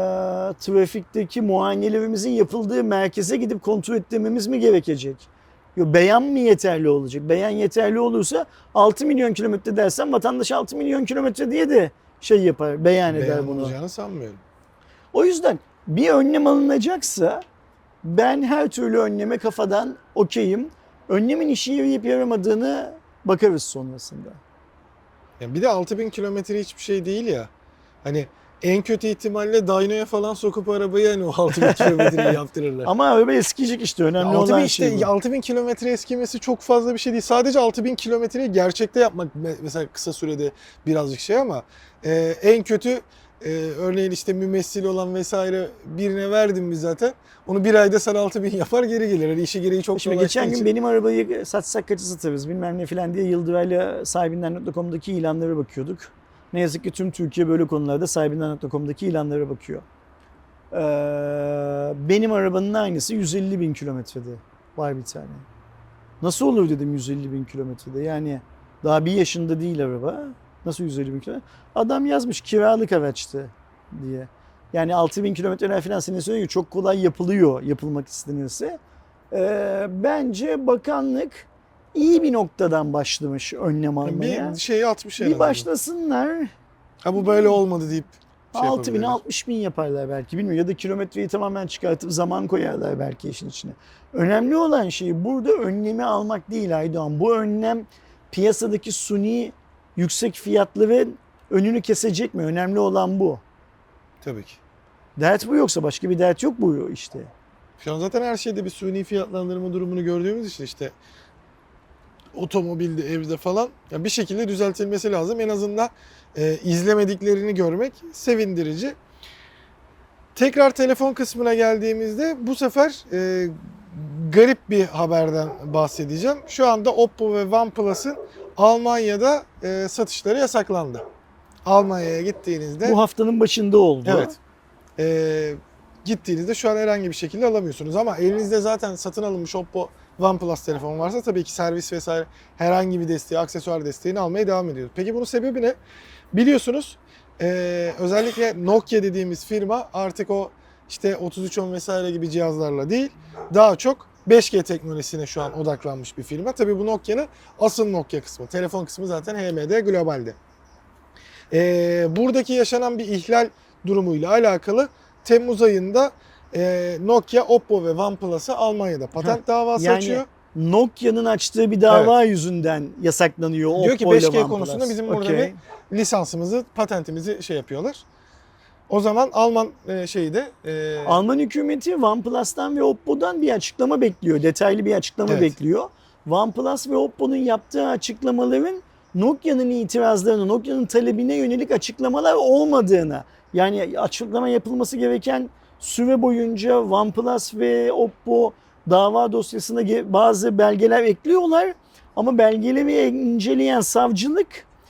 trafikteki muayenelerimizin yapıldığı merkeze gidip kontrol ettirmemiz mi gerekecek? Yok, beyan mı yeterli olacak? Beyan yeterli olursa altı milyon kilometre dersen vatandaş altı milyon kilometre diye de şey yapar, beyan eder Beyan bunu. olacağını sanmıyorum. O yüzden bir önlem alınacaksa ben her türlü önleme kafadan okeyim. Önlemin işe yarayıp yaramadığını bakarız sonrasında. Yani bir de altı bin kilometre hiçbir şey değil ya. Hani en kötü ihtimalle dyno'ya falan sokup arabayı hani o altı bin kilometreyi yaptırırlar. Ama araba eskiyecek işte önemli altı bin olan işte şey bu. altı bin kilometre eskimesi çok fazla bir şey değil. Sadece altı bin kilometreyi gerçekte yapmak mesela kısa sürede birazcık şey ama e, en kötü e, örneğin işte mümessil olan vesaire birine verdim mi zaten onu bir ayda sana altı bin yapar geri gelir. Yani işi gereği çok Şimdi dolaştığı geçen gün için. benim arabayı satsak kaça satarız bilmem ne falan diye Yıldıray'la sahibinden nokta com'daki ilanlara bakıyorduk. Ne yazık ki tüm Türkiye böyle konularda sahibinden nokta com'daki ilanlara bakıyor. Ee, benim arabanın aynısı yüz elli bin kilometrede var bir tane. Nasıl olur dedim yüz elli bin kilometrede yani daha bir yaşında değil araba. Nasıl yüz elli bin kilometre? Adam yazmış kiralık araçtı diye. Yani altı bin kilometreler falan senin söylediğin gibi çok kolay yapılıyor yapılmak istenirse. Ee, bence bakanlık iyi bir noktadan başlamış önlem almaya. Bir şeyi atmış en Bir azından. başlasınlar. Ha bu böyle olmadı deyip şey altı bin yapabilirler. altmış bin yaparlar belki bilmiyorum ya da kilometreyi tamamen çıkartıp zaman koyarlar belki işin içine. Önemli olan şey burada önlemi almak değil Aydoğan. Bu önlem piyasadaki suni yüksek fiyatları önünü kesecek mi? Önemli olan bu. Tabii ki. Dert bu yoksa başka bir dert yok bu işte. Şu an zaten her şeyde bir suni fiyatlandırma durumunu gördüğümüz için işte otomobilde, evde falan ya bir şekilde düzeltilmesi lazım. En azından e, izlemediklerini görmek sevindirici. Tekrar telefon kısmına geldiğimizde bu sefer e, garip bir haberden bahsedeceğim. Şu anda Oppo ve OnePlus'ın Almanya'da e, satışları yasaklandı. Almanya'ya gittiğinizde Bu haftanın başında oldu. evet. E, gittiğinizde şu an herhangi bir şekilde alamıyorsunuz ama elinizde zaten satın alınmış Oppo OnePlus telefon varsa tabii ki servis vesaire herhangi bir desteği, aksesuar desteğini almaya devam ediyoruz. Peki bunun sebebi ne? Biliyorsunuz e, özellikle Nokia dediğimiz firma artık o işte otuz üç on vesaire gibi cihazlarla değil daha çok beş G teknolojisine şu an odaklanmış bir firma. Tabii bu Nokia'nın asıl Nokia kısmı. Telefon kısmı zaten H M D globalde. Ee, buradaki yaşanan bir ihlal durumuyla alakalı Temmuz ayında e, Nokia, Oppo ve OnePlus'a Almanya'da patent davası yani açıyor. Nokia'nın açtığı bir dava yüzünden yasaklanıyor Oppo Diyor ki ile beş G OnePlus. konusunda bizim burada Okey. bir lisansımızı, patentimizi şey yapıyorlar. O zaman Alman e, şeyi de e, Alman hükümeti OnePlus'tan ve Oppo'dan bir açıklama bekliyor. Detaylı bir açıklama Evet. bekliyor. OnePlus ve Oppo'nun yaptığı açıklamaların Nokia'nın itirazlarına, Nokia'nın talebine yönelik açıklamalar olmadığına, yani açıklama yapılması gereken süre boyunca OnePlus ve Oppo dava dosyasına ge- bazı belgeler ekliyorlar. Ama belgeleri inceleyen savcılık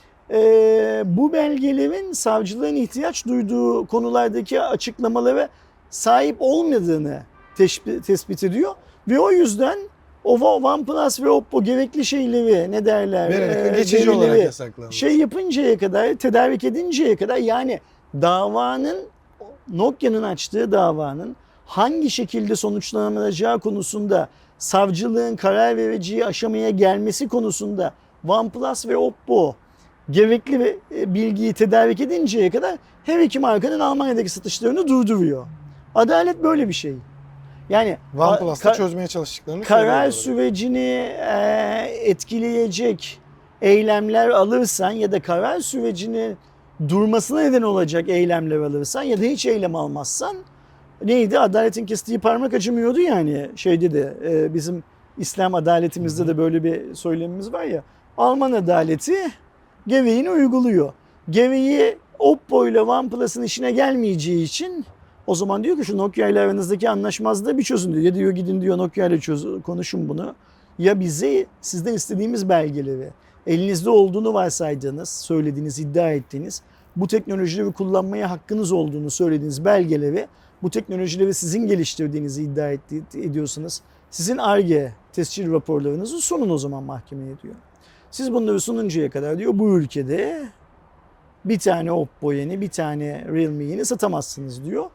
e, bu belgelerin savcılığın ihtiyaç duyduğu konulardaki açıklamalara sahip olmadığını teşbi- tespit ediyor. Ve o yüzden o OnePlus ve Oppo gerekli şeyleri ne derler vererek e, geçici olarak verileri yasaklandı. şey yapıncaya kadar, tedarik edinceye kadar, yani davanın, Nokia'nın açtığı davanın hangi şekilde sonuçlanacağı konusunda savcılığın karar vereceği aşamaya gelmesi konusunda OnePlus ve Oppo gerekli ve bilgiyi tedarik edinceye kadar her iki markanın Almanya'daki satışlarını durduruyor. Adalet böyle bir şey. Yani OnePlus'ta ka- çözmeye çalıştıklarını karar söylüyorlar. sürecini e, etkileyecek eylemler alırsan ya da karar sürecini durmasına neden olacak eylemler alırsan ya da hiç eylem almazsan, neydi? Adaletin kestiği parmak acımıyordu yani, şeyde de e, bizim İslam adaletimizde de böyle bir söylemimiz var ya, Alman adaleti gereğini uyguluyor. Gereği Oppo ile OnePlus'ın işine gelmeyeceği için o zaman diyor ki şu Nokia ile aranızdaki anlaşmazlığı bir çözün diyor. Ya diyor gidin diyor Nokia ile çöz, konuşun bunu. Ya bize sizden istediğimiz belgeleri, elinizde olduğunu varsaydığınız, söylediğiniz, iddia ettiğiniz, bu teknolojileri kullanmaya hakkınız olduğunu söylediğiniz belgeleri, bu teknolojileri sizin geliştirdiğinizi iddia ediyorsanız, sizin Ar-Ge tescil raporlarınızı sunun o zaman mahkemeye diyor. Siz bunları sununcaya kadar diyor bu ülkede bir tane Oppo yeni, bir tane Realme yeni satamazsınız diyor.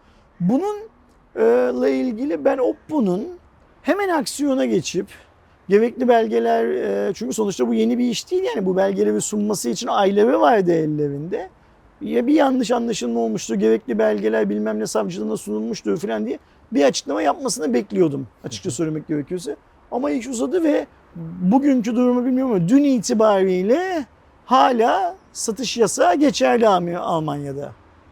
Bununla ilgili ben Oppo'nun hemen aksiyona geçip gerekli belgeler, çünkü sonuçta bu yeni bir iş değil, yani bu belgeleri sunması için ayları vardı ellerinde. Ya bir yanlış anlaşılma olmuştur, gerekli belgeler bilmem ne savcılığına sunulmuştur falan diye bir açıklama yapmasını bekliyordum açıkça söylemek gerekiyorsa. Ama iş uzadı ve bugünkü durumu bilmiyorum ama dün itibariyle hala satış yasağı geçerli Almanya'da.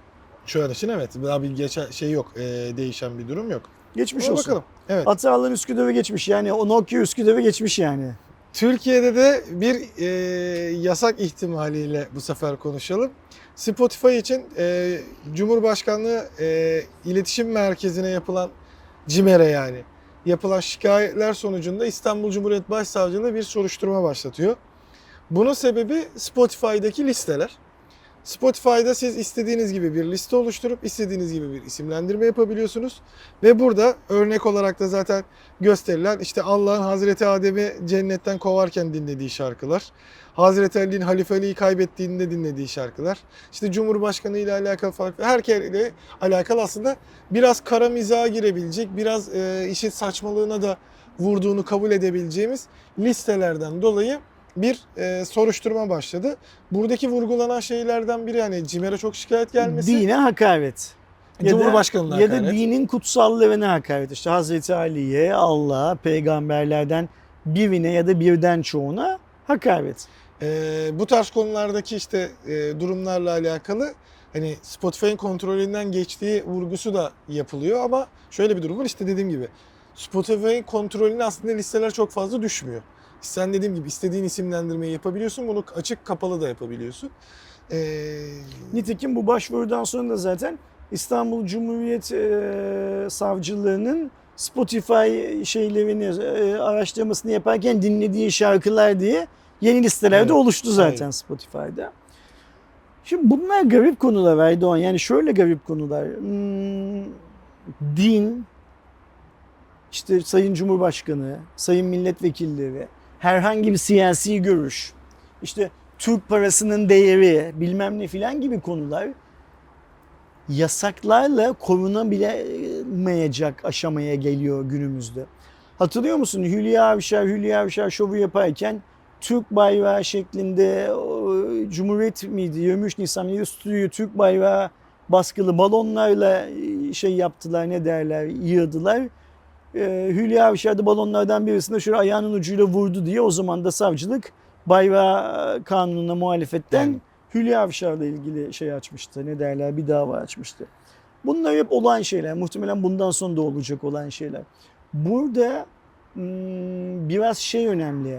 Şu an için evet. Daha bir geçen şey yok. E, değişen bir durum yok. Geçmiş Ona olsun. bakalım. Evet. Atalar Üsküdar'ı geçmiş, yani o Nokia Üsküdar'ı geçmiş yani. Türkiye'de de bir e, yasak ihtimaliyle bu sefer konuşalım. Spotify için e, Cumhurbaşkanlığı e, İletişim Merkezi'ne yapılan CİMER'e yani yapılan şikayetler sonucunda İstanbul Cumhuriyet Başsavcılığı bir soruşturma başlatıyor. Bunun sebebi Spotify'daki listeler. Spotify'da siz istediğiniz gibi bir liste oluşturup istediğiniz gibi bir isimlendirme yapabiliyorsunuz. Ve burada örnek olarak da zaten gösterilen işte Allah'ın Hazreti Adem'i cennetten kovarken dinlediği şarkılar. Hazreti Ali'nin halifeliği kaybettiğinde dinlediği şarkılar. İşte Cumhurbaşkanı ile alakalı falan, herkesle alakalı aslında biraz kara mizaha girebilecek, biraz e, işin saçmalığına da vurduğunu kabul edebileceğimiz listelerden dolayı bir e, soruşturma başladı. Buradaki vurgulanan şeylerden biri yani CİMER'e çok şikayet gelmesi. Dine hakaret. Ya Cumhurbaşkanına da, ya hakaret. da dinin kutsallarına hakaret. İşte Hazreti Ali'ye, Allah'a, peygamberlerden birine ya da birden çoğuna hakaret. E, bu tarz konulardaki işte e, durumlarla alakalı hani Spotify'ın kontrolünden geçtiği vurgusu da yapılıyor ama şöyle bir durum var, işte dediğim gibi Spotify'ın kontrolüne aslında listeler çok fazla düşmüyor. Sen dediğim gibi istediğin isimlendirmeyi yapabiliyorsun. Bunu açık kapalı da yapabiliyorsun. Ee... Nitekim bu başvurudan sonra da zaten İstanbul Cumhuriyet e, Savcılığı'nın Spotify şeylerini e, araştırmasını yaparken dinlediği şarkılar diye yeni listelerde evet. oluştu zaten evet. Spotify'da. Şimdi bunlar garip konular Aydoğan. Yani şöyle garip konular. Hmm, din, işte Sayın Cumhurbaşkanı, Sayın Milletvekilleri, herhangi bir siyasi görüş, işte Türk parasının değeri, bilmem ne filan gibi konular yasaklarla korunabilemeyecek aşamaya geliyor günümüzde. Hatırlıyor musun Hülya Avşar, Hülya Avşar şovu yaparken Türk bayrağı şeklinde o, Cumhuriyet miydi? yirmi üç Nisan yedi stüdyo Türk bayrağı baskılı balonlarla şey yaptılar, ne derler, yığdılar. Ee, Hülya Avşar da balonlardan birisinde şöyle ayağının ucuyla vurdu diye o zaman da savcılık bayrağı kanununa muhalefetten Yani. Hülya Avşar'la ilgili şey açmıştı. Ne derler, bir dava açmıştı. Bunlar hep olan şeyler. Muhtemelen bundan sonra da olacak olan şeyler. Burada hmm, biraz şey önemli.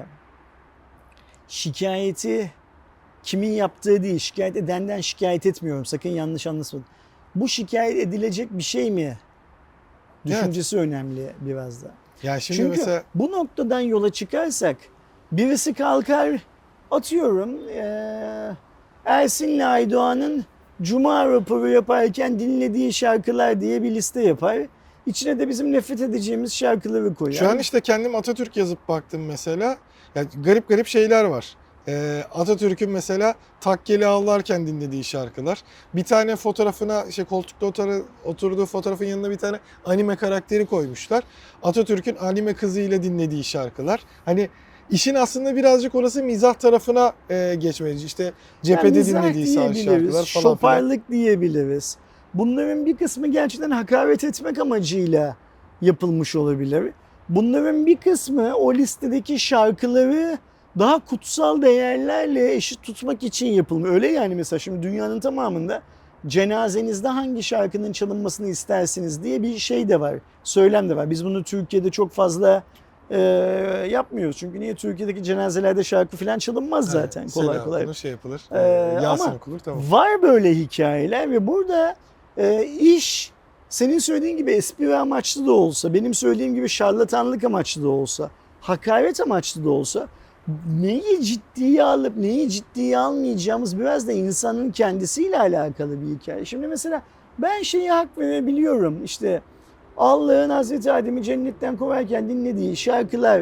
Şikayeti kimin yaptığı değil. Şikayet edenden şikayet etmiyorum. Sakın yanlış anlaşılmasın. Bu şikayet edilecek bir şey mi? Düşüncesi evet. önemli biraz da. Ya şimdi Çünkü mesela... bu noktadan yola çıkarsak birisi kalkar, atıyorum ee, Ersin'le Aydoğan'ın Cuma raporu yaparken dinlediği şarkılar diye bir liste yapar. İçine de bizim nefret edeceğimiz şarkıları koyar. Şu an işte kendim Atatürk yazıp baktım mesela. Ya garip garip şeyler var. Ee, Atatürk'ün mesela takkeli ağlarken dinlediği şarkılar. Bir tane fotoğrafına, işte koltukta otur, oturduğu fotoğrafın yanına bir tane anime karakteri koymuşlar. Atatürk'ün anime kızıyla dinlediği şarkılar. Hani işin aslında birazcık orası mizah tarafına e, geçmeli. İşte cephede yani dinlediği şarkılar falan filan. Şoparlık diyebiliriz. Bunların bir kısmı gerçekten hakaret etmek amacıyla yapılmış olabilir. Bunların bir kısmı o listedeki şarkıları daha kutsal değerlerle eşit tutmak için yapılmış. Öyle yani mesela şimdi dünyanın tamamında cenazenizde hangi şarkının çalınmasını istersiniz diye bir şey de var. Söylem de var. Biz bunu Türkiye'de çok fazla e, yapmıyoruz. Çünkü niye? Türkiye'deki cenazelerde şarkı falan çalınmaz zaten evet, kolay kolay. Okunur, şey yapılır. Ee, Yasin ama okunur, tamam. Var böyle hikayeler ve burada e, iş senin söylediğin gibi espri amaçlı da olsa, benim söylediğim gibi şarlatanlık amaçlı da olsa, hakaret amaçlı da olsa neyi ciddiye alıp neyi ciddiye almayacağımız biraz da insanın kendisiyle alakalı bir hikaye. Şimdi mesela ben şeyi hak verebiliyorum. İşte Allah'ın Hazreti Adem'i cennetten kovarken dinlediği şarkılar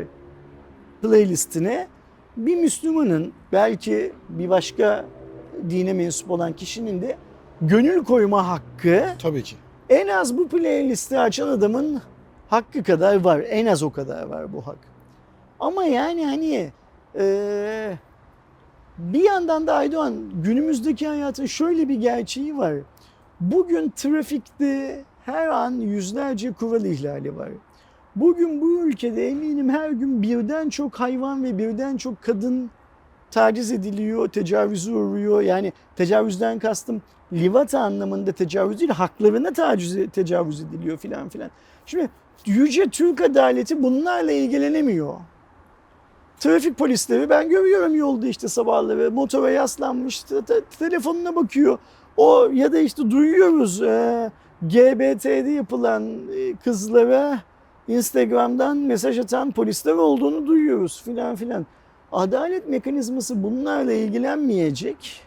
playlistine bir Müslümanın, belki bir başka dine mensup olan kişinin de gönül koyma hakkı tabii ki. En az bu playlisti açan adamın hakkı kadar var. En az o kadar var bu hak. Ama yani hani Ee, bir yandan da Aydoğan, günümüzdeki hayatın şöyle bir gerçeği var. Bugün trafikte her an yüzlerce kural ihlali var. Bugün bu ülkede eminim her gün birden çok hayvan ve birden çok kadın taciz ediliyor, tecavüze uğruyor. Yani tecavüzden kastım livata anlamında tecavüz değil, haklarına taciz, tecavüz ediliyor filan filan. Şimdi yüce Türk adaleti bunlarla ilgilenemiyor. Trafik polisleri ben görüyorum yolda işte sabahları motora yaslanmış te- te- telefonuna bakıyor. O ya da işte duyuyoruz e, G B T'de yapılan e, kızlara Instagram'dan mesaj atan polisler olduğunu duyuyoruz filan filan. Adalet mekanizması bunlarla ilgilenmeyecek.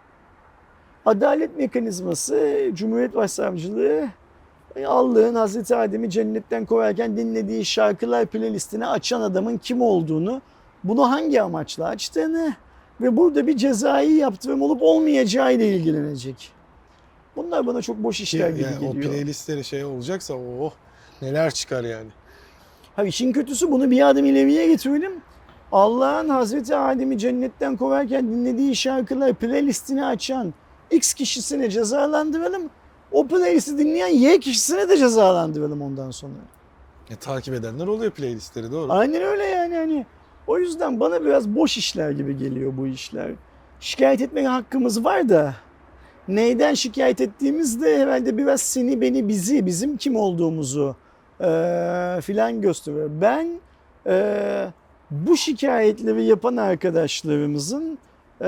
Adalet mekanizması Cumhuriyet Başsavcılığı Allah'ın Hazreti Adem'i cennetten kovarken dinlediği şarkılar playlistine açan adamın kim olduğunu, bunu hangi amaçla açtığını ve burada bir cezai yaptırım olup olmayacağı ile ilgilenecek. Bunlar bana çok boş işler gibi yani geliyor. O playlistleri şey olacaksa oh neler çıkar yani. Ha işin kötüsü bunu bir adım ileriye getirelim. Allah'ın Hazreti Adem'i cennetten kovarken dinlediği şarkılar playlistini açan X kişisini cezalandıralım. O playlisti dinleyen Y kişisine de cezalandıralım ondan sonra. Ya, takip edenler oluyor playlistleri, doğru. Aynen öyle yani hani. O yüzden bana biraz boş işler gibi geliyor bu işler. Şikayet etme hakkımız var da neyden şikayet ettiğimizde herhalde biraz seni, beni, bizi, bizim kim olduğumuzu e, filan gösteriyor. Ben e, bu şikayetleri yapan arkadaşlarımızın e,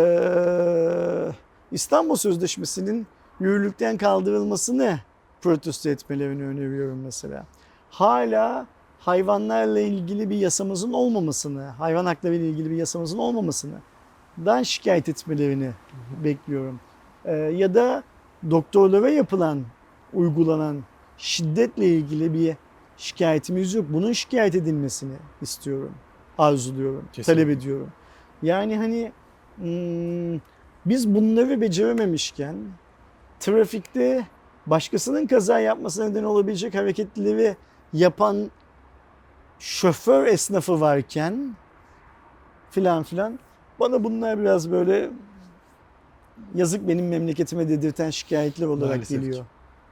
İstanbul Sözleşmesi'nin yürürlükten kaldırılmasını protesto etmelerini öneriyorum mesela. Hala hayvanlarla ilgili bir yasamızın olmamasını, hayvan hakları ile ilgili bir yasamızın olmamasını dan şikayet etmelerini bekliyorum. Ee, ya da doktorlara yapılan, uygulanan şiddetle ilgili bir şikayetimiz yok. Bunun şikayet edilmesini istiyorum, arzuluyorum, Kesinlikle. talep ediyorum. Yani hani hmm, biz bunları becerememişken trafikte başkasının kaza yapmasına neden olabilecek hareketleri yapan şoför esnafı varken filan filan bana bunlar biraz böyle yazık benim memleketime dedirten şikayetler olarak Maalesef geliyor. ki.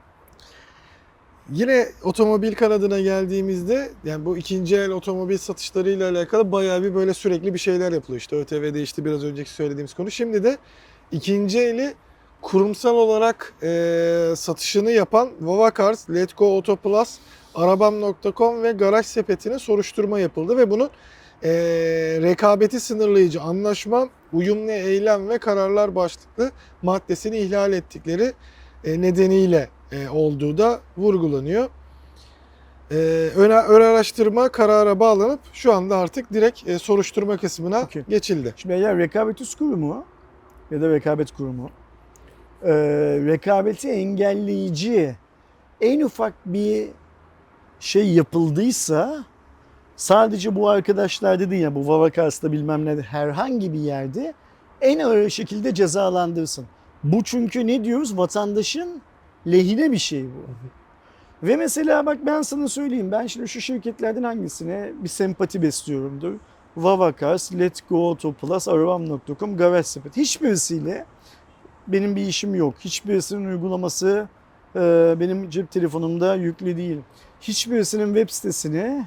Yine otomobil kanadına geldiğimizde yani bu ikinci el otomobil satışlarıyla alakalı bayağı bir böyle sürekli bir şeyler yapılıyor. İşte ÖTV'de işte biraz önceki söylediğimiz konu. Şimdi de ikinci eli kurumsal olarak e, satışını yapan Vavacars, Letgo Auto Plus, Arabam nokta com ve Garaj Sepeti'ne soruşturma yapıldı ve bunun e, rekabeti sınırlayıcı anlaşma, uyumlu eylem ve kararlar başlıklı maddesini ihlal ettikleri e, nedeniyle e, olduğu da vurgulanıyor. E, ön, ön araştırma karara bağlanıp şu anda artık direkt e, soruşturma kısmına Okey. geçildi. Şimdi eğer rekabet üst kurumu ya da rekabet kurumu e, rekabeti engelleyici en ufak bir şey yapıldıysa sadece bu arkadaşlar dedin ya bu Vavacars'ta bilmem ne herhangi bir yerde en ağır şekilde cezalandırsın. Bu çünkü ne diyoruz? Vatandaşın lehine bir şey bu. Ve mesela bak ben sana söyleyeyim. Ben şimdi şu şirketlerden hangisine bir sempati besliyorumdur. Vavacars, Letgo Auto Plus, Arabam nokta com, Garaj Sepet. Hiçbirisiyle benim bir işim yok. Hiçbirisinin uygulaması e, benim cep telefonumda yüklü değil. Hiçbirisinin web sitesini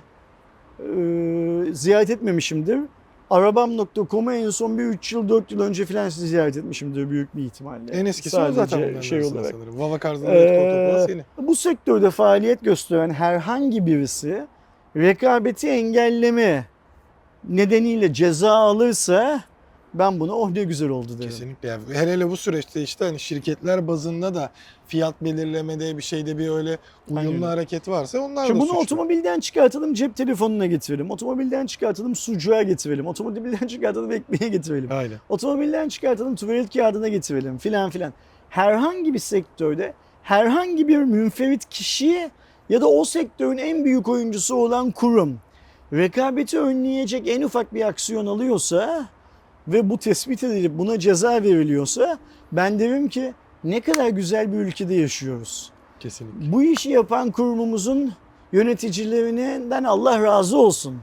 e, ziyaret etmemişimdir. Arabam nokta com'u en son bir üç yıl dört yıl önce falan ziyaret etmişimdir büyük bir ihtimalle. En eskisi o Sadece zaten bunların şey arasında olarak. sanırım. Vavacars'ın Ee, Letgo Auto Plus yeni. Bu sektörde faaliyet gösteren herhangi birisi rekabeti engelleme nedeniyle ceza alırsa ben buna oh ne güzel oldu derim. Kesinlikle. Yani hele hele bu süreçte işte hani şirketler bazında da fiyat belirlemede bir şeyde bir öyle uyumlu Aynen. hareket varsa onlar Şimdi da bunu suçlu. otomobilden çıkartalım cep telefonuna getirelim. Otomobilden çıkartalım sucuğa getirelim. Otomobilden çıkartalım ekmeğe getirelim. Aynen. Otomobilden çıkartalım tuvalet kağıdına getirelim filan filan. Herhangi bir sektörde herhangi bir münferit kişi ya da o sektörün en büyük oyuncusu olan kurum rekabeti önleyecek en ufak bir aksiyon alıyorsa ve bu tespit edilip buna ceza veriliyorsa ben derim ki ne kadar güzel bir ülkede yaşıyoruz. Kesinlikle. Bu işi yapan kurumumuzun yöneticilerinden Allah razı olsun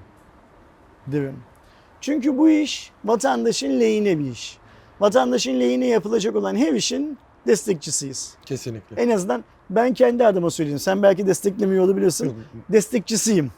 derim. Çünkü bu iş vatandaşın lehine bir iş. Vatandaşın lehine yapılacak olan her işin destekçisiyiz. Kesinlikle. En azından ben kendi adıma söyleyeyim. Sen belki desteklemiyor olabilirsin. Yok, Destekçisiyim.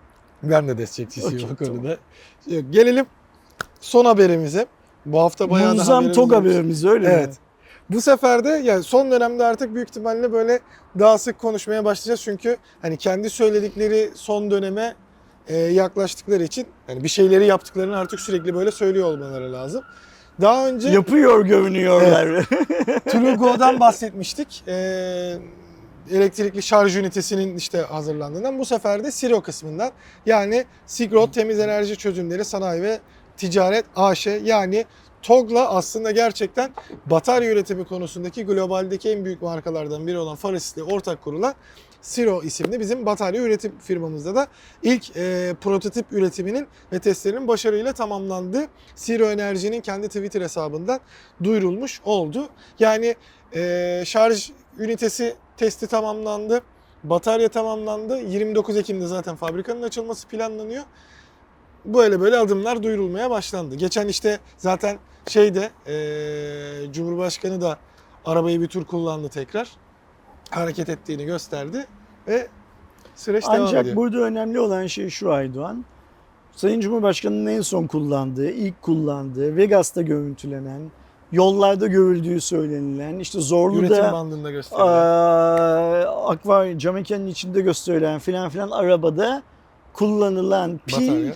ben de destekçisiyim Okey, o konuda. tamam. Yok, gelelim son haberimize. Bu hafta bayağı da Muazzam haberimiz TOG olmuş. haberimiz öyle Evet. mi? Bu sefer de yani son dönemde artık büyük ihtimalle böyle daha sık konuşmaya başlayacağız. Çünkü hani kendi söyledikleri son döneme e, yaklaştıkları için hani bir şeyleri yaptıklarını artık sürekli böyle söylüyor olmaları lazım. Daha önce Yapıyor görünüyorlar. Trugo'dan bahsetmiştik. Ee, elektrikli şarj ünitesinin işte hazırlandığından. Bu sefer de Siro kısmından. Yani Sigrod Temiz Enerji Çözümleri Sanayi ve Ticaret A Ş yani TOG'la aslında gerçekten batarya üretimi konusundaki globaldeki en büyük markalardan biri olan Faris'le ortak kurulan Siro isimli bizim batarya üretim firmamızda da ilk e, prototip üretiminin ve testlerinin başarıyla tamamlandığı Siro Enerji'nin kendi Twitter hesabından duyurulmuş oldu. Yani e, şarj ünitesi testi tamamlandı, batarya tamamlandı. yirmi dokuz Ekim'de zaten fabrikanın açılması planlanıyor. Böyle böyle adımlar duyurulmaya başlandı. Geçen işte zaten şeyde e, Cumhurbaşkanı da arabayı bir tur kullandı tekrar. Hareket ettiğini gösterdi ve süreç devam ediyor. Ancak burada önemli olan şey şu Aydoğan. Sayın Cumhurbaşkanı'nın en son kullandığı, ilk kullandığı, Vegas'ta görüntülenen, yollarda görüldüğü söylenilen, işte Üretim Zorlu'da bandında gösteriyor. akvaryum cam mekanın içinde gösterilen filan filan arabada kullanılan pil Batarya.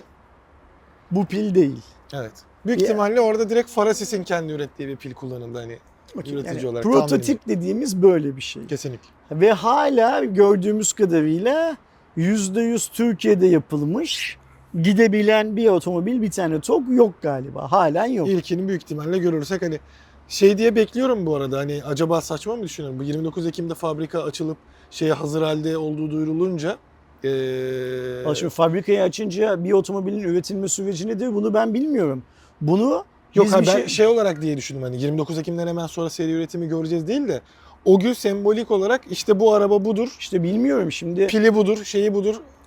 bu pil değil. Evet. Büyük Ya- ihtimalle orada direkt Farasis'in kendi ürettiği bir pil kullanıldı hani üretici Yani olarak. tahmin ediyorum. prototip dediğimiz böyle bir şey. Kesinlikle. Ve hala gördüğümüz kadarıyla yüzde yüz Türkiye'de yapılmış gidebilen bir otomobil, bir tane TOG yok galiba. Halen yok. İlkini büyük ihtimalle görürsek hani şey diye bekliyorum bu arada hani acaba saçma mı düşünüyorum? Bu yirmi dokuz Ekim'de fabrika açılıp şeye hazır halde olduğu duyurulunca ee, Ama şimdi fabrikayı açınca bir otomobilin üretilme süreci nedir bunu ben bilmiyorum. Bunu yok biz ha, bir ben şey... şey... olarak diye düşündüm hani yirmi dokuz Ekim'den hemen sonra seri üretimi göreceğiz değil de o gün sembolik olarak işte bu araba budur, işte bilmiyorum şimdi. pili budur, şeyi budur.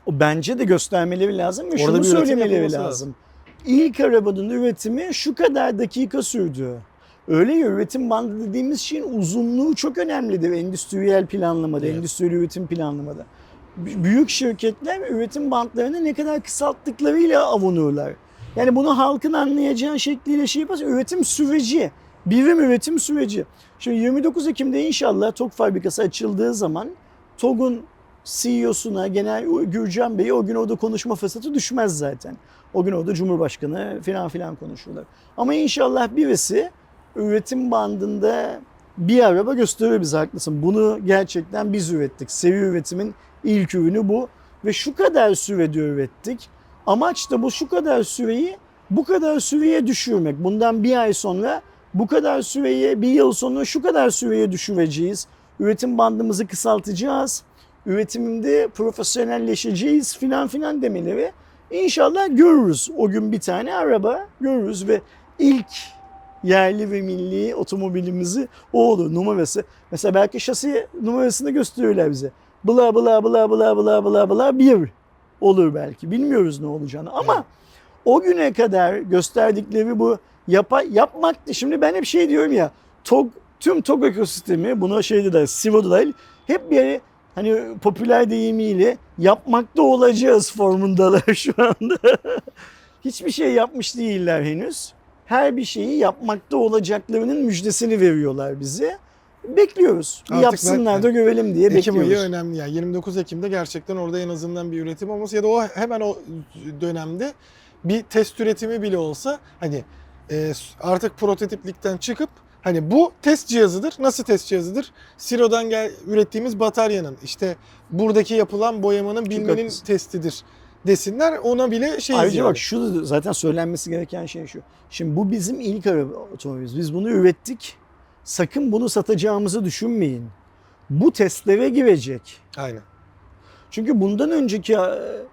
O bence de göstermeleri lazım ve Orada şunu bir üretim söylemeleri yapılması lazım. lazım. İlk arabanın üretimi şu kadar dakika sürdü. Öyle ya, üretim bandı dediğimiz şeyin uzunluğu çok önemlidir endüstriyel planlamada, Evet. endüstriyel üretim planlamada. B- Büyük şirketler üretim bantlarını ne kadar kısalttıklarıyla avunurlar. Yani bunu halkın anlayacağı şekliyle şey yaparsa üretim süreci, birim üretim süreci. Şimdi yirmi dokuz Ekim'de inşallah TOG fabrikası açıldığı zaman TOG'un C E O'suna, Genel Gürcan Bey'e o gün orada konuşma fırsatı düşmez zaten. O gün orada Cumhurbaşkanı filan filan konuşurlar. Ama inşallah birisi üretim bandında bir araba gösterir bize, haklısın. Bunu gerçekten biz ürettik. Seri üretimin ilk ürünü bu. Ve şu kadar sürede ürettik. Amaç da bu, şu kadar süreyi bu kadar süreye düşürmek. Bundan bir ay sonra bu kadar süreye, bir yıl sonra şu kadar süreye düşüreceğiz. Üretim bandımızı kısaltacağız. Üretiminde profesyonelleşeceğiz filan filan demeleri. İnşallah görürüz. O gün bir tane araba görürüz ve ilk yerli ve milli otomobilimizi o olur numarası. Mesela belki şasi numarasını gösteriyorlar bize. Bla bla bla bla bla bla bla bir olur belki. Bilmiyoruz ne olacağını ama Evet. o güne kadar gösterdikleri bu yapa, yapmak. Şimdi ben hep şey diyorum ya, TOG, tüm TOG ekosistemi, buna şey de dahil, Sivo da dahil, hep bir yere hani popüler deyimiyle yapmakta olacağız formundalar şu anda. Hiçbir şey yapmış değiller henüz. Her bir şeyi yapmakta olacaklarının müjdesini veriyorlar bize. Bekliyoruz. Bir Artık yapsınlar ben- da görelim diye Ekim bekliyoruz. ayı önemli yani yirmi dokuz Ekim'de gerçekten orada en azından bir üretim olması ya da o hemen o dönemde bir test üretimi bile olsa hani e, artık prototiplikten çıkıp hani bu test cihazıdır. Nasıl test cihazıdır? Siro'dan gel, ürettiğimiz bataryanın işte buradaki yapılan boyamanın bilmenin haklısın. testidir desinler, ona bile şey Ayrıca bak şu da zaten söylenmesi gereken şey şu. Şimdi bu bizim ilk araba otomobilimiz. Biz bunu ürettik. Sakın bunu satacağımızı düşünmeyin. Bu testlere girecek. Aynen. Çünkü bundan önceki e,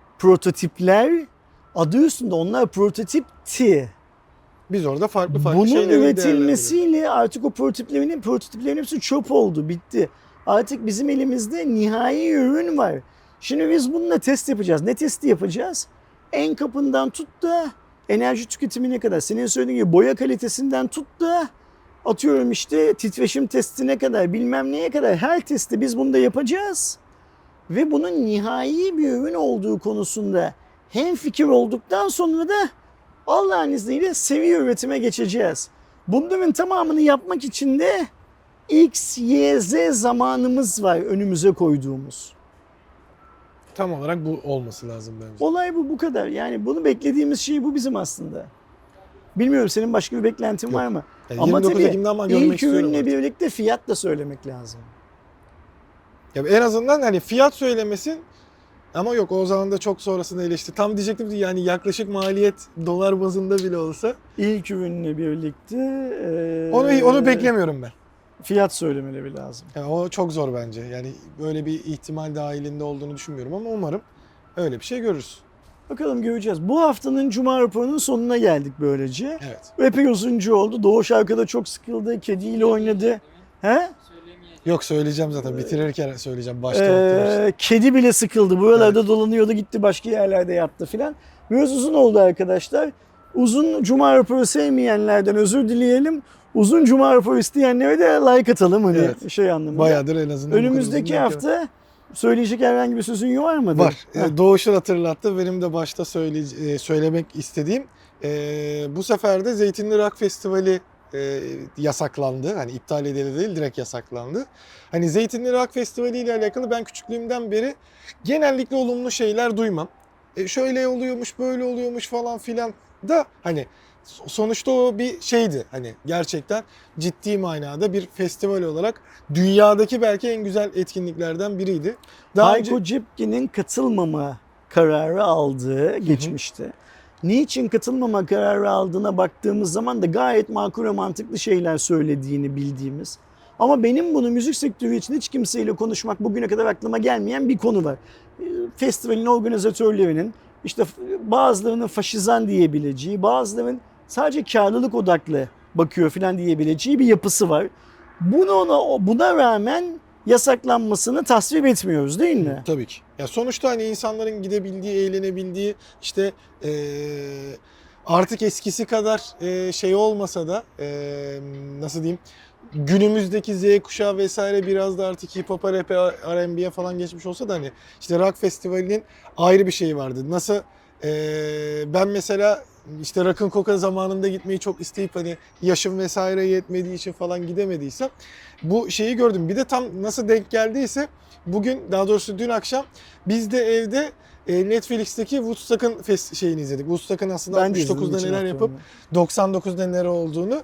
prototipler adı üstünde, onlar prototipti. Biz orada farklı farklı Bunun şeyleri değerlendiriyoruz. üretilmesiyle artık o prototiplerin, prototiplerin hepsi çöp oldu, bitti. Artık bizim elimizde nihai ürün var. Şimdi biz bununla test yapacağız. Ne testi yapacağız? En kapından tut da enerji tüketimine kadar, senin söylediğin gibi boya kalitesinden tut da atıyorum işte titreşim testine kadar, bilmem neye kadar her testi biz bunda yapacağız. Ve bunun nihai bir ürün olduğu konusunda hemfikir olduktan sonra da Allah'ın izniyle seri üretime geçeceğiz. Bunların tamamını yapmak için de X, Y, Z zamanımız var önümüze koyduğumuz. Tam olarak bu olması lazım bence. Olay bu, bu kadar. Yani bunu beklediğimiz şey bu bizim aslında. Bilmiyorum, senin başka bir beklentin Yok. var mı? Yani Ama yirmi dokuz tabii Ekim'de ama görmek ilk istiyorum ürünle artık. birlikte fiyat da söylemek lazım. Ya en azından hani fiyat söylemesin ama yok o zaman da çok sonrasında eleşti. Tam diyecektim ki yani yaklaşık maliyet dolar bazında bile olsa İlk ürünle birlikte eee, onu onu beklemiyorum ben. fiyat söylemeleri lazım. Yani o çok zor bence. Yani böyle bir ihtimal dahilinde olduğunu düşünmüyorum ama umarım öyle bir şey görürüz. Bakalım, göreceğiz. Bu haftanın Cuma raporunun sonuna geldik böylece. Evet. Epey uzuncu oldu. Doğuş arkada çok sıkıldı. Kediyle oynadı. He? Yok söyleyeceğim zaten bitirirken söyleyeceğim başta unuttum. Ee, kedi bile sıkıldı. Buralarda dolanıyordu, gitti başka yerlerde yattı filan. Biraz uzun oldu arkadaşlar. Uzun Cuma raporu sevmeyenlerden özür dileyelim. Uzun Cuma raporu isteyenlere de like atalım hani Evet. şey anlamında. Bayağıdır en azından. bu kadar Önümüzdeki uzun hafta söyleyecek herhangi bir sözün var mı? var. Heh. Ee, Doğuş'un hatırlattı. Benim de başta söyle, e, söylemek istediğim e, bu sefer de Zeytinli Rock Festivali e, yasaklandı. Hani iptal edildi değil, direkt yasaklandı. Hani Zeytinli Rock Festivali ile alakalı ben küçüklüğümden beri genellikle olumlu şeyler duymam. E, şöyle oluyormuş, böyle oluyormuş falan filan da hani sonuçta o bir şeydi. Hani gerçekten ciddi manada bir festival olarak dünyadaki belki en güzel etkinliklerden biriydi. Daha Hayko önce Cepkin'in katılmama kararı aldığı geçmişte. Niçin katılmama kararı aldığına baktığımız zaman da gayet makul ve mantıklı şeyler söylediğini bildiğimiz. Ama benim bunu müzik sektörü için hiç kimseyle konuşmak bugüne kadar aklıma gelmeyen bir konu var. Festivalin organizatörlerinin işte bazılarının faşizan diyebileceği, bazılarının sadece karlılık odaklı bakıyor falan diyebileceği bir yapısı var. Buna, buna rağmen yasaklanmasını tasvip etmiyoruz değil mi? Tabii ki. Ya sonuçta hani insanların gidebildiği, eğlenebildiği, işte eee, artık eskisi kadar eee, şey olmasa da eee, nasıl diyeyim, günümüzdeki Z kuşağı vesaire biraz da artık hip hop'a, rap'e, R and B'ye falan geçmiş olsa da hani işte rock festivalinin ayrı bir şeyi vardı. Nasıl eee, ben mesela işte Rock'n Coca zamanında gitmeyi çok isteyip hani yaşım vesaire yetmediği için falan gidemediysem bu şeyi gördüm. Bir de tam nasıl denk geldiyse bugün, daha doğrusu dün akşam biz de evde e, Netflix'teki Woodstock'ın fes- şeyini izledik. Woodstock'ın aslında Ben de altmış dokuzda izledim, neler geçen yapıp hafta doksan dokuzda neler olduğunu.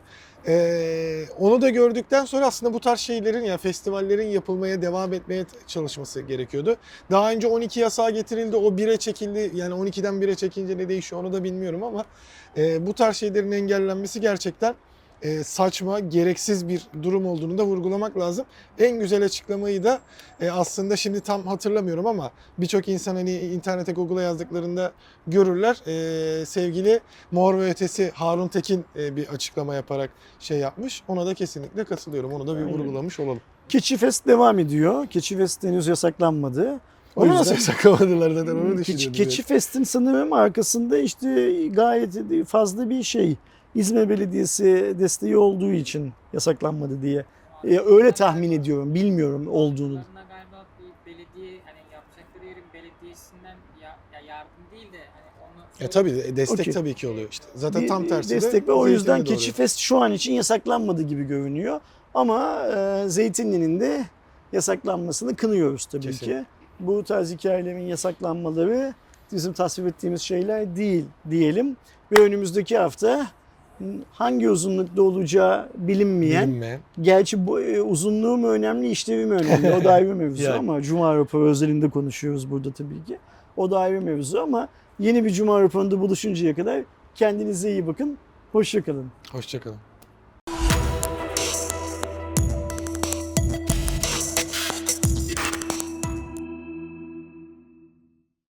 Ee, onu da gördükten sonra aslında bu tarz şeylerin, ya festivallerin yapılmaya devam etmeye çalışması gerekiyordu. Daha önce on iki yasağı getirildi, o bire çekildi. Yani on ikiden bire çekince ne değişiyor onu da bilmiyorum ama e, bu tarz şeylerin engellenmesi gerçekten e, saçma, gereksiz bir durum olduğunu da vurgulamak lazım. En güzel açıklamayı da e, aslında şimdi tam hatırlamıyorum ama birçok insan hani internete, Google'a yazdıklarında görürler. E, sevgili Mor ve Ötesi Harun Tekin e, bir açıklama yaparak şey yapmış. Ona da kesinlikle katılıyorum. Onu da bir Aynen. vurgulamış olalım. Keçi Fest devam ediyor. Keçi Fest henüz yasaklanmadı. O Onu nasıl yüzden yasaklamadılar zaten, onu Keçi, düşünüyordum. Keçi Fest'in sanırım arkasında işte gayet fazla bir şey. İzmir Belediyesi desteği olduğu için yasaklanmadı diye. Ee, öyle tahmin ediyorum. Bilmiyorum olduğunu. Aralarında galiba bir belediye, hani yapacakları yerin belediyesinden ya, ya yardım değil de hani onu Ya tabii destek Okey. tabii ki oluyor işte. Zaten Bir tam tersi de destek ve o yüzden Zeytinli'de Keçi oluyor. Fest şu an için yasaklanmadı gibi görünüyor. Ama e, Zeytinli'nin de yasaklanmasını kınıyoruz tabii Kesin. ki. Bu tarz hikayelerin yasaklanmaları bizim tasvip ettiğimiz şeyler değil diyelim. Ve önümüzdeki hafta hangi uzunlukta olacağı bilinmeyen, Bilinmeyen. gerçi bu e, uzunluğu mu önemli, işlevi mi önemli, o da ayrı mevzu Yani. ama Cuma raporu özelinde konuşuyoruz burada tabii ki. O da ayrı mevzu ama yeni bir Cuma raporunda buluşuncaya kadar kendinize iyi bakın, hoşça kalın. Hoşça kalın.